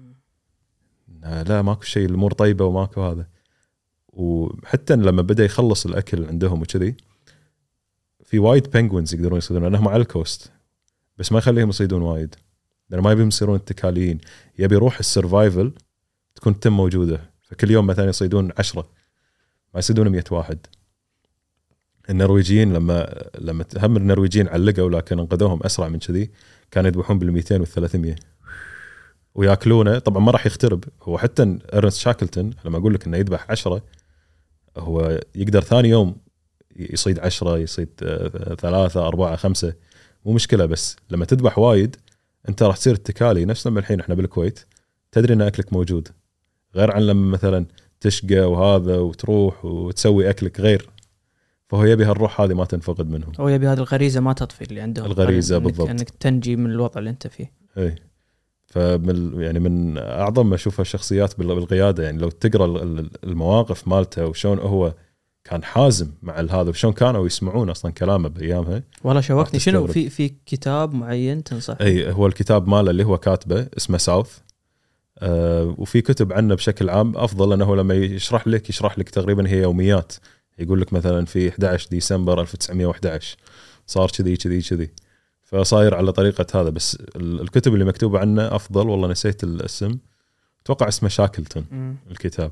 Speaker 1: لا ماكو شيء، الامور طيبه وماكو هذا. وحتى لما بدا يخلص الاكل عندهم وكذي، في وايد بينجوينز يقدرون يصيدون لانهم على الكوست، بس ما يخليهم يصيدون وايد لأنه ما يبيهم يصيرون اتكاليين، يبي روح السرفايفل تكون تم موجوده. فكل يوم مثلا يصيدون 10، ما يصيدون 100 واحد. النرويجيين لما هم النرويجيين علقوا لكن انقذوهم اسرع من كذي، كانوا يذبحون بال200 وال300 وياكلونه. طبعا ما راح يخترب هو، حتى ارنست شاكلتون لما اقول لك انه يذبح 10 هو يقدر ثاني يوم يصيد 10، يصيد 3 4 5 مو مشكله. بس لما تذبح وايد انت راح تصير اتكالي، نفس لما الحين احنا بالكويت تدري ان اكلك موجود، غير عن لما مثلا تشقى وهذا وتروح وتسوي اكلك غير. فهو يبي هالروح هذه ما تنفقد منهم،
Speaker 2: هو يبي هذه الغريزه ما تطفي اللي عندهم،
Speaker 1: الغريزه بالضبط،
Speaker 2: انك تنجي من الوضع اللي انت فيه.
Speaker 1: اي يعني من اعظم ما اشوفها الشخصيات بالقياده، يعني لو تقرا المواقف مالته وشون هو كان حازم مع هذا، وشون كانوا يسمعون اصلا كلامه بايامها.
Speaker 2: والله شوقني. شنو في كتاب معين تنصح؟
Speaker 1: اي هو الكتاب ماله اللي هو كاتبه اسمه ساوث. وفي كتب عنه بشكل عام افضل، لانه لما يشرح لك تقريبا هي يوميات، يقول لك مثلا في 11 ديسمبر 1911 صار كذي، فصاير على طريقه هذا. بس الكتب اللي مكتوبه عنه افضل، والله نسيت الاسم، اتوقع اسمه شاكلتون الكتاب.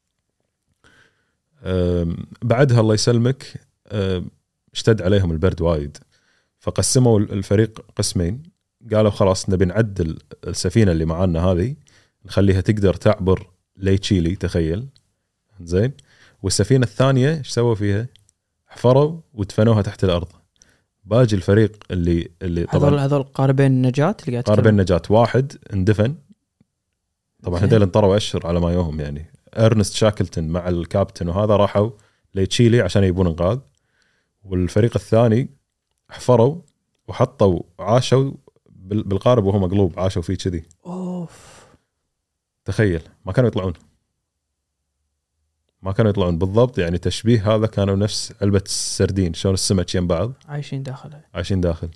Speaker 1: بعدها الله يسلمك اشتد عليهم البرد وايد، فقسموا الفريق قسمين، قالوا خلاص نبي نعدل السفينه اللي معانا هذه نخليها تقدر تعبر لتشيلي، تخيل زين. والسفينه الثانيه ايش سووا فيها؟ حفروا ودفنوها تحت الارض. باقي الفريق اللي طبعا
Speaker 2: هذول قاربين النجاه، اللي
Speaker 1: قاربين النجاه، واحد اندفن طبعا، هذول انطروا اشهر على ما يوهم. يعني ارنست شاكلتون مع الكابتن وهذا راحوا لتشيلي عشان يبون انقاذ، والفريق الثاني حفروا وحطوا عاشوا بالقارب وهو مقلوب، عاشوا فيه كذي.
Speaker 2: اوف
Speaker 1: تخيل ما كانوا يطلعون بالضبط. يعني تشبيه هذا كانوا نفس علبة السردين، شلون السمك يم بعض عايشين داخل.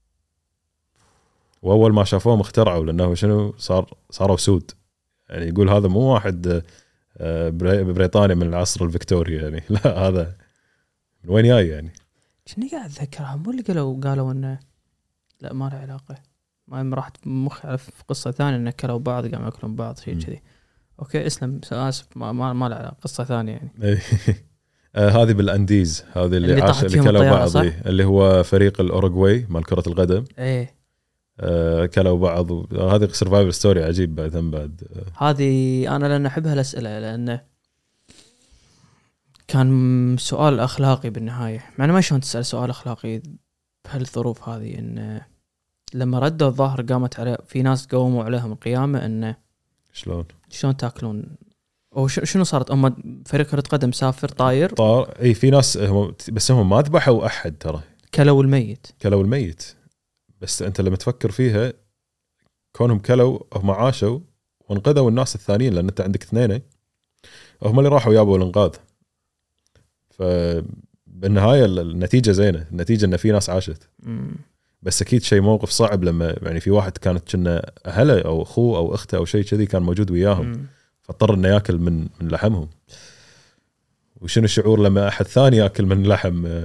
Speaker 1: واول ما شافوهم اخترعوا، لانه شنو صاروا سود. يعني يقول هذا مو واحد بريطانيا من العصر الفيكتوري، يعني لا هذا من وين جاي يعني.
Speaker 2: شنو قاعد اتذكرها، مو اللي قالوا انه لا ما له علاقه، ما راحت مخي في قصه ثانيه ان كلوا بعض قاموا ياكلون بعض شيء كذي. اوكي اسلم، اسف ما له علاقه، قصه ثانيه يعني.
Speaker 1: هذه بالانديز، هذه اللي عاش اللي كلوا بعض، اللي هو فريق الاوروغواي مال كره القدم. كلوا بعض. هذه سرفايفل ستوري عجيب بعد
Speaker 2: هذه انا لان احبها الاسئله، لانه كان سؤال اخلاقي بالنهايه، مع انه ما شلون تسال سؤال اخلاقي بهالظروف هذه. ان لما ردوا الظاهر قامت على في ناس قوموا عليهم القيامه، انه شلون تاكلون، او شنو صارت. فريق كره قدم سافر طاير
Speaker 1: اي في ناس بس هم ما ذبحوا احد، ترى كلوا الميت. بس انت لما تفكر فيها، كونهم كلوا هم عاشوا وانقذوا الناس الثانيين، لان انت عندك اثنين هم اللي راحوا يابوا الانقاذ. فبالنهايه النتيجه زينه، النتيجه ان في ناس عاشت. بس اكيد شيء موقف صعب لما يعني في واحد كانت كنا اهله او اخوه او اخته او شيء كذي كان موجود وياهم، فاضطر انه ياكل من لحمهم. وشنو الشعور لما احد ثاني ياكل من لحم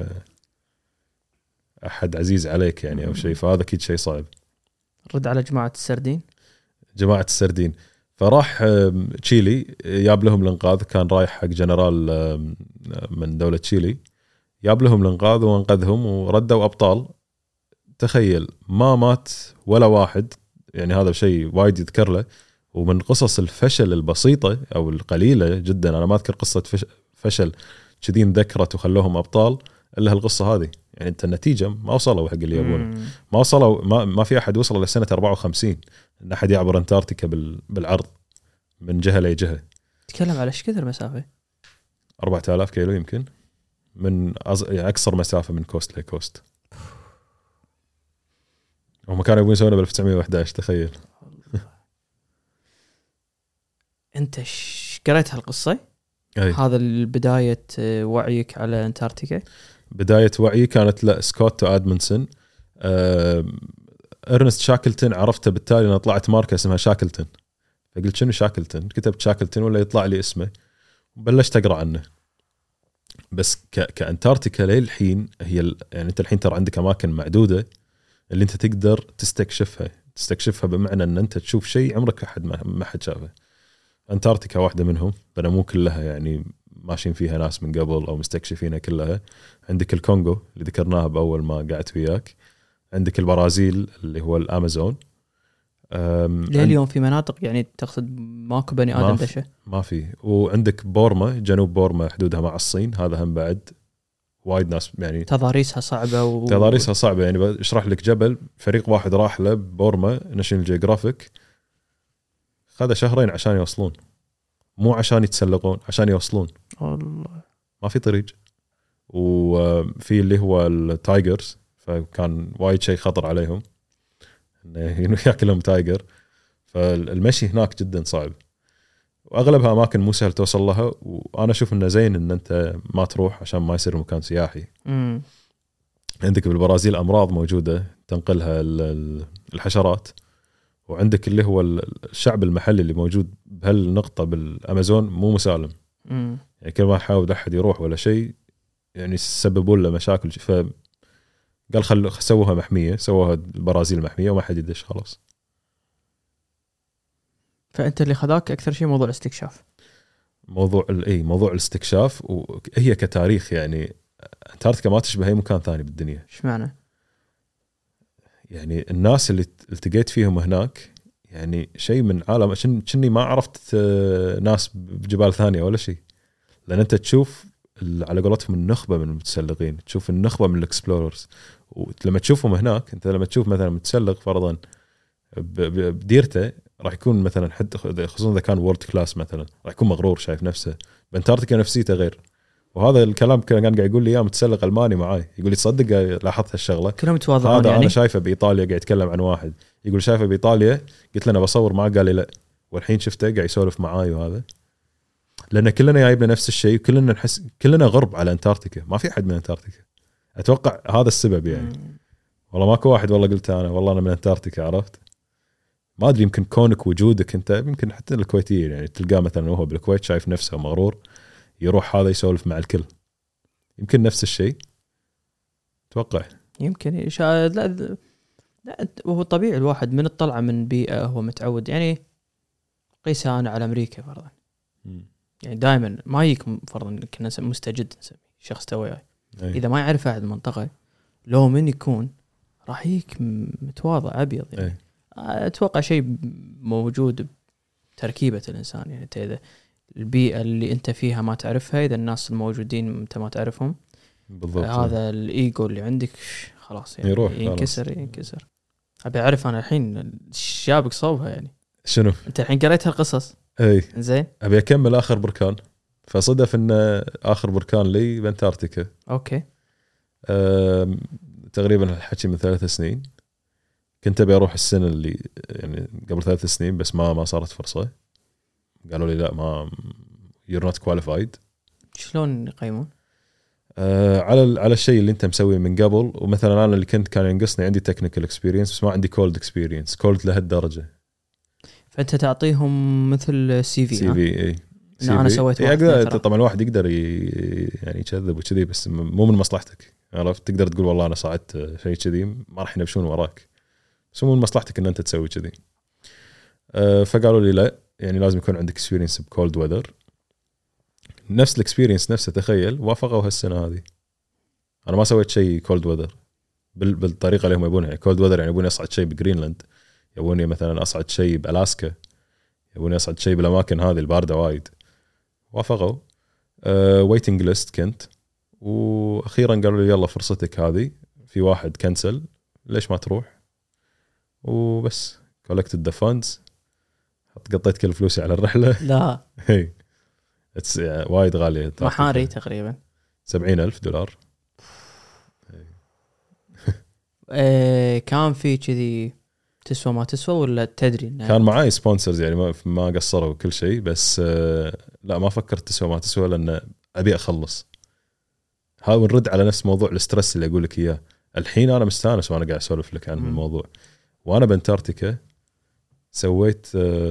Speaker 1: احد عزيز عليك يعني او شيء. فهذا اكيد شيء صعب.
Speaker 2: رد على جماعه السردين.
Speaker 1: فراح تشيلي جاب لهم الانقاذ، كان رايح حق جنرال من دوله تشيلي، جاب لهم الانقاذ وانقذهم وردوا ابطال. تخيل ما مات ولا واحد، يعني هذا شيء وايد يذكر له. ومن قصص الفشل البسيطه او القليله جدا، انا ما اذكر قصه فشل كذي ذكرت وخلوهم ابطال الا هالقصه هذه. يعني انت النتيجه ما وصلوا حق اللي يبونه، ما وصلوا، ما في احد وصل لسنه 54 ان احد يعبر انتاركتيكا بالعرض من جهه لجهه.
Speaker 2: تتكلم على ايش كثر مسافه؟
Speaker 1: 4000 كيلو يمكن، من يعني اقصر مسافه من كوست لكوست. هم كانوا يبون يسوونه ب 1911 تخيل.
Speaker 2: انت قريت هالقصه؟ هذا بدايه وعيك على انتاركتيكا؟
Speaker 1: بدايه وعي كانت لا سكوت ادمنسون. ارنست شاكلتون عرفته بالتالي انا طلعت ماركه اسمها شاكلتون، فقلت شنو شاكلتون، كتبت شاكلتون ولا يطلع لي اسمه وبلشت اقرا عنه. بس كانتاركتيكا للحين هي يعني انت الحين ترى عندك اماكن معدوده اللي انت تقدر تستكشفها بمعنى ان انت تشوف شيء عمرك ما حد شافه. انتاركتيكا واحده منهم، بنا مو كلها يعني ماشيين فيها ناس من قبل او مستكشفينها كلها. عندك الكونغو اللي ذكرناها باول ما قعدت وياك، عندك البرازيل اللي هو الامازون.
Speaker 2: اليوم في مناطق يعني تقصد ماكو بني ادم دشه؟
Speaker 1: ما في. وعندك بورما، جنوب بورما حدودها مع الصين، هذا هم بعد وايد ناس يعني
Speaker 2: تضاريسها صعبه
Speaker 1: تضاريسها صعبه. يعني اشرح لك جبل فريق واحد راح له بورما ناشونال جيوغرافيك، خذ شهرين عشان يوصلون، مو عشان يتسلقون، عشان يوصلون.
Speaker 2: والله
Speaker 1: ما في طريق. وفي اللي هو التايجرز، فكان وايد شيء خطر عليهم انه ياكلهم تايجر، فالمشي هناك جدا صعب، واغلبها اماكن مو سهل توصل لها. وانا اشوف انه زين ان انت ما تروح عشان ما يصير مكان سياحي. عندك بالبرازيل امراض موجوده تنقلها الحشرات، وعندك اللي هو الشعب المحلي اللي موجود بهالنقطه بالامازون مو مسالم. يعني كل ما حاول احد يروح ولا شيء يعني يسببون له مشاكل. فقال سووها محميه، سووها البرازيل محميه وما حد يدش خلاص.
Speaker 2: فانت اللي خذاك اكثر شيء موضوع الاستكشاف،
Speaker 1: موضوع الاستكشاف. وهي كتاريخ يعني انتاركتيكا ما تشبه اي مكان ثاني بالدنيا.
Speaker 2: ايش معنى؟
Speaker 1: يعني الناس اللي التقيت فيهم هناك يعني شيء من عالم، شني ما عرفت ناس بجبال ثانيه ولا شيء. لان انت تشوف على قولتهم النخبه من المتسلقين، تشوف النخبه من الاكسبلوررز. ولما تشوفهم هناك، انت لما تشوف مثلا متسلق فرضا بديرته راح يكون مثلا حتى خصوصا اذا كان وورد كلاس مثلا، راح يكون مغرور شايف نفسه. بانتاركتيكا نفسيته غير. وهذا الكلام كان قاعد يقول لي اياه متسلق الماني معاي، يقول لي تصدق لاحظت هالشغله،
Speaker 2: كلهم متواضعون.
Speaker 1: هذا
Speaker 2: يعني
Speaker 1: انا شايفه بايطاليا، قاعد يتكلم عن واحد يقول شايفه بايطاليا، قلت له انا بصور معاه، قال لي لا، والحين شفته قاعد يسولف معاي. وهذا لان كلنا جايبنا نفس الشيء، وكلنا نحس كلنا غرب على انتاركتيكا، ما في حد من انتاركتيكا. اتوقع هذا السبب يعني. والله ماكو واحد والله قلت انا والله انا من انتاركتيكا، عرفت؟ ما ادري، يمكن كونك وجودك انت، يمكن حتى الكويتيين يعني تلقاه مثلا وهو بالكويت شايف نفسه مغرور، يروح هذا يسولف مع الكل، يمكن نفس الشيء اتوقع.
Speaker 2: يمكن لا وهو طبيعي الواحد من الطلعه من بيئه هو متعود. يعني قيسها انا على امريكا فرضا، يعني دائما ما يجيك فرضا كنا مستجد نسميه شخص توي، اذا ما يعرف احد المنطقه لو من يكون راح يجيك متواضع ابيض يعني. اتوقع شيء موجود بتركيبه الانسان. يعني انت اذا البيئه اللي انت فيها ما تعرفها، اذا الناس الموجودين انت ما تعرفهم
Speaker 1: بالضبط،
Speaker 2: هذا الايجو اللي عندك خلاص يعني
Speaker 1: يروح
Speaker 2: ينكسر. ابي اعرف انا الحين الشابك صوبها يعني
Speaker 1: شنو.
Speaker 2: انت الحين قريت هالقصص
Speaker 1: اي
Speaker 2: زين،
Speaker 1: ابي اكمل اخر بركان. فصدف ان اخر بركان لي بانتاركتيكا.
Speaker 2: اوكي.
Speaker 1: تقريبا الحكي من 3 سنين. كنت ابي اروح السنه اللي يعني قبل 3 سنين، بس ما صارت فرصه. قالوا لي لا، ما you're not qualified.
Speaker 2: شلون يقيمون؟
Speaker 1: على الشيء اللي انت مسويه من قبل. ومثلا انا اللي كان ينقصني عندي technical experience بس ما عندي cold experience. cold لهالدرجه.
Speaker 2: فانت تعطيهم مثل سي في.
Speaker 1: اي
Speaker 2: انا سويت
Speaker 1: طبعا الواحد يقدر يعني يكذب وكذي، بس مو من مصلحتك، عرفت؟ تقدر تقول والله انا صعدت شيء كذي، ما راح ينبشون وراك، بس مو من مصلحتك ان انت تسوي كذي. فقالوا لي لا، يعني لازم يكون عندك experience بكولد ويذر. نفس الاكسبيرينس نفسه، تخيل وافقوا هالسنه هذه. انا ما سويت شيء كولد ويذر بالطريقه اللي هم يبونها. يعني كولد ويذر يعني يبوني اصعد شيء بجرينلاند، يبوني مثلا اصعد شيء بالاسكا، يبوني اصعد شيء بالاماكن هذه البارده وايد. وافقوا. ويتنج ليست كنت، واخيرا قالوا لي يلا فرصتك هذه، في واحد كنسل ليش ما تروح، وبس collected the funds، قطيت كل فلوسي على الرحله.
Speaker 2: لا
Speaker 1: هي وايد غاليه،
Speaker 2: محاري تقريبا
Speaker 1: $70,000.
Speaker 2: كان في كذي تسوى ما تسوى ولا تدري
Speaker 1: كان معاي سبونسرز يعني ما قصروا كل شيء، بس لا ما فكرت تسوى ما تسوى لأن أبي أخلص. هاو نرد على نفس موضوع الاسترس اللي أقول لك إياه. الحين أنا مستانس وأنا قاعد أسولف لك عن الموضوع، وأنا بأنتاركتيكا سويت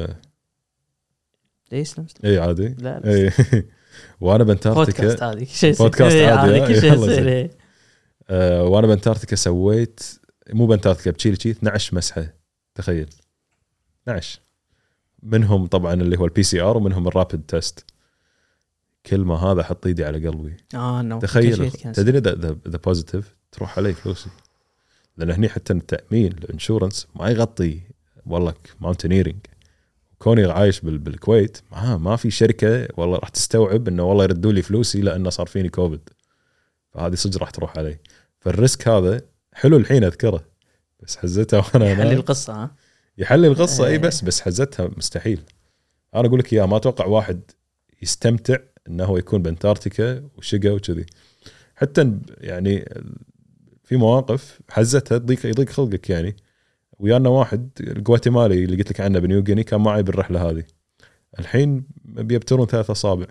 Speaker 2: يسلم
Speaker 1: اي عادي
Speaker 2: لا
Speaker 1: اي وانا بانتاركتيكا
Speaker 2: بودكاست عادي شيء
Speaker 1: بودكاست عادي
Speaker 2: كل شيء يصير.
Speaker 1: وانا بانتاركتيكا سويت مو بانتاركتيكا بتشيلي 12 مسحه، تخيل 12 منهم طبعا اللي هو الPCR ومنهم الرابيد تيست. كل ما هذا حط ايدي على قلبي تخيل تدري اذا بوزيتيف تروح علي فلوسي، لان هني حتى التامين الانشورنس ما يغطي والله ماونتينيرينج. كوني عايش بالكويت ما في شركه والله راح تستوعب انه والله يردوا لي فلوسي لانه صار فيني كوفيد، فهذه صدق راح تروح علي. فالريسك هذا حلو الحين اذكره، بس حزتها وانا
Speaker 2: يحل القصه
Speaker 1: يحل القصه اي بس حزتها مستحيل. انا اقول لك يا ما اتوقع واحد يستمتع انه هو يكون بانتاركتيكا وشقه وكذي. حتى يعني في مواقف حزتها يضيق خلقك. يعني ويانا واحد الجواتيمالي اللي قلت لك عنه بنيو غيني كان معي بالرحله هذه، الحين بيبترون 3 أصابع،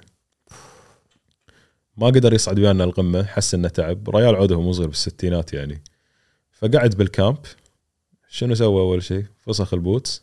Speaker 1: ما قدر يصعد ويانا القمه، حس انه تعب. ريال عوده مو صغير بالستينات يعني. فقعد بالكامب. شنو سوى اول شيء؟ فسخ البوتس،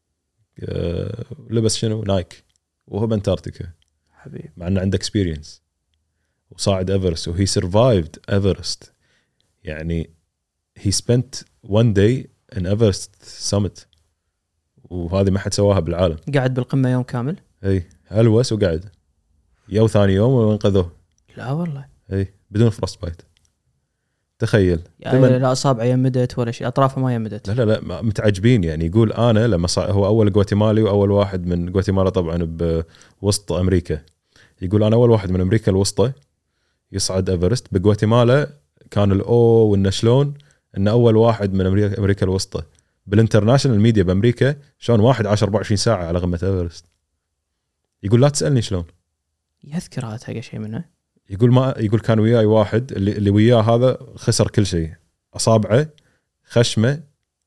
Speaker 1: لبس شنو نايك وهو بانتاركتيكا
Speaker 2: حبيب،
Speaker 1: مع انه عنده اكسبيرينس وصاعد ايفرست وهي سرفايفد ايفرست. يعني he spent one day in Everest summit، وهذه ما حد سواها بالعالم.
Speaker 2: قاعد بالقمه يوم كامل،
Speaker 1: اي هلوس وقعد يو ثاني يوم وانقذوه.
Speaker 2: لا والله
Speaker 1: اي بدون فروست بايت، تخيل.
Speaker 2: يعني لا اصابعه يمدت ولا شيء، اطرافه ما يمدت.
Speaker 1: لا متعجبين. يعني يقول انا لما هو اول غواتيمالي واول واحد من غواتيمالا طبعا بوسط امريكا. يقول انا اول واحد من امريكا الوسطى يصعد ايفرست. بغواتيمالا كان وإنه شلون ان اول واحد من امريكا الوسطى بالانترناشنال ميديا بامريكا شلون واحد 24 ساعه على قمه ايفرست. يقول لا تسالني شلون،
Speaker 2: يذكر هذا شيء منه.
Speaker 1: يقول كان وياي واحد اللي وياه هذا خسر كل شيء، اصابعه خشمه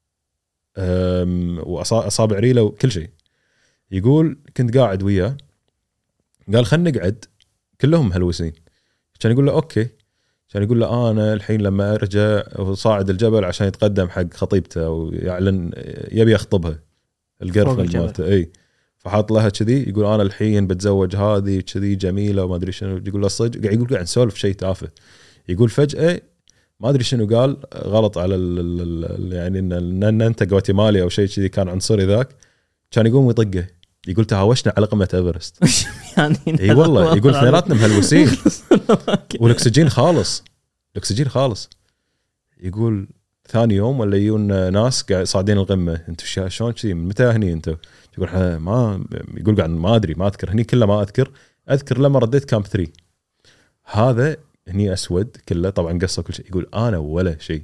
Speaker 1: واصابع ريله وكل شيء. يقول كنت قاعد وياه، قال خلنا نقعد كلهم هلوسين. كان يقول له اوكي، كان يقول له انا الحين لما ارجع وصاعد الجبل عشان يتقدم حق خطيبته ويعلن يبي يخطبها الجيرفرند مالته. اي فحاط لها كذي، يقول انا الحين بتزوج هذه كذي جميله وما ادري شنو. يقول له صدق، قاعد يقول نسولف شيء تافه. يقول فجاه ما ادري شنو قال غلط على يعني ان انت غواتيمالي او شيء كذي، كان عنصري ذاك. كان يقوم يطقه. يقول تهاوشنا على قمه ايفرست.
Speaker 2: يعني
Speaker 1: اي والله يقول اثنيناتنا مهلوسين والاكسجين خالص، الاكسجين خالص. يقول ثاني يوم ولا يجون ناس قاعد صاعدين القمه، انتم شلون كذي من متى هني انتم؟ يقول ما يقول قاعد ما ادري ما اذكر هني كله، ما اذكر لما رديت كامب 3 هذا هني اسود كله طبعا قصه كل شيء. يقول انا ولا شيء.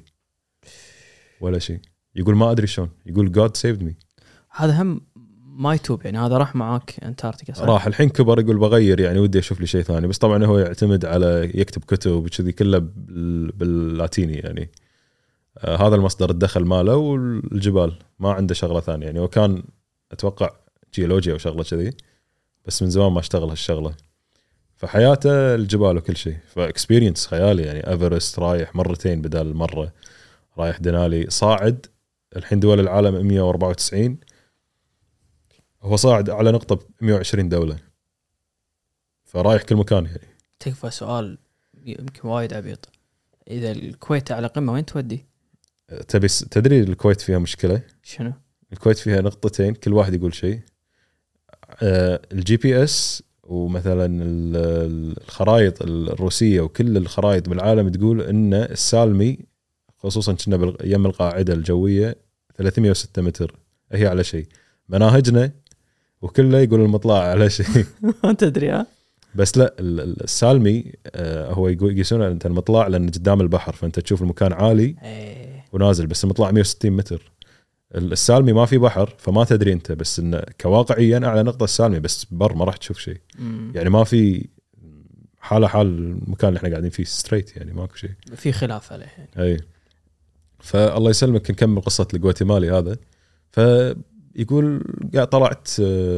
Speaker 1: يقول ما ادري شلون. يقول God saved me.
Speaker 2: هذا هم ما يتوب يعني. هذا راح معاك انتاركتيكا صح؟
Speaker 1: راح الحين كبر. يقول بغير يعني ودي اشوف لي شيء ثاني، بس طبعا هو يعتمد على يكتب كتب وكذي كله باللاتيني يعني. هذا المصدر الدخل ماله، والجبال ما عنده شغله ثانيه يعني. وكان اتوقع جيولوجيا او شغله كذي، بس من زمان ما اشتغل هالشغله. فحياته الجبال وكل شيء. فاكسبيرينس خيالي يعني. ايفرست رايح مرتين بدال مره، رايح دنالي صاعد الحين دول العالم 194، هو صاعد على نقطه ب 120 دوله، فرايح كل مكان يعني.
Speaker 2: تكفى سؤال يمكن وايد عبيط، اذا الكويت على قمه وين تودي؟
Speaker 1: تدري الكويت فيها مشكله.
Speaker 2: شنو؟
Speaker 1: الكويت فيها نقطتين كل واحد يقول شيء. الGPS ومثلا الخرائط الروسيه وكل الخرائط بالعالم تقول ان السالمي خصوصا كنا بايام القاعده الجويه 306 متر هي على شيء. مناهجنا وكله يقول المطلع على شيء.
Speaker 2: ما تدري
Speaker 1: بس لا السالمي هو يقيسون انت المطلع لان قدام البحر فانت تشوف المكان عالي ونازل بس المطلع 160 متر. السالمي ما في بحر فما تدري انت بس انه كواقعيا اعلى نقطه السالمي بس بر ما راح تشوف شيء يعني ما في حال المكان اللي احنا قاعدين فيه ستريت يعني ماكو شيء
Speaker 2: في خلاف عليه يعني.
Speaker 1: اي فالله يسلمك نكمل قصه الجواتيمالي هذا. فيقول طلعت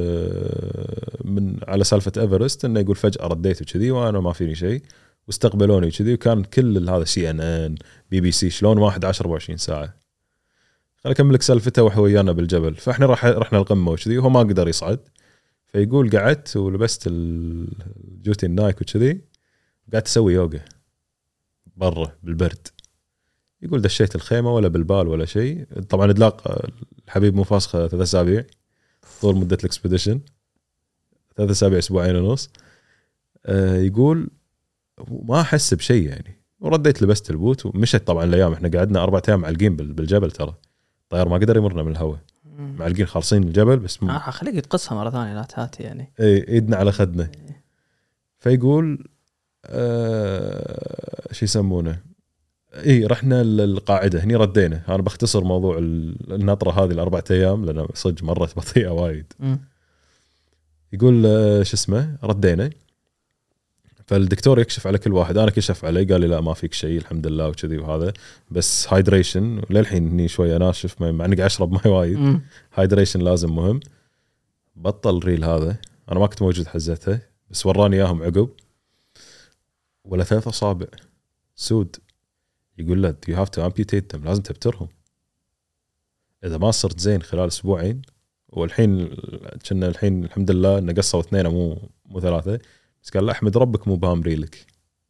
Speaker 1: من على سالفه ايفرست انه يقول فجاه رديت وكذي وانا ما فيني شيء واستقبلوني وكذي وكان كل هذا CNN BBC شلون واحد 24 ساعه. خليني اكمل لك سالفته وهو ويانا بالجبل. فاحنا رحنا القمه وكذي وهو ما قدر يصعد فيقول قعدت ولبست الجوتي النايك وكذي قعدت اسوي يوغا برا بالبرد. يقول دشيت الخيمه ولا بالبال ولا شيء. طبعا ادلاق الحبيب مو فاسخه 3 أسابيع طول مده الاكسبيديشن 3 أسابيع اسبوعين ونص. يقول ما احس بشيء يعني ورديت لبست البوت ومشت. طبعا الايام احنا قعدنا 4 أيام معلقين بالجبل ترى الطيار ما قدر يمرنا من الهواء معلقين خالصين الجبل بس
Speaker 2: خليك تقصها مره ثانيه لا تهاتي يعني
Speaker 1: ايدنا على خدنا. فيقول شو يسمونه رحنا القاعده هني ردينا. انا بختصر موضوع النطره هذه ال4 أيام لان صدق مرت بطيئه وايد. يقول شو اسمه ردينا فالدكتور يكشف على كل واحد. انا كشف علي قال لي لا ما فيك شيء الحمد لله وكذي وهذا بس هايدريشن للحين هني شويه ناشف مع اني قاعد اشرب ماي وايد. هايدريشن لازم مهم. بطل ريل هذا انا ما كنت موجود حزتها بس وراني اياهم عقب ولا 3 أصابع سود. يقول له you have to amputate them لازم تبترهم اذا ما صرت زين خلال اسبوعين. والحين كنا الحين الحمد لله انه قصوا 2 مو 3 بس قال لا احمد ربك مو بامري لك.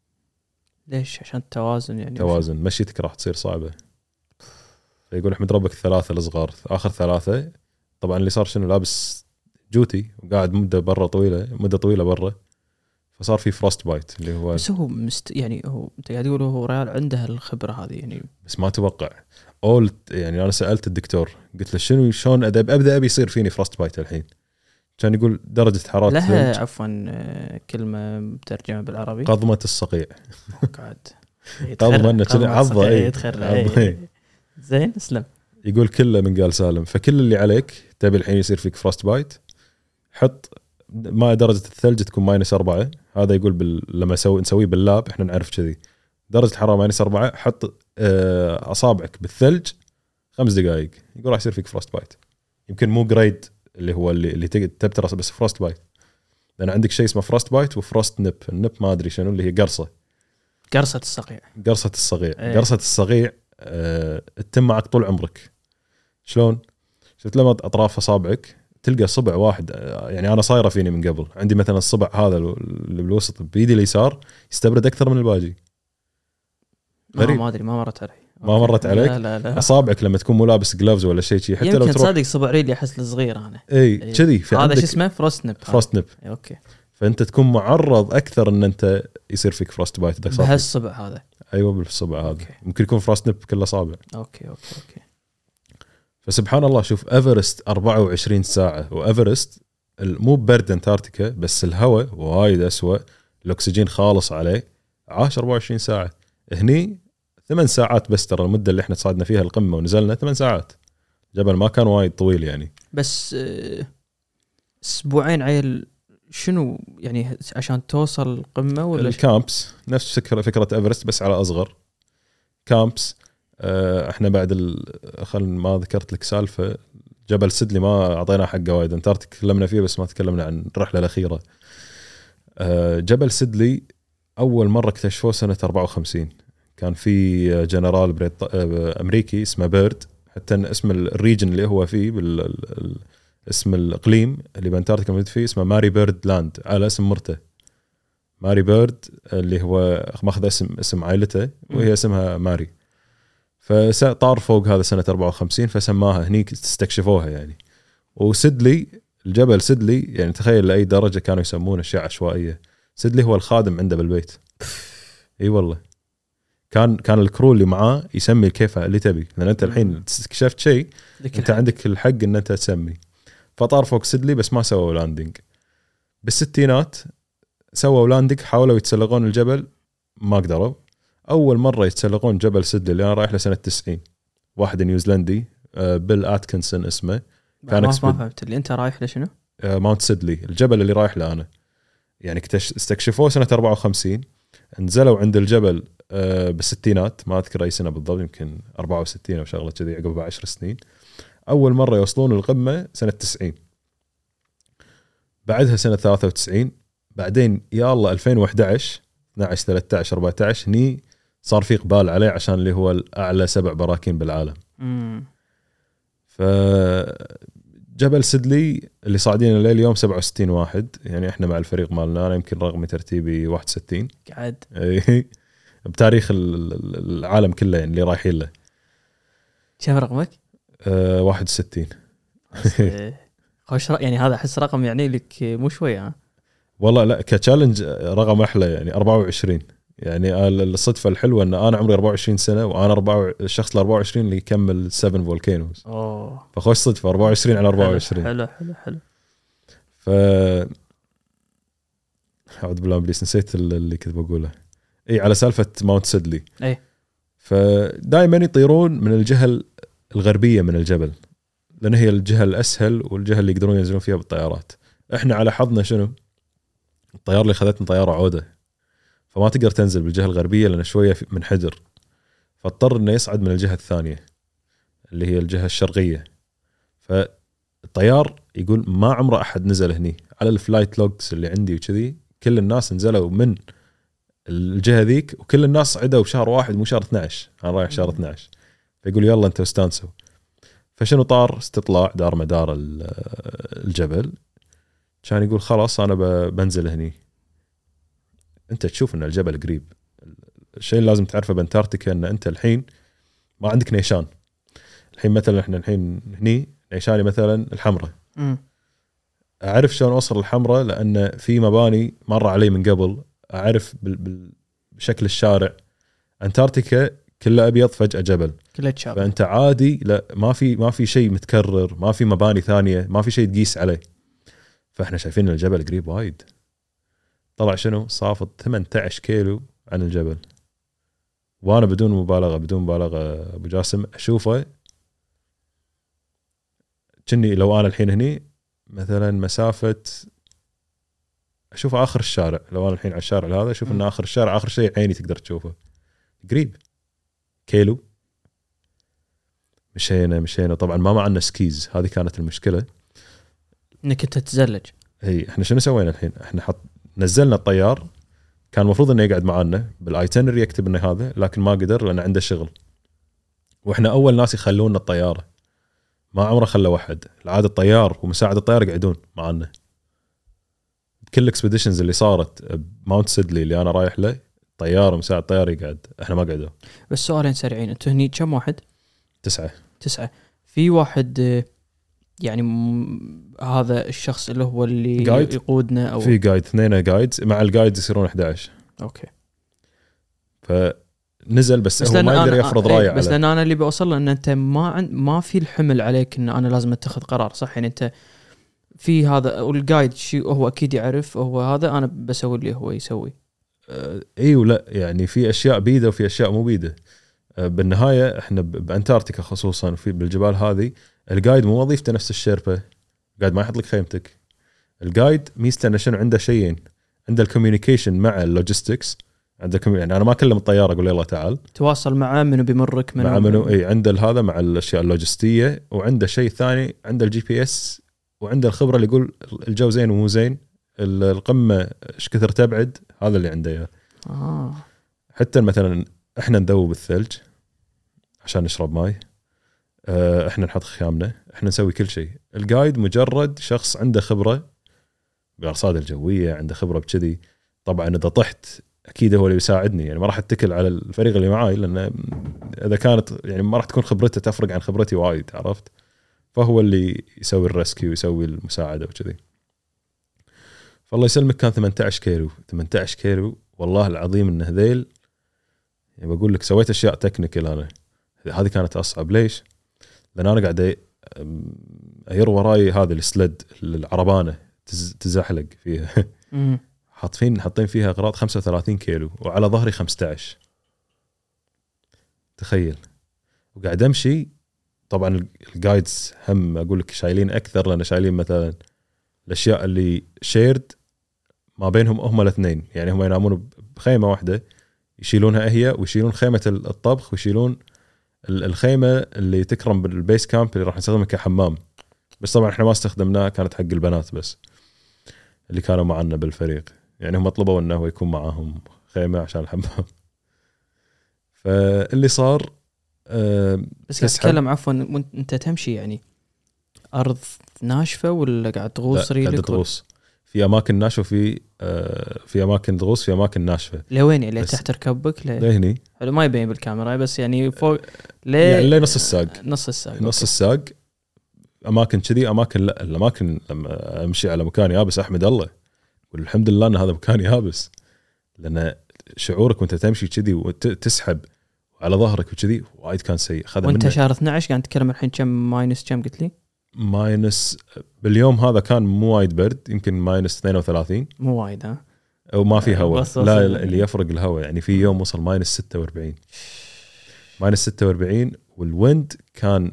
Speaker 2: ليش؟ عشان التوازن يعني
Speaker 1: توازن مشيتك راح تصير صعبه. فيقول احمد ربك 3 الصغار اخر 3 طبعا اللي صار شنو لابس جوتي وقاعد مده طويله برا فصار في فروست بايت اللي هو
Speaker 2: بس هو يعني هو انت قاعد تقول هو ريال عنده الخبره هذه يعني
Speaker 1: بس ما توقع يعني انا سالت الدكتور قلت له شنو شلون ابدا يصير فيني فروست بايت الحين. كان يقول درجه حراره
Speaker 2: لها عفوا كلمه مترجمه بالعربي
Speaker 1: قضمه الصقيع.
Speaker 2: قاعد
Speaker 1: قضمه عضه
Speaker 2: يتخرع زين اسلم.
Speaker 1: يقول كله من قال سالم. فكل اللي عليك تبي الحين يصير فيك فروست بايت حط ما درجه الثلج تكون -4. هذا يقول لما نسويه باللاب احنا نعرف كذي درجه الحراره -4 حط اصابعك بالثلج 5 دقائق يقول راح يصير فيك فروست بايت. يمكن مو جريد اللي هو اللي تبتر بس فروست بايت لان عندك شيء اسمه فروست بايت وفروست نب. النب ما ادري شنو اللي هي قرصه
Speaker 2: الصقيع
Speaker 1: قرصه الصقيع تتم معك طول عمرك. شلون شفت لما اطراف اصابعك تلقى صبع واحد يعني انا صايره فيني من قبل عندي مثلا الصبع هذا اللي بالوسط بايدي اليسار يستبرد اكثر من الباقي.
Speaker 2: ما ادري ما مرت
Speaker 1: عليك
Speaker 2: لا.
Speaker 1: اصابعك لما تكون مو لابس جلافز ولا شيء حتى لو
Speaker 2: تروح صادق صبع ريلي احس الصغير انا
Speaker 1: كذي
Speaker 2: هذا شو اسمه فروست نب
Speaker 1: اوكي. فانت تكون معرض اكثر ان انت يصير فيك فروست بايت
Speaker 2: بهالصبع هذا.
Speaker 1: ايوه بالصبع هذا ممكن يكون فروست نب كله صابع.
Speaker 2: اوكي
Speaker 1: فسبحان الله شوف ايفرست 24 ساعه وايفرست مو برد انتاركتيكا بس الهواء وايد أسوأ الاكسجين خالص عليه عاش 24 ساعه. هني 8 ساعات بس ترى المده اللي احنا صعدنا فيها القمه ونزلنا 8 ساعات. جبل ما كان وايد طويل يعني
Speaker 2: بس اسبوعين عيل شنو يعني عشان توصل القمه ولا
Speaker 1: الكامبس نفس فكره ايفرست بس على اصغر كامبس. احنا بعد ما ذكرت لك سالفه جبل سدلي ما اعطينا حقه وايد. انتاركتيكا تكلمنا فيه بس ما تكلمنا عن الرحله الاخيره. جبل سدلي اول مره اكتشفوه سنه 54 كان في جنرال امريكي اسمه بيرد حتى اسم الريجن اللي هو فيه اسم الاقليم اللي بانتاركتيكا موجود فيه اسمه ماري بيرد لاند على اسم مرته ماري بيرد اللي هو ماخذ اسم عائلته وهي اسمها ماري. فطار فوق هذا سنة 54 فسماها هنيك استكشفوها يعني. وسدلي الجبل سدلي يعني تخيل لأي درجة كانوا يسمونه أشياء عشوائية. سدلي هو الخادم عنده بالبيت. اي والله كان الكرو اللي معاه يسمي كيف اللي تبي لأن أنت الحين اكتشفت شيء أنت عندك الحق أن أنت تسمي. فطار فوق سدلي بس ما سووا لاندنج. بالستينات سووا لاندك، حاولوا يتسلقون الجبل ما قدروا. اول مره يتسلقون جبل سيدلي اللي انا رايح له سنه 90، واحد نيوزيلندي بيل اتكنسون اسمه، كان
Speaker 2: ما فهمت اللي انت رايح لشنو.
Speaker 1: ماونت سيدلي الجبل اللي رايح له انا، يعني استكشفوه سنه 54. نزلوا عند الجبل بالستينات، ما اذكر اي سنه بالضبط، يمكن 64 او شغله كذي، عقب 10 سنين. اول مره يوصلون القمه سنه 90، بعدها سنه 93، بعدين يا الله 2011 12 13 14 هني صار في اقبال عليه عشان اللي هو الاعلى 7 براكين بالعالم. فجبل سيدلي اللي صاعدين عليه اليوم 67 واحد، يعني احنا مع الفريق مالنا، انا يمكن رقمي ترتيبي 61
Speaker 2: قاعد
Speaker 1: بتاريخ العالم كله يعني اللي رايحين له.
Speaker 2: كم رقمك؟
Speaker 1: 61.
Speaker 2: خوش يعني هذا احس رقم يعني لك مو شويه.
Speaker 1: والله لا، كتشالنج رقم احلى يعني 24. يعني الصدفه الحلوه ان انا عمري 24 سنه، وانا الشخص ال 24 اللي يكمل 7 فولكانوز. فخوش صدفه 24 على 24.
Speaker 2: حلو حلو حلو.
Speaker 1: ف اعوذ بالله ابليس، نسيت اللي كنت بقوله. اي على سالفه ماونت سيدلي.
Speaker 2: اي
Speaker 1: فدائما يطيرون من الجهه الغربيه من الجبل، لان هي الجهه الاسهل والجهه اللي يقدرون ينزلون فيها بالطيارات. احنا على حظنا شنو، الطيار اللي خذتنا طياره عوده، فما تقدر تنزل بالجهه الغربيه لان شويه منحدر، فاضطر انه يصعد من الجهه الثانيه اللي هي الجهه الشرقيه. فالطيار يقول ما عمره احد نزل هني على الفلايت لوجز اللي عندي وكذي، كل الناس نزلوا من الجهه ذيك، وكل الناس صعدوا بشهر 1 مو شهر 12. انا رايح شهر 12. فيقول يلا انتوا استانسوا. فشنو طار استطلاع دار مدار الجبل، كان يقول خلاص انا بنزل هني. انت تشوف ان الجبل قريب. الشيء اللي لازم تعرفه بانتاركتيكا ان انت الحين ما عندك نيشان. الحين مثلا احنا الحين هني نيشاني مثلا الحمراء، اعرف شلون اوصل الحمراء لان في مباني مر علي من قبل، اعرف بشكل الشارع. انتاركتيكا كله ابيض، فجأة جبل
Speaker 2: كله تشابه،
Speaker 1: فانت عادي، لا ما في شيء متكرر، ما في مباني ثانيه، ما في شيء تقيس عليه. فاحنا شايفين الجبل قريب وايد. طلع شنو صافط 18 كيلو عن الجبل، وانا بدون مبالغه ابو جاسم اشوفه كني لو انا الحين هني مثلا مسافه، اشوف اخر الشارع. لو انا الحين على الشارع هذا اشوف ان اخر الشارع اخر شيء عيني تقدر تشوفه، قريب كيلو. مشينا طبعا ما معنا سكيز، هذه كانت المشكله،
Speaker 2: انك انت تتزلج.
Speaker 1: هي احنا شنو سوينا الحين؟ احنا نزلنا الطيار، كان المفروض انه يقعد معنا بالايتنري يكتب انه هذا، لكن ما قدر لانه عنده شغل. واحنا اول ناس يخلونا الطياره، ما عمره خلى واحد. العاده الطيار ومساعد الطيار يقعدون معنا. بكل الاكسبيديشنز اللي صارت بماونت سيدلي اللي انا رايح له، طيار ومساعد طيار يقعد، احنا ما قعدوا.
Speaker 2: بس سؤالين سريعين، انتوا هني كم واحد؟
Speaker 1: 9.
Speaker 2: في واحد يعني هذا الشخص اللي هو اللي
Speaker 1: قايد.
Speaker 2: يقودنا او
Speaker 1: في قايد، 2 قايدز، مع القايد يصيرون 11.
Speaker 2: اوكي.
Speaker 1: فنزل بس هو ما يقدر يفرض رايه
Speaker 2: بس
Speaker 1: عليه.
Speaker 2: لان انا اللي بوصل له ان انت ما في الحمل عليك ان انا لازم اتخذ قرار، صح؟ يعني انت في هذا والقايد شيء هو اكيد يعرف، هو هذا انا بسوي اللي هو يسوي.
Speaker 1: اي ولا يعني في اشياء بيده وفي اشياء مو بيده. بالنهايه احنا بانتاركتيكا خصوصا في بالجبال هذه، القايد مو وظيفته نفس الشيربا. القايد ما يحط لك خيمتك. القايد ميزته انه شنو عنده شيئين، عنده الكوميونيكيشن مع اللوجيستكس، عنده يعني انا ما اكلم الطياره اقول له يلا تعال،
Speaker 2: تواصل معه منو بيمرك
Speaker 1: مع منو. اي عنده هذا مع الاشياء اللوجستيه، وعنده شيء ثاني عنده الجي بي اس، وعنده الخبره اللي يقول الجو زين ومو زين، القمه ايش كثر تبعد، هذا اللي عنده اياه. حتى مثلا احنا ندوب الثلج عشان نشرب ماي، احنا نحط خيامنا، احنا نسوي كل شيء. القايد مجرد شخص عنده خبره بالارصاد الجويه، عنده خبره بكذي. طبعا اذا طحت اكيد هو اللي بيساعدني، يعني ما راح اتكل على الفريق اللي معاي، لان اذا كانت يعني ما راح تكون خبرته تفرق عن خبرتي وايد، عرفت؟ فهو اللي يسوي الريسكيو ويسوي المساعده وكذي. فالله يسلمك كان 18 كيلو والله العظيم ان هذيل، يعني بقول لك سويت اشياء تكنيكال. انا هذه كانت اصعب. ليش؟ لان انا قاعد اير وراي هذا السلد العربانه تزحلق فيها. حاطين فيها اغراض 35 كيلو وعلى ظهري 15. تخيل. وقاعد امشي، طبعا الجايدز هم اقول لك شايلين اكثر، لان شايلين مثلا الاشياء اللي شيرد ما بينهم هم الاثنين، يعني هم ينامون بخيمه واحده، يشيلونها هي ويشيلون خيمه الطبخ ويشيلون الخيمه اللي تكرم بالبيس كامب اللي راح نستخدمها كحمام. بس طبعا احنا ما استخدمناها، كانت حق البنات بس اللي كانوا معنا بالفريق، يعني هم طلبوا انه يكون معاهم خيمه عشان الحمام. فاللي صار
Speaker 2: بس قاعد تتكلم عفوا انت تمشي يعني ارض ناشفه ولا قاعد تغوص ريلك؟
Speaker 1: قاعد تغوص في اماكن ناشفه، في اماكن تغوص في اماكن ناشفه.
Speaker 2: لوين اللي تحت ركبك
Speaker 1: لهني
Speaker 2: حلو، ما يبين بالكاميرا بس يعني فوق
Speaker 1: يعني لنص الساق،
Speaker 2: نص الساق
Speaker 1: اماكن كذي، اماكن لا الاماكن لما امشي على مكان يابس احمد الله والحمد لله ان هذا مكان يابس، لان شعورك وانت تمشي كذي وتسحب على ظهرك وكذي وايد كان سيء.
Speaker 2: وانت شهر 12 قاعد نتكلم الحين كم ماينس كم قلت لي؟
Speaker 1: ماينس باليوم هذا كان مو وايد برد، يمكن ماينس 32
Speaker 2: مو وايد ها،
Speaker 1: وما في هواء. لا اللي يفرق الهواء، يعني في يوم وصل ماينس 46 والويند كان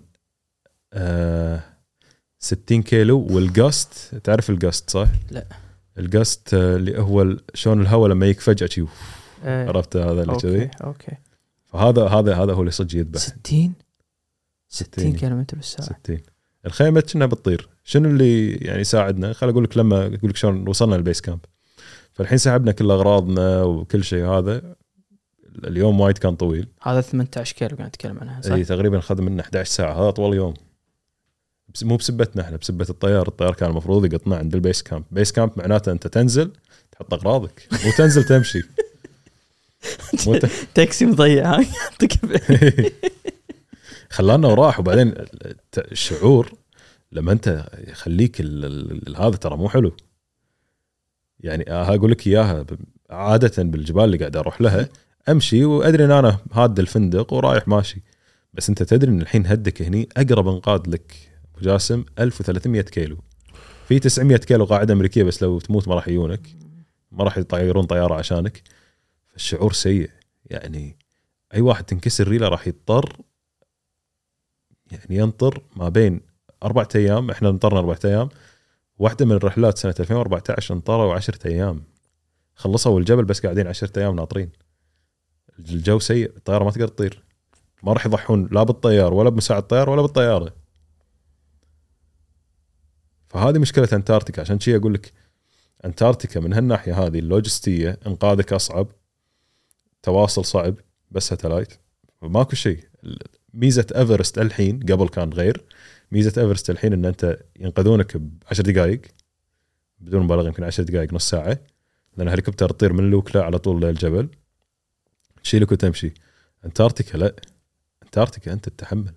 Speaker 1: 60 كيلو والجاست. تعرف الجاست صح؟
Speaker 2: لا
Speaker 1: الجاست اللي هو شلون الهواء لما يك فجأة شيء عرفت هذا اللي كذي.
Speaker 2: اوكي
Speaker 1: فهذا هو اللي صدق يذبح.
Speaker 2: 60 كيلومتر بالساعة.
Speaker 1: 60. الخيمة كنا بتطير. شنو اللي يعني يساعدنا؟ خل اقول لك لما اقول لك شلون وصلنا للبيس كامب. فالحين سحبنا كل اغراضنا وكل شيء. هذا اليوم وايد كان طويل.
Speaker 2: هذا 18 كيلو قاعد نتكلم عنها صح؟
Speaker 1: اي تقريبا اخذ منا 11 ساعة. هذا طول يوم. مو بسبتنا احنا، بسبة الطيار كان المفروض يقطنا عند البيس كامب. بيس كامب معناته انت تنزل تحط اغراضك وتنزل تمشي.
Speaker 2: تاكسي مضيع
Speaker 1: خلانا وراح. وبعدين الشعور لما انت يخليك هذا ترى مو حلو. يعني اقول لك اياها عاده بالجبال اللي قاعد اروح لها امشي وادري ان انا هاد الفندق ورايح ماشي، بس انت تدري ان الحين هدك هني اقرب انقاذ لك ابو جاسم 1300 كيلو، في 900 كيلو قاعده امريكيه بس لو تموت ما راح يجونك، ما راح يطيرون طياره عشانك. فالشعور سيء. يعني اي واحد تنكسر ريله راح يضطر يعني ينطر ما بين 4 أيام. احنا نطرنا 4 أيام. واحدة من الرحلات سنة 2014 انطروا 10 أيام، خلصوا الجبل بس قاعدين 10 أيام ناطرين. الجو سيء، الطيارة ما تقدر تطير، ما راح يضحون لا بالطيار ولا بمساعد الطيار ولا بالطيارة. فهذه مشكلة أنتاركتيكا. عشان شيء أقول لك أنتاركتيكا من هالناحية هذه اللوجستية انقاذك أصعب، تواصل صعب، بس ساتلايت ماكو شيء. ميزة ايفرست الحين، قبل كان غير، ميزة ايفرست الحين ان انت ينقذونك ب10 دقائق بدون مبالغه، يمكن 10 دقائق نص ساعه، لان هليكوبتر تطير من لوكلا على طول للجبل تشيلك وتمشي. انتاركتيكا لا، انتاركتيكا انت تتحمل.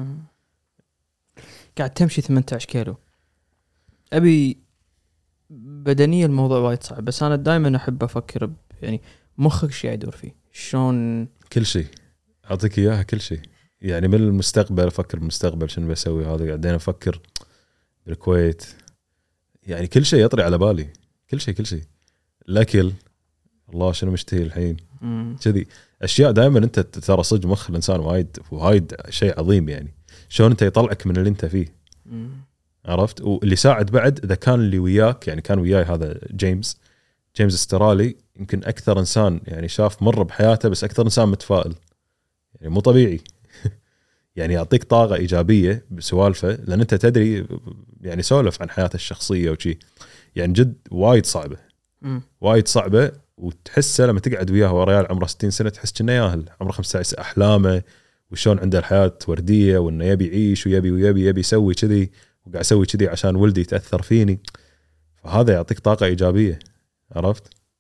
Speaker 2: قاعد تمشي 18 كيلو. ابي بدنيا الموضوع وايد صعب، بس انا دائما احب افكر يعني مخك شي يدور فيه شلون
Speaker 1: كل شيء اعطيك اياها، كل شيء. يعني من المستقبل افكر بالمستقبل شنو بسوي، هذا قاعدين افكر بالكويت، يعني كل شيء يطري على بالي، كل شيء. الاكل الله شنو مشتهي الحين كذي اشياء. دائما انت ترى صدق مخ الانسان وايد شيء عظيم. يعني شلون انت يطلعك من اللي انت فيه. عرفت؟ واللي ساعد بعد اذا كان اللي وياك، يعني كان وياي هذا جيمس استرالي، يمكن اكثر انسان يعني شاف مر بحياته، بس اكثر انسان متفائل، يعني مو طبيعي. يعني يعطيك طاقة إيجابية بسوالفه، لأن أنت تدري يعني سولف عن حياته الشخصية وشي، يعني جد وايد صعبة. وتحسه لما تقعد وياه وريال عمره 60 سنة تحس كأنه ياهل عمره 15 أحلامه، وشون عنده الحياة وردية، وإنه يبي يعيش ويبي يسوي كذي، وقاعد يسوي كذي عشان ولدي يتأثر فيني. فهذا يعطيك طاقة إيجابية. عرفت؟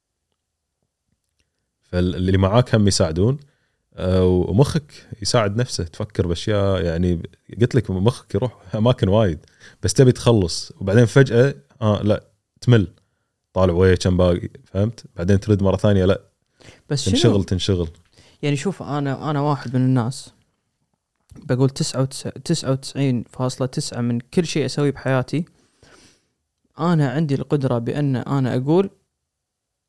Speaker 1: فاللي معاك هم يساعدون، ومخك يساعد نفسه تفكر باشياء. يعني قلت لك مخك يروح اماكن وايد بس تبي تخلص، وبعدين فجاه لا تمل، طالع ويا كم باقي، فهمت؟ بعدين ترد مره ثانيه لا
Speaker 2: بس
Speaker 1: تنشغل.
Speaker 2: يعني شوف انا واحد من الناس بقول 99.9 من كل شيء اسويه بحياتي انا عندي القدره بان انا اقول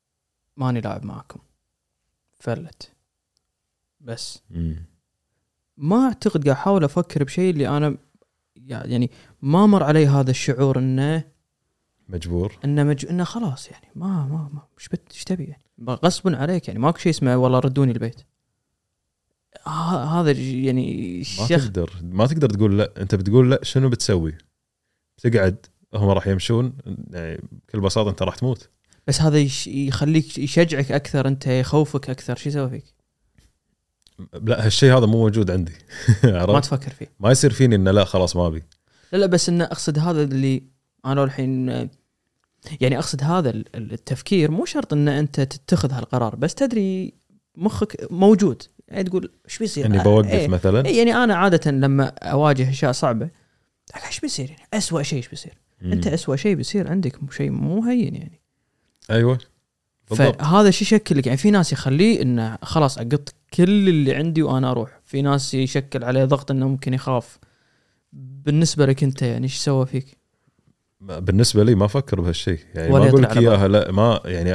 Speaker 2: ماني لاعب معكم فلت بس. ما اعتقد قاعد احاول افكر بشيء اللي انا يعني ما مر علي هذا الشعور انه
Speaker 1: مجبور
Speaker 2: انه خلاص يعني ما ايش تبي يعني غصب عليك يعني ماكو شيء اسمه والله ردوني البيت. هذا يعني
Speaker 1: ما تقدر تقول لا. انت بتقول لا شنو بتسوي؟ بتقعد هم راح يمشون يعني بكل بساطه انت راح تموت.
Speaker 2: بس هذا يخليك يشجعك اكثر، انت يخوفك اكثر. شو يسوي فيك؟
Speaker 1: لا هالشيء هذا مو موجود عندي.
Speaker 2: ما تفكر فيه،
Speaker 1: ما يصير فيني انه لا خلاص ما ابي.
Speaker 2: لا بس انه اقصد هذا اللي انا الحين يعني اقصد هذا التفكير مو شرط ان انت تتخذ هالقرار، بس تدري مخك موجود يعني تقول ايش بيصير
Speaker 1: يعني بوقف مثلا.
Speaker 2: يعني انا عاده لما اواجه اشياء صعبه ايش بيصير يعني اسوأ شيء ايش بيصير. انت اسوأ شيء بيصير عندك شيء مو هين يعني.
Speaker 1: ايوه بالضبط.
Speaker 2: فهذا شيء يشكل يعني في ناس يخليه انه خلاص اقط كل اللي عندي وانا اروح، في ناس يشكل عليه ضغط انه ممكن يخاف. بالنسبه لك انت يعني ايش سوى فيك؟
Speaker 1: بالنسبه لي ما افكر بهالشيء يعني ما اقول لك اياها لا ما يعني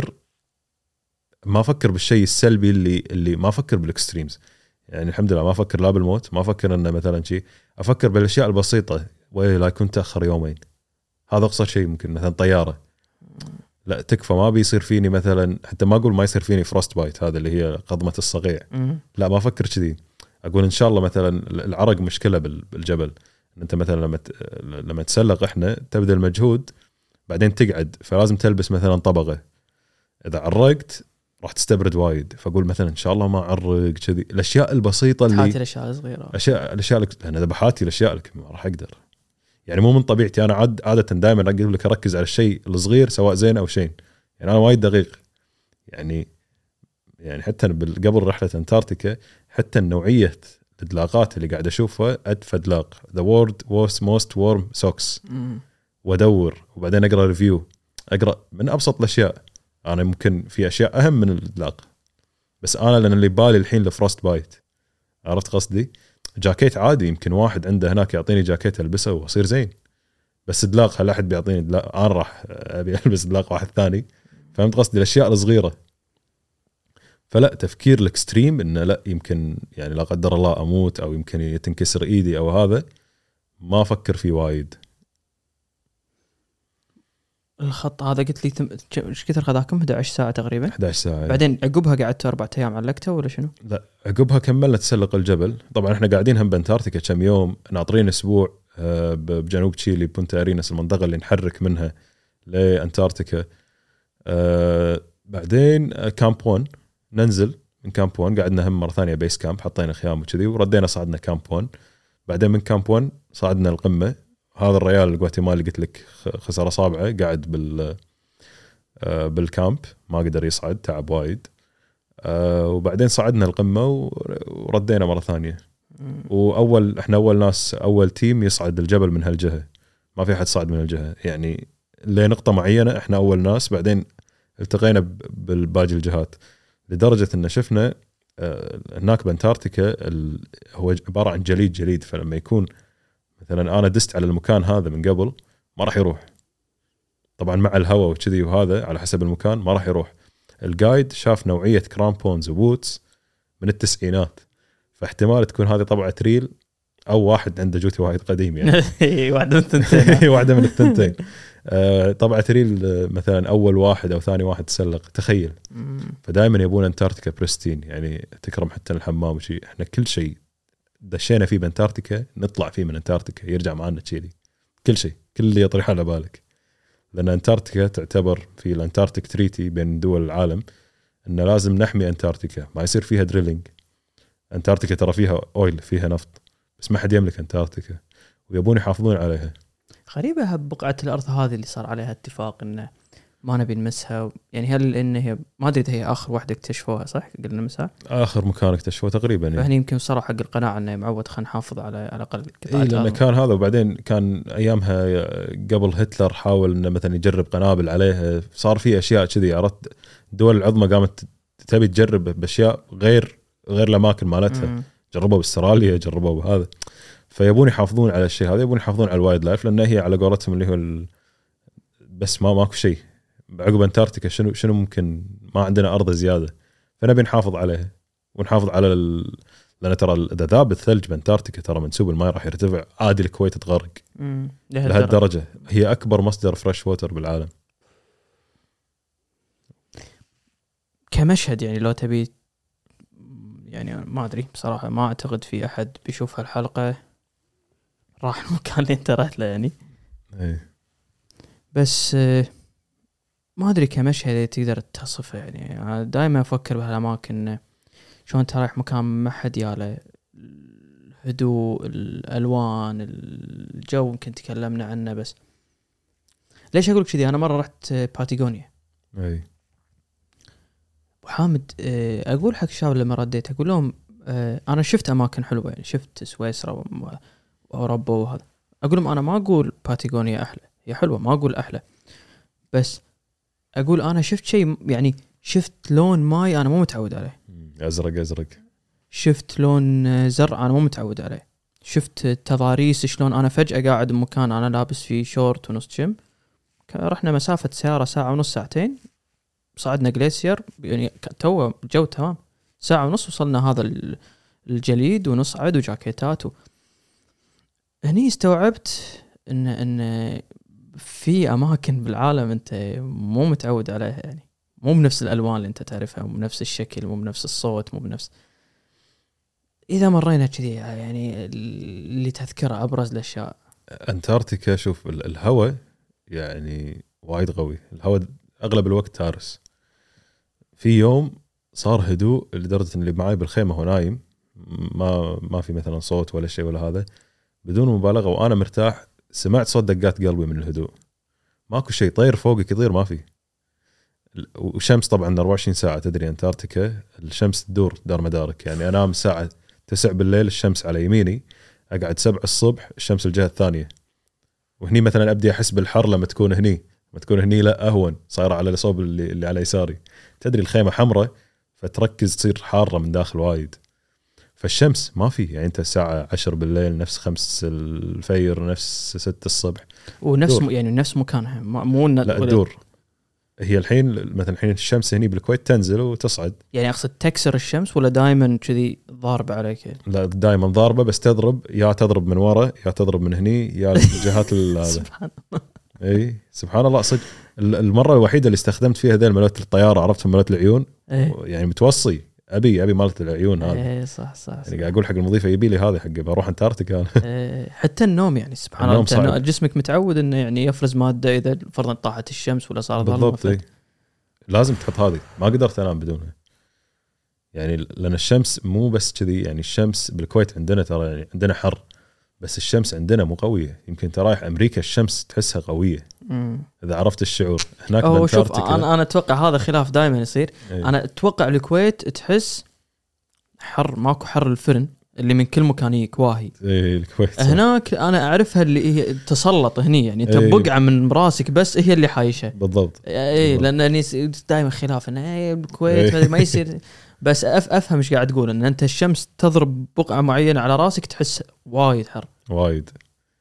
Speaker 1: ما افكر بالشيء السلبي اللي ما افكر بالاكستريمز يعني الحمد لله ما افكر لا بالموت، ما افكر انه مثلا شيء، افكر بالاشياء البسيطه ولا كنت اخر يومين هذا اقصى شيء ممكن مثلا طياره لا تكفى ما بيصير فيني مثلا، حتى ما اقول ما يصير فيني فروست بايت هذا اللي هي قضمه الصقيع لا ما افكر كذي، اقول ان شاء الله مثلا العرق مشكله بالجبل انت مثلا لما تسلق احنا تبذل مجهود بعدين تقعد فلازم تلبس مثلا طبقه، اذا عرقت راح تستبرد وايد، فاقول مثلا ان شاء الله ما اعرق كذي. الاشياء البسيطه اللي
Speaker 2: حاتي الاشياء الصغيره
Speaker 1: الاشياء انا اذا بحاتي الاشياء لك ما راح اقدر يعني مو من طبيعتي انا عاده دائما اقول لك اركز على الشيء الصغير سواء زين او شين يعني انا وايد دقيق يعني حتى قبل رحله انتاركتيكا حتى النوعيه الادلاقات اللي قاعد اشوفها ادفى ادلاق the world was most warm socks وادور وبعدين اقرا ريفيو، اقرا من ابسط الاشياء. انا ممكن في اشياء اهم من الادلاق بس انا لان اللي بالي الحين الفروست بايت، عرفت قصدي؟ جاكيت عادي يمكن واحد عنده هناك يعطيني جاكيت البسه واصير زين، بس ادلاق هل احد بيعطيني ادلاق انا راح ابي البس ادلاق واحد ثاني. فهمت قصدي؟ الاشياء الصغيره. فلا تفكير الاكستريم انه لا يمكن يعني لا قدر الله اموت او يمكن تنكسر ايدي او هذا ما افكر فيه وايد.
Speaker 2: الخط هذا قلت لي ايش كثر خذاكم 11 ساعه تقريبا
Speaker 1: 11 ساعه
Speaker 2: بعدين عقبها قعدتوا 4 ايام علقتوا ولا شنو؟
Speaker 1: لا عقبها كملنا تسلق الجبل. طبعا احنا قاعدين هم بانتاركتيكا كم يوم ناطرين اسبوع بجنوب تشيلي بونتا اريناس المنطقه اللي نحرك منها لانتاركتيكا. بعدين كامب 1 ننزل من كامب 1 قعدنا هم مره ثانيه بيس كامب حطينا خيام وكذي وردينا صعدنا كامب 1. بعدين من كامب 1 صعدنا القمه. هذا الريال الغواتيمالي قلت لك خسر اصابعه قاعد بالكامب ما قدر يصعد تعب وايد. وبعدين صعدنا القمه وردينا مره ثانيه. احنا اول ناس اول تيم يصعد الجبل من هالجهه ما في حد صعد من الجهه يعني لنقطه معينه احنا اول ناس بعدين التقينا بالباقي الجهات لدرجه ان شفنا هناك بانتاركتيكا هو عباره عن جليد فلما يكون مثلا انا دست على المكان هذا من قبل ما راح يروح طبعا مع الهواء وكذي وهذا على حسب المكان ما راح يروح. الجايد شاف نوعيه كرامبونز وبوتس من التسعينات فاحتمال تكون هذه طبعه ريل او واحد عنده جوتي وايد قديم يعني
Speaker 2: واحده من الثنتين
Speaker 1: واحده من الثنتين. طبعا ريل مثلا اول واحد او ثاني واحد تسلق تخيل. فدائما يبون انتاركتيكا بريستين يعني تكرم حتى الحمام وشي. احنا كل شيء دشينا فيه بانتاركتيكا نطلع فيه من انتاركتيكا يرجع معنا تشيلي كل شيء كل اللي يطرح على بالك لان انتاركتيكا تعتبر في الانتاركتيك تريتي بين دول العالم انه لازم نحمي انتاركتيكا ما يصير فيها دريلينج. انتاركتيكا ترى فيها اويل فيها نفط بس ما حد يملك انتاركتيكا ويبون يحافظون عليها.
Speaker 2: غريبة بقعة الأرض هذه اللي صار عليها اتفاق إنه ما نبي نمسها يعني هل إن هي ما أدري إذا هي آخر واحدة اكتشفوها صح قلنا نمسها
Speaker 1: آخر مكان اكتشفوه تقريبا يعني.
Speaker 2: فهني يمكن صار حق القناعة إنه معود خلينا نحافظ على الأقل قطعة
Speaker 1: لأن كان هذا وبعدين كان أيامها قبل هتلر حاول إنه مثلا يجرب قنابل عليها صار في أشياء كذي عرفت الدول العظمى قامت تبي تجرب بأشياء غير الأماكن مالتها جربوا باستراليا جربوا بهذا فيبون يحافظون على الشيء هذا يبون يحافظون على الوايلد لايف لأن هي على قولتهم اللي هو بس ماكو شيء بعقب انتاركتيكا شنو ممكن، ما عندنا ارض زياده، فنبي نحافظ عليها ونحافظ على لان ترى اذا ذاب الثلج بانتاركتيكا ترى منسوب الماء راح يرتفع عادي، الكويت تغرق لهالدرجه. هي اكبر مصدر فريش ووتر بالعالم
Speaker 2: كمشهد. يعني لو تبي يعني ما ادري بصراحه، ما اعتقد في احد بيشوف هالحلقه راح المكان اللي انت رحت له يعني. بس ما ادري كمشهد تقدر تصفه يعني. انا دائما افكر بهالاماكن شلون انت رايح مكان ما حد ياله، الهدوء، الالوان، الجو يمكن تكلمنا عنه. بس ليش اقول كذي؟ انا مره رحت باتاغونيا.
Speaker 1: اي
Speaker 2: وحامد اقول حق الشباب لما رديت اقول لهم انا شفت اماكن حلوه يعني، شفت سويسرا واوروبا وهذا. اقول لهم انا ما اقول باتاغونيا احلى، هي حلوه ما اقول احلى، بس اقول انا شفت شيء يعني، شفت لون ماي انا مو متعود عليه،
Speaker 1: ازرق،
Speaker 2: شفت لون زرع انا مو متعود عليه، شفت تضاريس شلون انا فجأة قاعد بمكان انا لابس فيه شورت ونص جيم، رحنا مسافة سيارة ساعة ونص ساعتين، صعدنا جليسير يعني تو جو تمام، ساعة ونص وصلنا هذا الجليد ونصعد وجاكيتات هني استوعبت ان في اماكن بالعالم انت مو متعود عليها يعني، مو بنفس الالوان اللي انت تعرفها، مو بنفس الشكل، مو بنفس الصوت، مو بنفس. اذا مرينا كذي يعني اللي تذكره ابرز الاشياء.
Speaker 1: انتاركتيكا شوف الهواء يعني وايد قوي، الهواء اغلب الوقت تارس. في يوم صار هدوء لدرجه ان اللي معاي بالخيمه هو نايم، ما في مثلا صوت ولا شيء ولا هذا، بدون مبالغه وانا مرتاح. سمعت صوت دقات قلبي من الهدوء، ماكو شيء طير فوقك يطير ما في. وشمس طبعا 24 ساعه، تدري انتاركتيكا الشمس تدور دار مدارك يعني. انام الساعه 9 بالليل الشمس على يميني، اقعد 7 الصبح الشمس الجهه الثانيه. وهني مثلا ابدي احس بالحر لما تكون هني لا اهون صايره على الصوب اللي على يساري. تدري الخيمه حمراء فتركز تصير حاره من داخل وايد، فالشمس ما في يعني. انت الساعه 10 بالليل نفس 5 الفجر نفس 6 الصبح
Speaker 2: ونفس يعني نفس مكانها مو
Speaker 1: لا تدور. هي الحين مثلا الحين الشمس هني بالكويت تنزل وتصعد، يعني
Speaker 2: اقصد تكسر الشمس ولا دائما كذي ضاربه عليك؟
Speaker 1: لا دائما ضاربه، بس تضرب من ورا يا تضرب من هني يا الجهات هذا.
Speaker 2: سبحان الله.
Speaker 1: اي سبحان الله. صدق المره الوحيده اللي استخدمت فيها ذيل ملوت الطياره، عرفتهم ملوت العيون يعني متوصي ابي مالت العيون هذه.
Speaker 2: صح
Speaker 1: يعني قاعد اقول حق المضيفه يبي لي هذه حق بروح انتاركتيكا.
Speaker 2: حتى النوم يعني سبحان الله، جسمك متعود انه يعني يفرز ماده اذا فرضا طاحت الشمس ولا صار
Speaker 1: بالضبط. لازم تحط هذه، ما قدرت انام بدونها يعني. لان الشمس مو بس كذي يعني، الشمس بالكويت عندنا ترى يعني عندنا حر، بس الشمس عندنا مو قويه. يمكن انت رايح امريكا الشمس تحسها قويه اذا عرفت الشعور. هناك
Speaker 2: شوف انا اتوقع هذا خلاف دائما يصير. انا اتوقع الكويت تحس حر، ماكو حر الفرن اللي من كل مكان يجيك واهي.
Speaker 1: الكويت
Speaker 2: هناك انا اعرفها اللي هي تسلط هني يعني، انت بقعه من براسك بس هي اللي حايشه
Speaker 1: بالضبط.
Speaker 2: لانني دائما خلاف انه الكويت ما يصير. بس افهم ايش قاعد تقول، ان انت الشمس تضرب بقعه معينه على راسك تحس وايد حر وايد.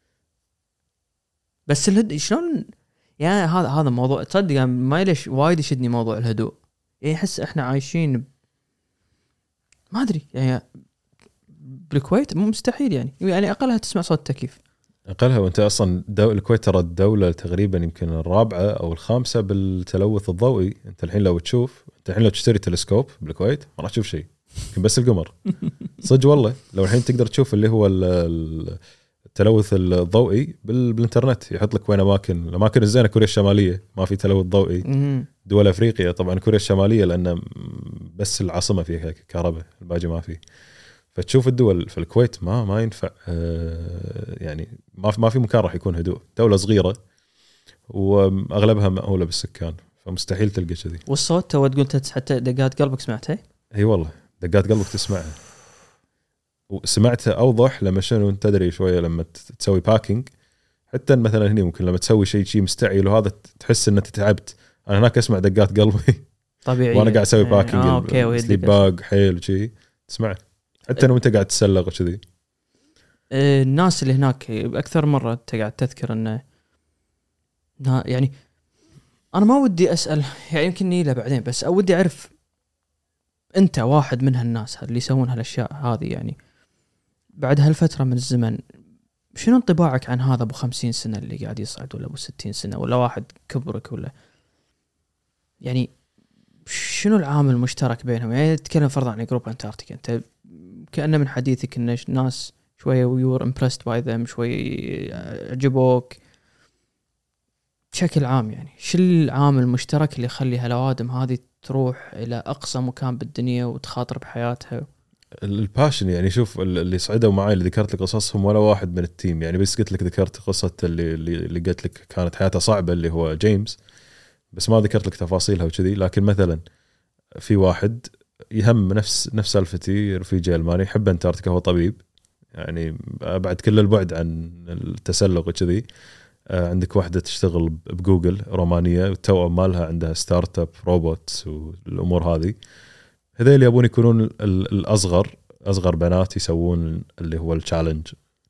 Speaker 2: بس شلون يعني هذا موضوع تصدق يعني ما ليش وايد يشدني موضوع الهدوء يعني. احس احنا عايشين ما ادري يعني بالكويت مو مستحيل يعني اقلها تسمع صوت التكييف
Speaker 1: اقلها. وانت اصلا الكويت ترى الدوله تقريبا يمكن الرابعه او الخامسه بالتلوث الضوئي. انت الحين لو تشوف، انت الحين لو تشتري تلسكوب بالكويت ما راح تشوف شيء، يمكن بس القمر. صدق والله. لو الحين تقدر تشوف اللي هو التلوث الضوئي بالانترنت، يحط لك وين الاماكن الزينه. كوريا الشماليه ما في تلوث ضوئي. دول افريقيا طبعا كوريا الشماليه لان بس العاصمه فيها كهرباء، الباقي ما في. فتشوف الدول في الكويت ما ينفع يعني ما في مكان راح يكون هدوء. دولة صغيرة واغلبها مأهولة بالسكان، فمستحيل تلقى كذي.
Speaker 2: والصوت تو تقول حتى دقات قلبك سمعتها؟
Speaker 1: اي والله دقات قلبك تسمعها. وسمعتها اوضح لما شنو تدري شوية لما تسوي باكينج. حتى مثلا هني ممكن لما تسوي شيء مستعجل وهذا تحس ان انت تعبت. انا هناك اسمع دقات قلبي طبيعي وانا قاعد اسوي باكينج سليب باج حيل وشي تسمعه حتى لو انت قاعد تسلق وكذي.
Speaker 2: الناس اللي هناك اكثر مره انت قاعد تذكر انه يعني انا ما ودي اسال يعني يمكن نيله بعدين، بس ودي اعرف انت واحد من هالناس اللي يسوون هالاشياء هذه، يعني بعد هالفتره من الزمن شنو انطباعك عن هذا ابو 50 سنه اللي قاعد يصعد، ولا ابو 60 سنه، ولا واحد كبرك، ولا يعني شنو العامل المشترك بينهم؟ يعني تتكلم فرضا عن جروب انتاركتيكا، انت كأنه من حديثك ان ناس شويه ويور امبرست باي ذم، شوي عجبوك بشكل عام، يعني شو العامل المشترك اللي يخلي هالأوادم هذه تروح الى اقصى مكان بالدنيا وتخاطر بحياتها؟
Speaker 1: الباشن. يعني شوف اللي صعدوا معي اللي ذكرت لك قصصهم ولا واحد من التيم، يعني بس قلت لك ذكرت قصة اللي قلت لك كانت حياته صعبة اللي هو جيمس، بس ما ذكرت لك تفاصيلها وكذي. لكن مثلا في واحد يهم نفس سالفتي، رفيجي الماني يحب انتاركتيكا، هو طبيب يعني بعد كل البعد عن التسلق وكذي. عندك واحدة تشتغل بجوجل رومانية، والتوأم مالها عندها ستارت اب روبوتس والامور هذه. هذول يبون يكونون الاصغر بنات يسوون اللي هو التشالنج،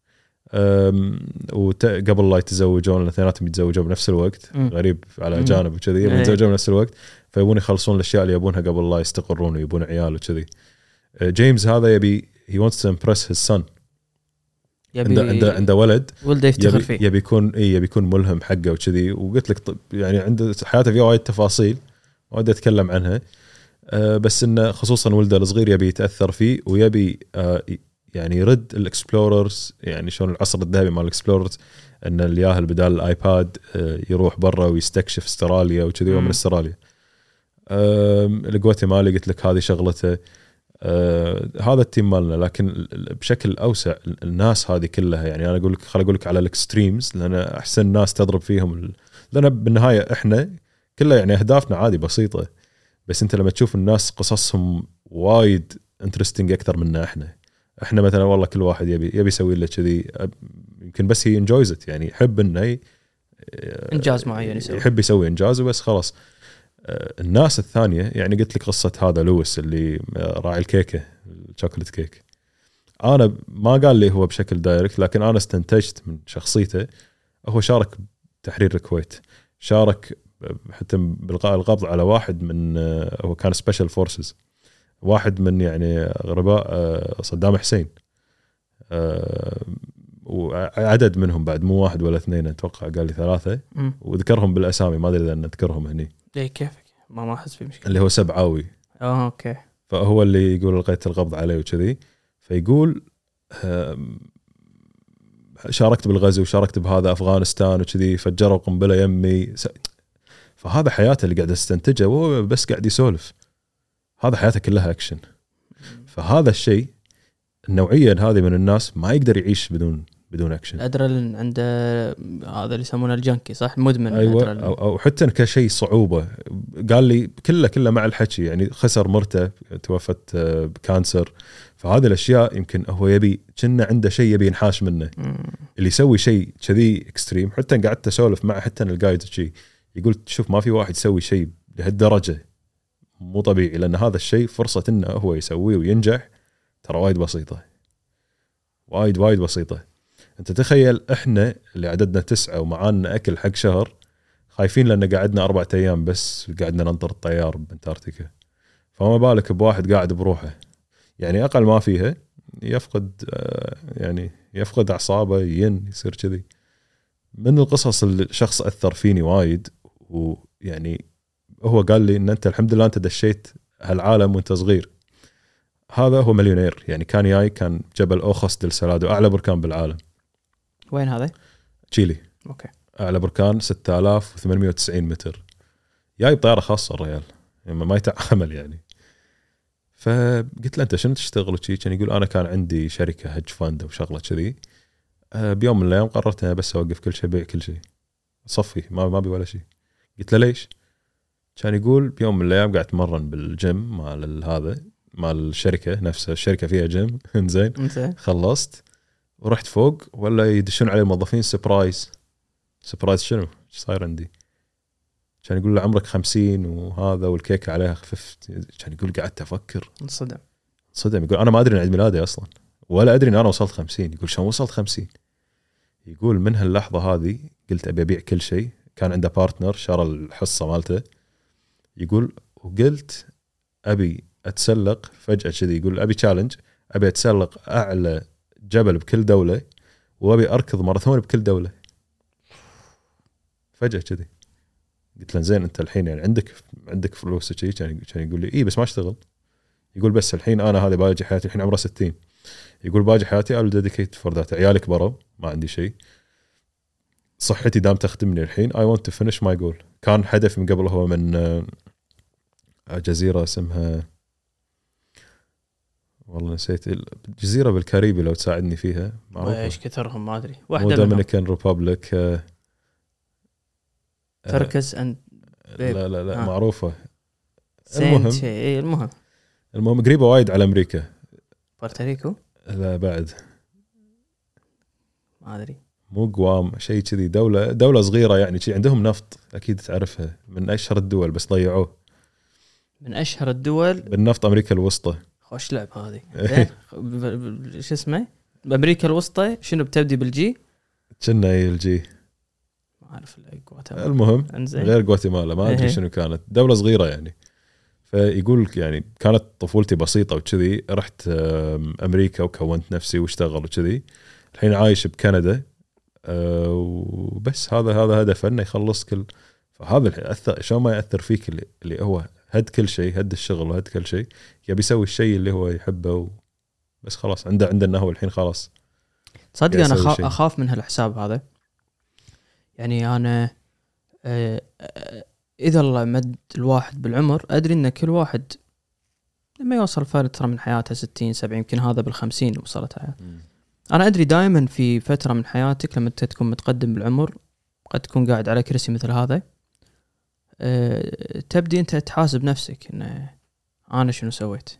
Speaker 1: وقبل لا يتزوجون الاثنيناتهم يتزوجون بنفس الوقت. غريب على جانب وكذي، يتزوجون بنفس الوقت، فيبون يخلصون الاشياء اللي يبونها قبل لا يستقرون ويبون عيال وكذي. جيمس هذا يبي he wants to impress his son، عنده ولد
Speaker 2: ولده يفتخر فيه،
Speaker 1: يبي يكون ملهم حقه وكذي. وقلت لك يعني عنده حياته فيها وايد تفاصيل وايد اتكلم عنها، بس انه خصوصا ولده الصغير يبي يتاثر فيه، ويبي يعني يرد الاكسبلوررز، يعني شلون العصر الذهبي مال الاكسبلوررز، ان الياهل بدال الايباد يروح برا ويستكشف استراليا وكذي. ومن استراليا الجواتيمالي قلت لك هذه شغلته. هذا التيم مالنا. لكن بشكل اوسع الناس هذه كلها، يعني انا اقول لك خليني اقول لك على الاكستريمز، لان احسن ناس تضرب فيهم لان بالنهايه احنا كلها يعني اهدافنا عادي بسيطه، بس انت لما تشوف الناس قصصهم وايد انترستينج اكثر منا احنا مثلا والله كل واحد يبي يسوي له كذي، يمكن بس هي انجويز ات، يعني يحب انه
Speaker 2: انجاز معين يسوي،
Speaker 1: يحب يسوي انجاز وبس خلاص. الناس الثانيه يعني قلت لك قصه هذا لويس اللي راعي الكيكه الشوكولات كيك، انا ما قال لي هو بشكل دايركت، لكن انا استنتجت من شخصيته. هو شارك بتحرير الكويت، شارك حتى بالقاء القبض على واحد من هو كان سبيشال فورسز، واحد من يعني غرباء صدام حسين، وعدد منهم بعد مو واحد ولا اثنين، اتوقع قال لي 3 وذكرهم بالاسامي، ما ادري اذا نذكرهم هني.
Speaker 2: اي كيفك، ما احس في مشكله.
Speaker 1: اللي هو سبعاوي،
Speaker 2: اوكي،
Speaker 1: فهو اللي يقول لقيت القبض عليه وكذي. فيقول شاركت بالغزو وشاركت بهذا افغانستان وكذي، فجروا قنبله يمي. فهذا حياته اللي قاعد استنتجه، وهو بس قاعد يسولف. هذا حياته كلها اكشن. فهذا الشيء النوعيه هذه من الناس ما يقدر يعيش بدون اكشن.
Speaker 2: الادرينالين عنده هذا اللي يسمونه الجنكي، صح؟ مدمن.
Speaker 1: أيوة، او حتى كشيء صعوبه. قال لي كله مع الحكي، يعني خسر مرته توفت بكانسر. فهذه الاشياء يمكن هو يبي كنا عنده شيء يبي ينحاش منه. اللي يسوي شيء كذي اكستريم، حتى قعدت اسولف معه، حتى الجايد شيء يقول شوف ما في واحد يسوي شيء لهالدرجه مو طبيعي، لان هذا الشيء فرصه انه هو يسويه وينجح ترى وايد بسيطه، وايد بسيطه. انت تخيل احنا اللي عددنا 9 ومعانا اكل حق شهر خايفين لان قعدنا 4 أيام بس قعدنا ننطر الطيار بانتاركتيكا، فما بالك بواحد قاعد بروحه. يعني اقل ما فيها يفقد اعصابه، يصير كذي. من القصص اللي الشخص اثر فيني وايد، ويعني هو قال لي ان انت الحمد لله انت دشيت هالعالم وانت صغير. هذا هو مليونير، يعني كان جبل اوخس دل سلادو، اعلى بركان بالعالم.
Speaker 2: وين هذا؟
Speaker 1: تشيلي.
Speaker 2: اوكي.
Speaker 1: اعلى بركان 6890 متر، جاي بطياره خاصه الرجال، يعني ما يتعامل يعني. فقلت له انت شنو تشتغل وشي؟ كان يقول انا كان عندي شركه هج فاند وشغله كذي. بيوم من الايام قررت انا بس اوقف كل شيء، بيع كل شيء، صفي، ما بي ولا شيء. قلت له ليش؟ كان يقول بيوم من الايام قاعد اتمرن بالجيم مال الشركه نفسها، الشركه فيها جيم. زين خلصت ورحت فوق، ولا يدشون علي الموظفين سبرايز شنو صاير عندي؟ كان يقول له عمرك 50 وهذا والكيكه عليها خففت. كان يقول قعدت افكر، صدم. يقول انا ما ادري ان عيد ميلادي اصلا، ولا ادري ان انا وصلت 50. يقول شلون وصلت 50؟ يقول من هاللحظه هذه قلت ابي ابيع كل شيء. كان عنده بارتنر شرى الحصة مالته. يقول وقلت أبي أتسلق فجأة كذي، يقول أبي تشالنج، أبي أتسلق أعلى جبل بكل دولة وأبي أركض ماراثون بكل دولة فجأة كذي. قلت له زين أنت الحين يعني عندك فلوس كذي؟ كان يقول لي إيه بس ما أشتغل. يقول بس الحين أنا هذه باجي حياتي، الحين عمره 60، يقول باجي حياتي I'll dedicate for that. عيالي كبروا ما عندي شيء، صحتي دام تخدمني الحين I want to finish my goal. كان هدف من قبل، هو من جزيرة اسمها والله نسيت، جزيرة بالكاريبي لو تساعدني فيها معروفة.
Speaker 2: ايش كثرهم ما ادري، واحدة منهم
Speaker 1: دومينيكان ريبابليك.
Speaker 2: تركز اند
Speaker 1: لا معروفة. المهم قريبة وايد على أمريكا.
Speaker 2: بورتوريكو؟
Speaker 1: لا بعد
Speaker 2: ما أدري،
Speaker 1: مو قوام شيء كذي، دولة صغيرة يعني شيء، عندهم نفط أكيد تعرفها، من أشهر الدول بس ضيعوه.
Speaker 2: من أشهر الدول
Speaker 1: بالنفط أمريكا الوسطى.
Speaker 2: خوش لعب هذه. شو اسمه بأمريكا الوسطى؟ شنو بتبدي بالجي؟
Speaker 1: كنا الجي
Speaker 2: ما أعرف.
Speaker 1: المهم غير غواتيمالا ما أدري شنو كانت، دولة صغيرة يعني. فيقول يعني كانت طفولتي بسيطة وكذي، رحت أمريكا وكونت نفسي واشتغل وكذي، الحين عايش بكندا وبس. هذا هدف انه يخلص كل. فهذا أثر شو ما يأثر فيك اللي هو هد كل شيء، هد الشغل وهد كل شيء، يبي يسوي الشيء اللي هو يحبه بس خلاص عنده انه هو الحين خلاص.
Speaker 2: صدق انا اخاف من هالحساب هذا يعني. انا اذا الله مد الواحد بالعمر، ادري ان كل واحد لما يوصل فترة من حياته 60 70 يمكن هذا بال50 وصلت حياته. أنا أدري دائما في فترة من حياتك لما تكون متقدم بالعمر، قد تكون قاعد على كرسي مثل هذا، تبدي أنت تحاسب نفسك إن أنا شنو سويت.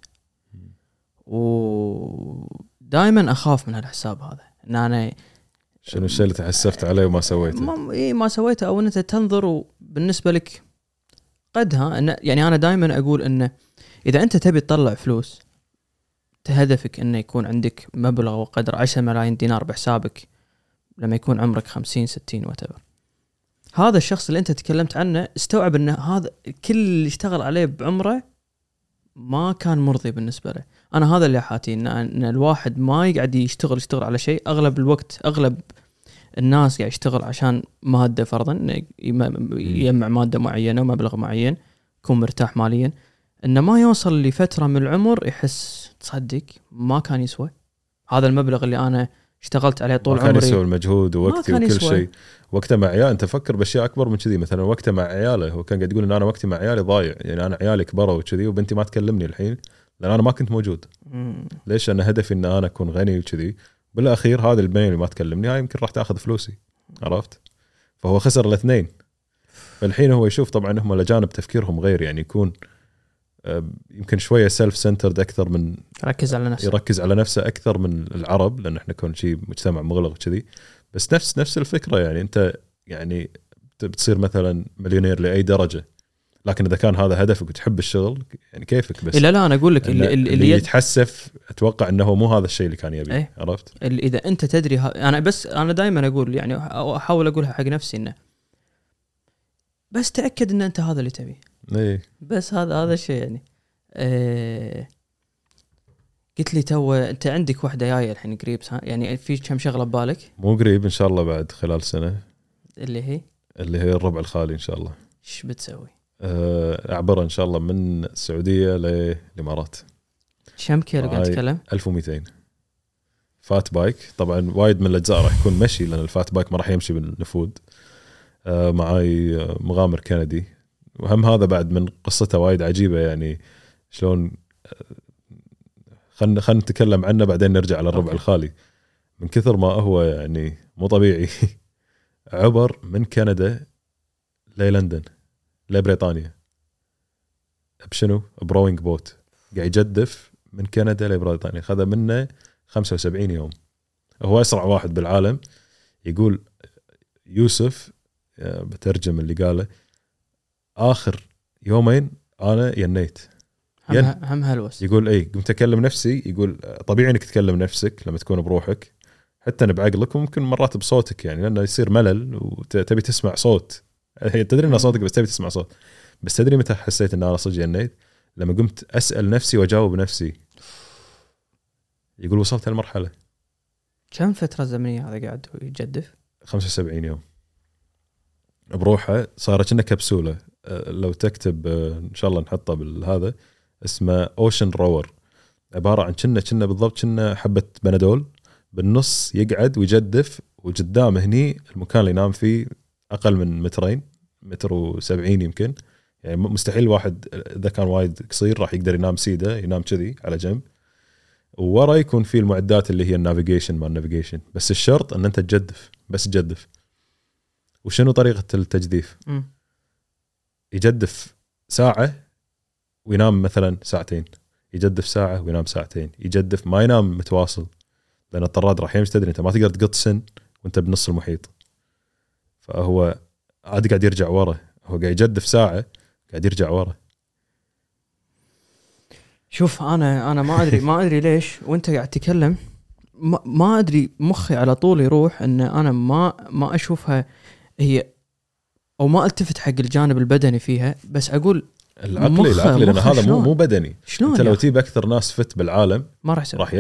Speaker 2: ودائما أخاف من هالحساب هذا، إن أنا
Speaker 1: شنو الشيء اللي تحسفت عليه وما سويته.
Speaker 2: ما سويته، أو أنت تنظر وبالنسبة لك قدها. يعني أنا دائما أقول إن إذا أنت تبي تطلع فلوس، هدفك أنه يكون عندك مبلغ وقدر 10 ملايين دينار بحسابك لما يكون عمرك 50 60 whatever. هذا الشخص اللي أنت تكلمت عنه استوعب أن هذا كل اللي اشتغل عليه بعمره ما كان مرضي بالنسبة له. أنا هذا اللي حاتي إن الواحد ما يقعد يشتغل على شيء. أغلب الوقت أغلب الناس قاعد يشتغل عشان مادة، فرضا يجمع مادة معينة ومبلغ معين، يكون مرتاح ماليا، إنه ما يوصل لفترة من العمر يحس تصدق ما كان يسوى هذا المبلغ اللي أنا اشتغلت عليه طول عمري.
Speaker 1: ما كان يسوى المجهود ووقتي وكل شيء. وقته مع عيال أنت فكر بأشياء أكبر من كذي. مثلا وقته مع عياله، هو كان قاعد يقول إن أنا وقتي مع عيالي ضايع، يعني أنا عيالي كبروا وكذي وبنتي ما تكلمني الحين لأن أنا ما كنت موجود. ليش؟ أنا هدفي إن أنا أكون غني وكذي. بالأخير هذا البنين اللي ما تكلمني هاي يمكن راح تأخذ فلوسي، عرفت؟ فهو خسر الاثنين. فالحين هو يشوف طبعا هم لجانب تفكيرهم غير، يعني يكون يمكن شوية سيلف سنترد أكثر من يركز على نفسه أكثر من العرب، لأن إحنا كون شيء مجتمع مغلق كذي. بس نفس الفكرة، يعني أنت يعني بتصير مثلا مليونير لأي درجة، لكن إذا كان هذا هدفك وتحب الشغل يعني كيفك. بس
Speaker 2: لا أنا أقول لك
Speaker 1: اللي يتحسف أتوقع أنه مو هذا الشيء اللي كان يبي. عرفت؟
Speaker 2: إذا أنت تدري أنا دائما أقول يعني أحاول أقولها حق نفسي إنه بس تأكد إن أنت هذا اللي تبي. بس هذا الشيء يعني. قلت لي تو أنت عندك واحدة جاية الحين قريب، يعني في كم شغلة ببالك؟
Speaker 1: مو قريب إن شاء الله، بعد خلال سنة.
Speaker 2: اللي هي
Speaker 1: الربع الخالي إن شاء الله.
Speaker 2: إيش بتسوي؟
Speaker 1: أعبر إن شاء الله من السعودية للإمارات.
Speaker 2: كم كيلو قاعد تتكلم؟
Speaker 1: 1200 فات بايك. طبعا وايد من الأجزاء راح يكون مشي، لأن الفات بايك ما راح يمشي بالنفود. معاي مغامر كندي، وهم هذا بعد من قصته وايد عجيبة يعني. شلون خلنا نتكلم عنه بعدين نرجع على الربع الخالي. من كثر ما هو يعني مو طبيعي. عبر من كندا للندن لبريطانيا بشنو؟ بروينج بوت. قاعد يجدف من كندا لبريطانيا، خذ منه 75 يوم. هو أسرع واحد بالعالم. يقول يوسف، بترجم اللي قاله، آخر يومين أنا ينيت
Speaker 2: هم هلوس.
Speaker 1: يقول قمت أكلم نفسي. يقول طبيعي إنك تكلم نفسك لما تكون بروحك، حتى بعقلك وممكن مرات بصوتك، يعني لأنه يصير ملل وتبي تسمع صوت هي تدري ان صوتك بس تبي تسمع صوت. بس تدري متى حسيت ان انا صدق جنيت؟ لما قمت اسال نفسي واجاوب نفسي. يقول وصلت هالمرحله.
Speaker 2: كم فتره زمنيه هذا قاعد يجدف؟
Speaker 1: 75 يوم بروحه. صارت كأنها كبسوله. لو تكتب ان شاء الله نحطه بالهذا، اسمه اوشن رور. عباره عن كنا بالضبط كنا حبه بنادول بالنص يقعد ويجدف، وقدامه هني المكان اللي ينام فيه اقل من مترين، 1.70 متر يمكن. يعني مستحيل واحد اذا كان وايد قصير راح يقدر ينام سيده، ينام كذي على جنب. وورا يكون في المعدات اللي هي النافيجيشن. بس الشرط ان انت تجدف، بس تجدف. وشنو طريقه التجديف؟ يجدف ساعه وينام مثلا ساعتين، يجدف ساعه وينام ساعتين، يجدف ما ينام متواصل لان الطراد راح يمشي. تدري انت ما تقدر تقط سن وانت بنص المحيط. فهو عادي قاعد يرجع ورا، هو قاعد يجدف ساعه قاعد يرجع ورا.
Speaker 2: شوف انا ما ادري ليش وانت قاعد تتكلم ما ادري مخي على طول يروح ان انا ما اشوفها هي، او ما التفت حق الجانب البدني فيها، بس اقول
Speaker 1: العقلي لان هذا مو بدني. انت لو تجيب اكثر ناس فت بالعالم
Speaker 2: ما راح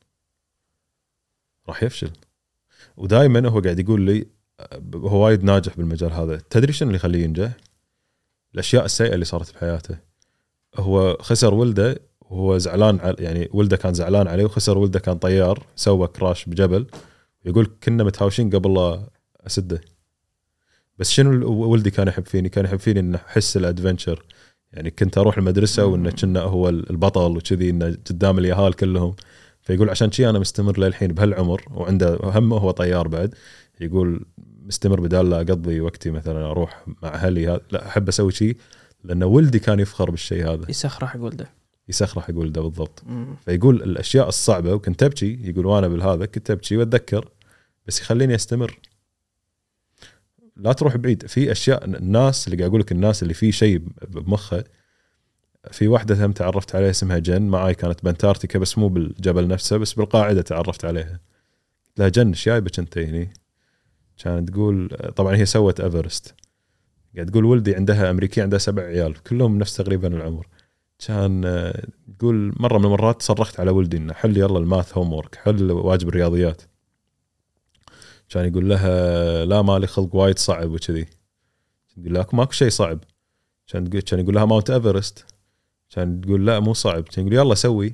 Speaker 1: يفشل. ودائما هو قاعد يقول لي هو وايد ناجح بالمجال هذا. تدري شنو اللي يخليه ينجح؟ الاشياء السيئه اللي صارت بحياته. هو خسر ولده وهو زعلان يعني ولده كان زعلان عليه، وخسر ولده كان طيار سوى كراش بجبل. يقول كنا متهاوشين قبل لا اسده. بس شنو ولدي كان يحب فيني ان احس الادفنتشر. يعني كنت اروح المدرسه وانه كنا هو البطل وكذي، انه قدام اليهال كلهم. فيقول عشان شيء انا مستمر للحين بهالعمر، وعنده همه هو طيار بعد. يقول مستمر بدال لا اقضي وقتي مثلا اروح مع اهلي، لا احب اسوي شيء لان ولدي كان يفخر بالشيء هذا.
Speaker 2: يسخر حق ولده بالضبط.
Speaker 1: فيقول الاشياء الصعبه وكنت ابكي. يقول وانا بالهذا كنت ابكي واتذكر، بس يخليني استمر. لا تروح بعيد في اشياء. الناس اللي قاعد اقول لك، الناس اللي في شيء بمخه. في واحده هم تعرفت عليها اسمها جن، معاي كانت بانتاركتيكا بس مو بالجبل نفسه، بس بالقاعده تعرفت عليها. لا جن شايبك انت هني. كانت تقول طبعا هي سوت ايفرست. قاعد تقول ولدي عندها امريكيه عندها 7 عيال كلهم نفس تقريبا العمر. كان تقول مره من المرات صرخت على ولدي انه حل يلا الماث هوم وورك، حل واجب الرياضيات. كان يقول لها لا مالي خلق وايد صعب وكذي. تقول لها ماكو شيء صعب. كان يقول لها ماونت ايفرست. كان تقول لا مو صعب. كان يقول يلا سوي.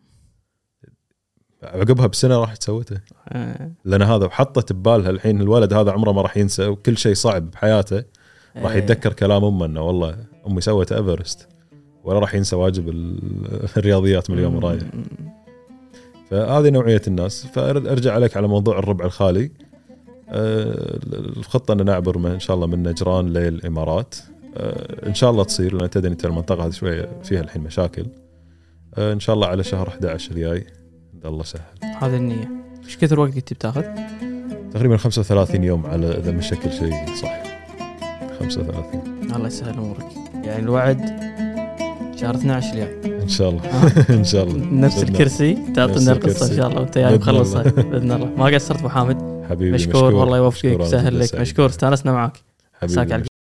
Speaker 1: عقبها بسنه راحت سوته. لان هذا وحطت ببالها الحين الولد هذا عمره ما راح ينسى، وكل شيء صعب بحياته راح يتذكر كلام امه انه والله امي سوت ايفرست، ولا راح ينسى واجب الرياضيات من اليوم رايح. فهذه نوعيه الناس. فارجع عليك على موضوع الربع الخالي. الخطه ان نعبر ان شاء الله من نجران للامارات. ان شاء الله تصير، لان تدري انت المنطقه هذه شويه فيها الحين مشاكل. ان شاء الله على شهر 11 الجاي الله سهل.
Speaker 2: هذه النيه. ايش كثر وقت قلت بتاخذ؟
Speaker 1: تقريبا 35 يوم على اذا مشى كل شيء صح. 35.
Speaker 2: الله يسهل امورك. يعني الوعد شهر 12 الجاي
Speaker 1: ان شاء الله. ان شاء الله
Speaker 2: نفس الكرسي تعطينا القصه ان شاء الله وانت جاي مخلصها باذن الله. ما قصرت ابو حامد.
Speaker 1: حبيبي
Speaker 2: مشكور والله يوفقك ويسهل لك. مشكور استانسنا معك.
Speaker 1: حبيبي.